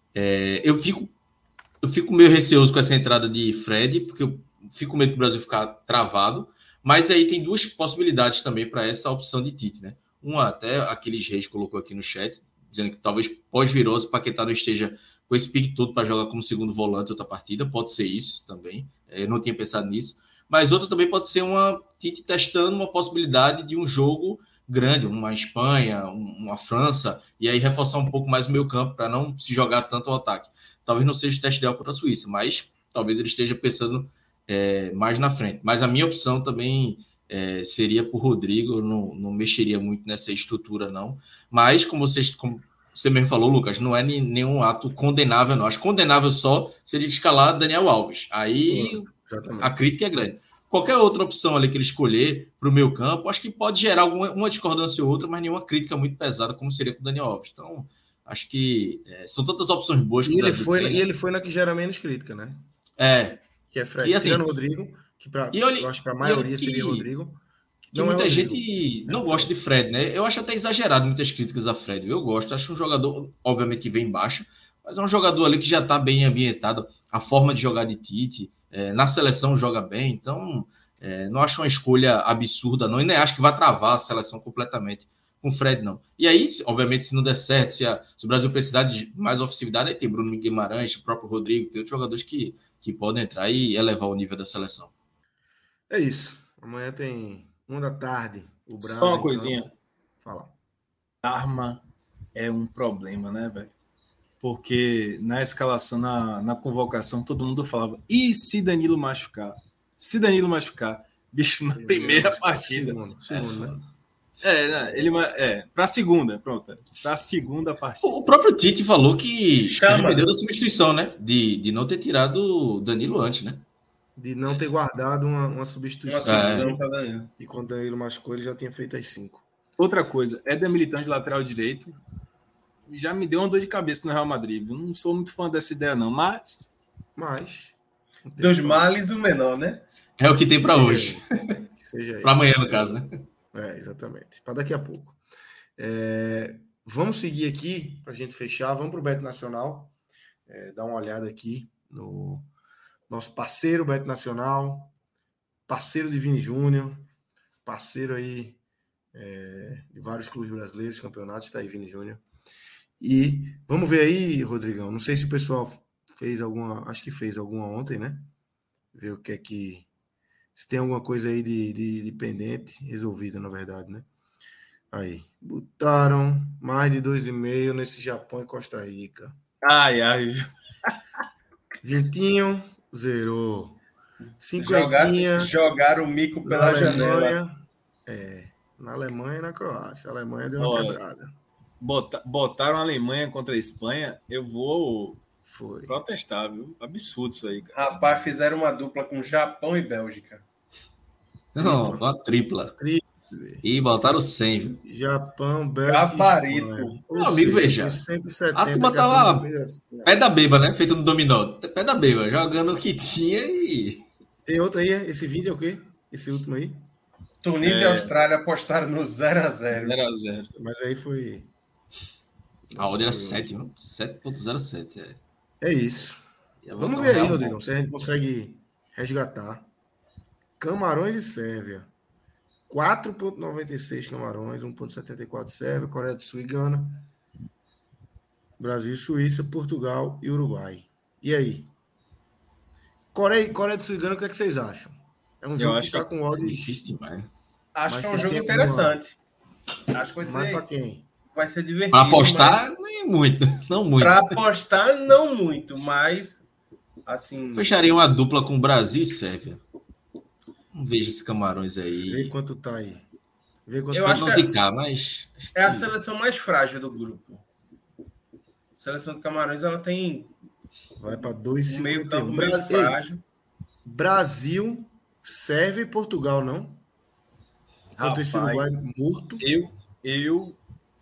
Speaker 3: É, eu fico eu fico meio receoso com essa entrada de Fred, porque eu fico com medo que o Brasil ficar travado, mas aí tem duas possibilidades também para essa opção de Tite, né? Uma, até aqueles Reis colocou aqui no chat, dizendo que talvez pós-virose Paquetá não esteja com esse pique todo para jogar como segundo volante outra partida, pode ser isso também, eu não tinha pensado nisso, mas outra também pode ser uma Tite testando uma possibilidade de um jogo grande, uma Espanha, uma França, e aí reforçar um pouco mais o meio campo para não se jogar tanto ao ataque. Talvez não seja o teste ideal contra a Suíça, mas talvez ele esteja pensando é, mais na frente. Mas a minha opção também é, seria por Rodrigo, eu não, não mexeria muito nessa estrutura, não. Mas, como, vocês, como você mesmo falou, Lucas, não é nenhum ato condenável, não. Acho condenável só seria escalar Daniel Alves. Aí a crítica é grande. Qualquer outra opção ali que ele escolher para o meio campo, acho que pode gerar alguma uma discordância ou outra, mas nenhuma crítica muito pesada, como seria com o Daniel Alves. Então, acho que é, são tantas opções boas que
Speaker 2: e ele foi tem, E né? ele foi na que gera menos crítica, né?
Speaker 3: É.
Speaker 2: Que é Fred. E assim, tirando o Rodrigo, que pra, e olha, eu acho que para a maioria que, seria Rodrigo.
Speaker 3: Que não muita é Rodrigo. gente não é gosta de Fred, né? Eu acho até exagerado muitas críticas a Fred. Eu gosto, acho um jogador, obviamente, que vem baixo, mas é um jogador ali que já está bem ambientado. A forma de jogar de Tite, é, na seleção joga bem, então é, não acho uma escolha absurda, não. E nem acho que vai travar a seleção completamente com o Fred, não. E aí, obviamente, se não der certo, se, a, se o Brasil precisar de mais ofensividade, aí tem Bruno Guimarães, o próprio Rodrigo, tem outros jogadores que, que podem entrar e elevar o nível da seleção.
Speaker 2: É isso. Amanhã tem uma da tarde. O Brasil,
Speaker 4: Só uma coisinha.
Speaker 2: Campo. Fala.
Speaker 4: Arma é um problema, né, velho? Porque na escalação, na, na convocação, todo mundo falava, e se Danilo machucar? Se Danilo machucar? Bicho, na primeira partida.
Speaker 2: Segundo, segundo, né?
Speaker 4: É, ele é para a segunda, pronto. Para a segunda partida.
Speaker 3: O próprio Tite falou que se arrependeu da substituição, né? De, de não ter tirado o Danilo antes, né?
Speaker 2: De não ter guardado uma, uma substituição.
Speaker 3: É.
Speaker 2: E quando o Danilo machucou, ele já tinha feito as cinco.
Speaker 4: Outra coisa, Éder Militão de lateral direito já me deu uma dor de cabeça no Real Madrid. Eu não sou muito fã dessa ideia, não, mas.
Speaker 2: Mas.
Speaker 5: Dos males, o menor, né?
Speaker 3: É o que tem para hoje. Para amanhã, no caso, né?
Speaker 2: É, exatamente. Para daqui a pouco. É, vamos seguir aqui, para a gente fechar. Vamos para o Beto Nacional. É, dar uma olhada aqui no nosso parceiro Beto Nacional. Parceiro de Vini Júnior. Parceiro aí é, de vários clubes brasileiros, campeonatos. Está aí, Vini Júnior. E vamos ver aí, Rodrigão. Não sei se o pessoal fez alguma... Acho que fez alguma ontem, né? Ver o que é que... Se tem alguma coisa aí de, de, de pendente, resolvida, na verdade, né? Aí. Botaram mais de dois e meio nesse Japão e Costa Rica.
Speaker 4: Ai, ai.
Speaker 2: Vintinho, zerou. Cinquentinha.
Speaker 5: Jogar, jogar o mico pela janela.
Speaker 2: É, na Alemanha e na Croácia. A Alemanha deu uma
Speaker 4: Olha,
Speaker 2: quebrada.
Speaker 4: Bota, botaram a Alemanha contra a Espanha, eu vou
Speaker 2: Foi.
Speaker 4: protestar, viu? Absurdo isso aí, cara.
Speaker 5: Rapaz, fizeram uma dupla com Japão e Bélgica.
Speaker 3: Não, uma tripla.
Speaker 2: Tripla.
Speaker 3: E botaram cem, viu?
Speaker 2: Japão, Bélgica.
Speaker 5: Gabarito.
Speaker 3: Meu amigo, veja.
Speaker 2: cento e setenta,
Speaker 3: A turma tava
Speaker 2: assim,
Speaker 3: pé da beba, né? Feito no dominó. Pé da beba, jogando o que tinha e.
Speaker 2: Tem outro aí? Esse vídeo é o quê? Esse último aí?
Speaker 5: Tunísia é... e Austrália apostaram no zero a zero.
Speaker 4: zero a zero.
Speaker 2: Mas aí foi.
Speaker 3: A odd era sete, viu? sete ponto zero sete. É,
Speaker 2: é isso. Vamos ver aí, Rodrigo, se a gente consegue resgatar. Camarões e Sérvia. quatro ponto noventa e seis Camarões, um ponto setenta e quatro Sérvia, Coreia do Sul e Gana. Brasil, Suíça, Portugal e Uruguai. E aí? Coreia, Coreia do Sul e Gana, o que, é que vocês acham? É um jogo que está com odds...
Speaker 3: difícil demais.
Speaker 5: Acho que é um jogo interessante. Uma... Acho que vai ser...
Speaker 2: Mas para quem?
Speaker 5: Vai ser divertido.
Speaker 3: Para apostar, mas... nem muito. Não muito.
Speaker 5: Para apostar, não muito, mas... assim.
Speaker 3: Fecharia uma dupla com Brasil e Sérvia. Não vejo esses Camarões aí.
Speaker 2: Vê quanto tá aí. Vê quanto
Speaker 5: Eu
Speaker 2: tá
Speaker 5: acho
Speaker 3: não
Speaker 5: que
Speaker 3: zicar, mas...
Speaker 5: é a seleção mais frágil do grupo. A seleção do Camarões, ela tem...
Speaker 2: vai para dois
Speaker 5: um meio campo
Speaker 2: Bra...
Speaker 5: meio frágil.
Speaker 2: Brasil, Sérvia e Portugal, não? Enquanto esse Uruguai morto.
Speaker 4: Eu, eu...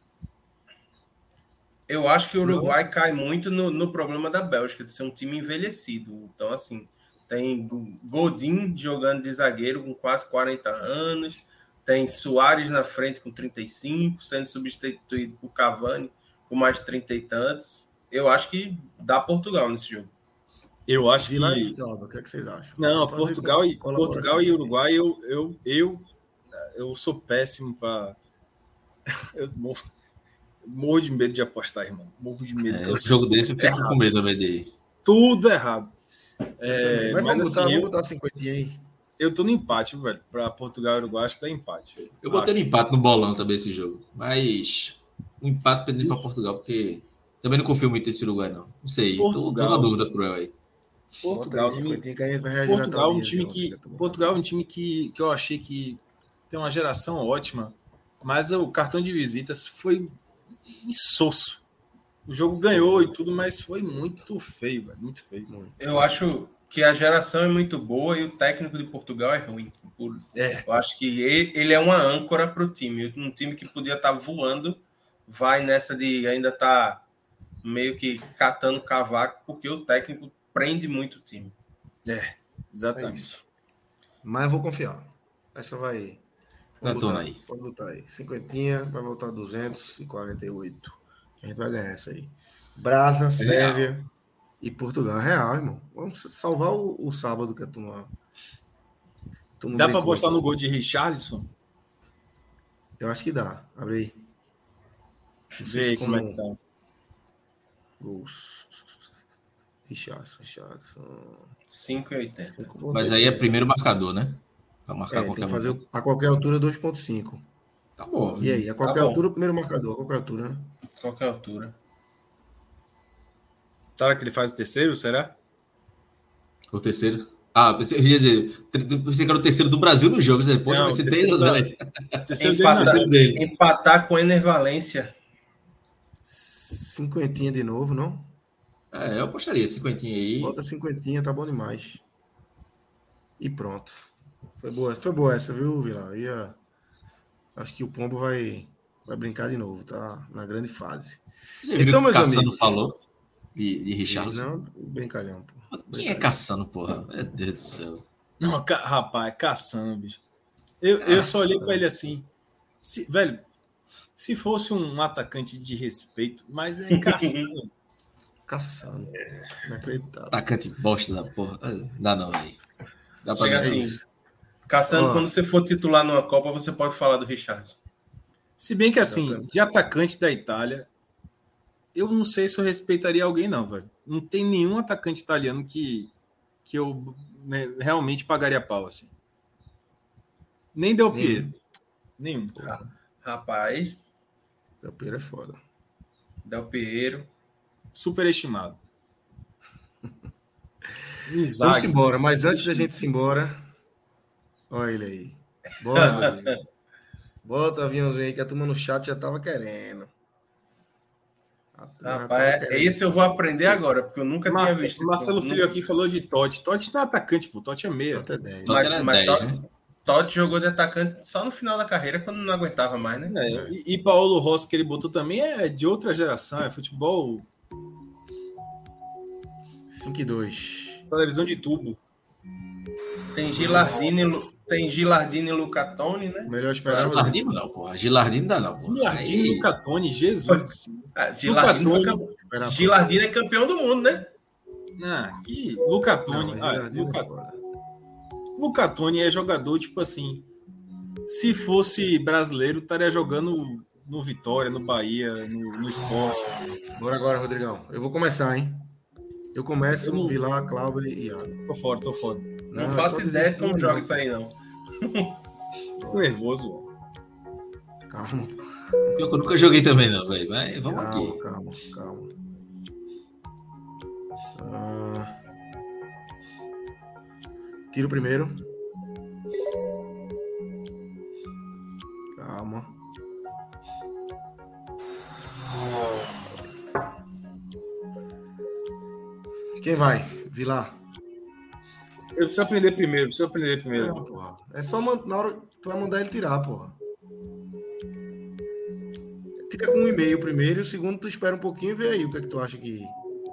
Speaker 5: Eu acho que o Uruguai não. cai muito no, no problema da Bélgica, de ser um time envelhecido. Então, assim... tem Godin jogando de zagueiro com quase quarenta anos. Tem Soares na frente com trinta e cinco, sendo substituído por Cavani com mais de trinta e tantos. Eu acho que dá Portugal nesse jogo.
Speaker 4: Eu acho que...
Speaker 2: Aí, Cláudio, o que, é que vocês acham?
Speaker 4: Não, Portugal e, Portugal e Uruguai, eu, eu, eu, eu sou péssimo para... Eu morro, morro de medo de apostar, irmão. Morro de medo.
Speaker 3: É, o jogo desse eu fico errado. Com medo também de...
Speaker 4: Tudo errado. É,
Speaker 2: mas, mas
Speaker 4: vamos
Speaker 2: assim, botar,
Speaker 4: eu,
Speaker 2: vamos botar cinquenta aí.
Speaker 4: Eu tô no empate, velho. Para Portugal e Uruguai, acho que dá empate.
Speaker 3: Eu botei no empate no bolão também esse jogo. Mas um empate pendendo para Portugal, porque também não confio muito nesse Uruguai, não. Não sei. Portugal, tô, tô na dúvida cruel aí.
Speaker 4: Portugal, time, Portugal, um time que, Portugal é um time que, que eu achei que tem uma geração ótima, mas o cartão de visitas foi insosso. O jogo ganhou e tudo, mas foi muito feio, velho. Muito feio. Muito.
Speaker 5: Eu acho que a geração é muito boa e o técnico de Portugal é ruim. Por...
Speaker 4: É.
Speaker 5: Eu acho que ele, ele é uma âncora para o time. Um time que podia estar voando, vai nessa de ainda estar meio que catando cavaco, porque o técnico prende muito o time.
Speaker 4: É, exatamente.
Speaker 2: É mas eu vou confiar. Essa vai...
Speaker 3: Pode botar
Speaker 2: aí. Pode botar aí. Cinquentinha, vai voltar duzentos e quarenta e oito. A gente vai ganhar essa aí. Brasa, é Sérvia real. E Portugal. É real, irmão. Vamos salvar o, o sábado que a turma... turma
Speaker 4: dá para apostar no gol de Richarlison?
Speaker 2: Eu acho que dá. Abre aí.
Speaker 4: Não sei como, como é que tá.
Speaker 2: Gols. Richarlison, Richarlison.
Speaker 5: cinco e oitenta.
Speaker 3: Mas aí é primeiro marcador, né? Para marcar
Speaker 2: é,
Speaker 3: qualquer
Speaker 2: tem que fazer
Speaker 3: momento.
Speaker 2: A qualquer altura dois ponto cinco.
Speaker 3: Tá bom.
Speaker 2: E aí? A qualquer
Speaker 5: tá
Speaker 2: altura, o primeiro marcador. A qualquer altura, né?
Speaker 5: Qualquer altura.
Speaker 4: Será que ele faz o terceiro? Será?
Speaker 3: O terceiro? Ah, eu ia dizer, pensei que era o terceiro do Brasil no jogo. Depois vai ser três a zero.
Speaker 4: Terceiro
Speaker 5: empatar,
Speaker 4: dele,
Speaker 5: empatar com o Enervalência.
Speaker 2: Cinquentinha de novo, não?
Speaker 3: É, eu apostaria. Cinquentinha aí.
Speaker 2: Bota cinquentinha, tá bom demais. E pronto. Foi boa, foi boa essa, viu, Vila? Ia... Acho que o Pombo vai, vai brincar de novo, tá? Na grande fase.
Speaker 3: Você viu então, que o Cassano amigos, falou de, de Richarlison?
Speaker 2: Não, brincalhão, pô.
Speaker 3: Quem brincalhão. É Cassano, porra? Meu Deus do céu.
Speaker 4: Não, ca... rapaz, Cassano, bicho. Eu, eu só olhei pra ele assim. Se, velho, se fosse um atacante de respeito, mas é Cassano.
Speaker 2: Cassano. É, inacreditável.
Speaker 3: Atacante bosta da porra. Dá não, aí. Dá pra
Speaker 5: Chega assim. Cassano, oh. Quando você for titular numa Copa, você pode falar do Richarlison.
Speaker 4: Se bem que, assim, de atacante da Itália, eu não sei se eu respeitaria alguém, não, velho. Não tem nenhum atacante italiano que, que eu né, realmente pagaria pau, assim. Nem Del Piero. Nenhum.
Speaker 5: nenhum. Rapaz.
Speaker 2: Del Piero é foda.
Speaker 5: Del Piero.
Speaker 4: Superestimado.
Speaker 2: Vamos embora, mas antes da gente ir embora, olha ele aí. Bora, bota o aviãozinho aí que a turma no chat já tava querendo.
Speaker 5: Rapaz, é esse eu vou aprender agora, porque eu nunca
Speaker 4: Marcelo,
Speaker 5: tinha visto.
Speaker 4: Marcelo Filho aqui falou de Totti. Totti não é atacante, pô. Totti é meia.
Speaker 2: Totti é dez.
Speaker 3: Totti era
Speaker 5: Mas,
Speaker 3: dez,
Speaker 5: mas
Speaker 3: né?
Speaker 5: Totti jogou de atacante só no final da carreira, quando não aguentava mais, né?
Speaker 4: É, é. E, e Paulo Rossi, que ele botou também, é de outra geração. É futebol...
Speaker 2: cinco e dois.
Speaker 4: Televisão de tubo.
Speaker 5: Tem Gilardini, tem Gilardini e Lucatoni, né?
Speaker 2: Melhor esperar.
Speaker 3: Gilardino não, porra. Gilardino dá não, porra.
Speaker 4: Gilardini e Lucatoni, Jesus.
Speaker 5: Ah, Gilardini, foi campe... Gilardini é campeão do mundo, né?
Speaker 4: Ah, que Lucatoni. Não, ah, Luca... Lucatoni é jogador, tipo assim. Se fosse brasileiro, estaria jogando no Vitória, no Bahia, no, no Sport.
Speaker 2: Bora agora, Rodrigão. Eu vou começar, hein? Eu começo, não... Vilar, Cláudio e Iago.
Speaker 4: Tô fora, tô fora.
Speaker 5: Não, não faço ideia como joga isso aí, não.
Speaker 4: Tô nervoso, mano.
Speaker 2: Calma.
Speaker 3: Eu nunca joguei também, não, velho. Mas vamos
Speaker 2: calma,
Speaker 3: aqui.
Speaker 2: Calma, calma. Ah... Tiro primeiro. Calma. Quem vai? Vilar.
Speaker 4: Eu preciso aprender primeiro, preciso aprender primeiro.
Speaker 2: Não, porra. É só man... na hora que tu vai mandar ele tirar, porra. Tira com um e-mail primeiro e o segundo tu espera um pouquinho e vê aí o que é que tu acha que...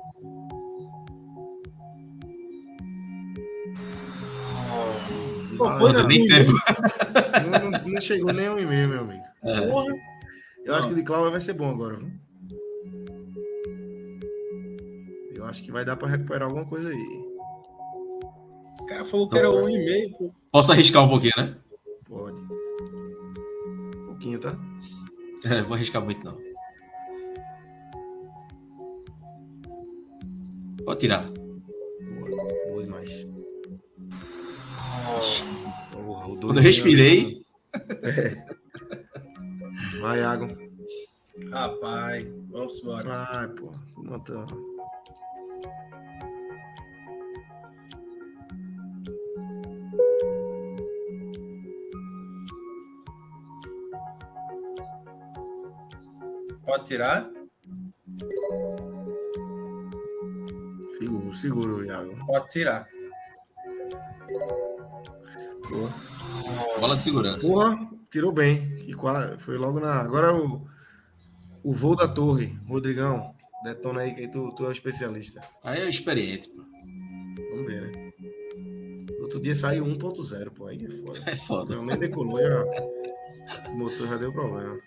Speaker 4: Pô, foi
Speaker 3: ah, nem tempo.
Speaker 2: Não, não, não chegou nem um e-mail, meu amigo.
Speaker 3: É.
Speaker 2: Porra. Eu acho que o de Cláudia vai ser bom agora, viu? Eu acho que vai dar pra recuperar alguma coisa aí.
Speaker 4: O cara falou que era um e-mail, pô.
Speaker 3: Posso arriscar um pouquinho, né?
Speaker 2: Pode. Um pouquinho, tá?
Speaker 3: É, vou arriscar muito, não. Pode tirar.
Speaker 2: Boa, boa demais. Porra,
Speaker 3: quando eu respirei...
Speaker 2: É. Vai, Iago.
Speaker 5: Rapaz, vamos embora.
Speaker 2: Vai, pô. Mata.
Speaker 5: Pode tirar?
Speaker 2: Seguro, seguro, Iago.
Speaker 5: Pode tirar.
Speaker 2: Boa.
Speaker 3: Bola de segurança.
Speaker 2: Porra, tirou bem. E quase, foi logo na. Agora o, o voo da torre. Rodrigão, detona aí que tu, tu é o especialista.
Speaker 3: Aí é experiente, pô.
Speaker 2: Vamos ver, né? Outro dia saiu um ponto zero, pô. Aí é foda.
Speaker 3: É foda.
Speaker 2: Não, nem decolou, já. O motor já deu problema.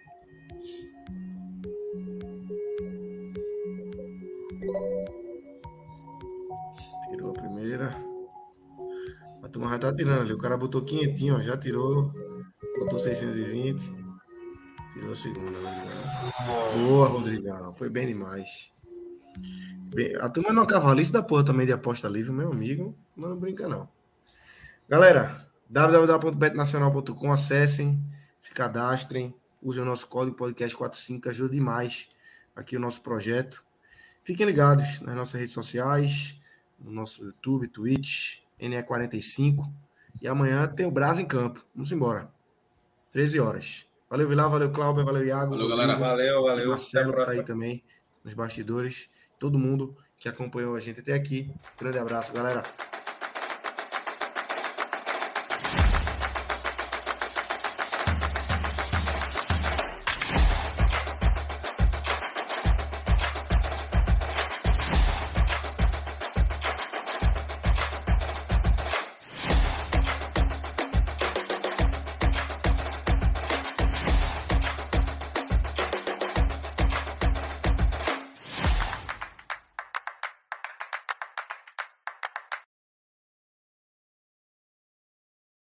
Speaker 2: Tirou a primeira. A turma já tá tirando ali. O cara botou quinhentinho, ó, já tirou. Botou seiscentos e vinte. Tirou a segunda. Rodrigão. Boa, Rodrigão. Foi bem demais. Bem, a turma não é uma cavalista da porra também de aposta livre, meu amigo. Não brinca, não. Galera, w w w ponto bet nacional ponto com, acessem, se cadastrem, usem o nosso código podcast quarenta e cinco, ajuda demais aqui o nosso projeto. Fiquem ligados nas nossas redes sociais, no nosso YouTube, Twitch, N E quarenta e cinco. E amanhã tem o Brás em campo. Vamos embora. treze horas. Valeu, Vilar, valeu, Cláudio, valeu, Iago.
Speaker 3: Valeu, galera.
Speaker 5: Valeu, valeu.
Speaker 2: Marcelo tá aí também, nos bastidores. Todo mundo que acompanhou a gente até aqui. Grande abraço, galera.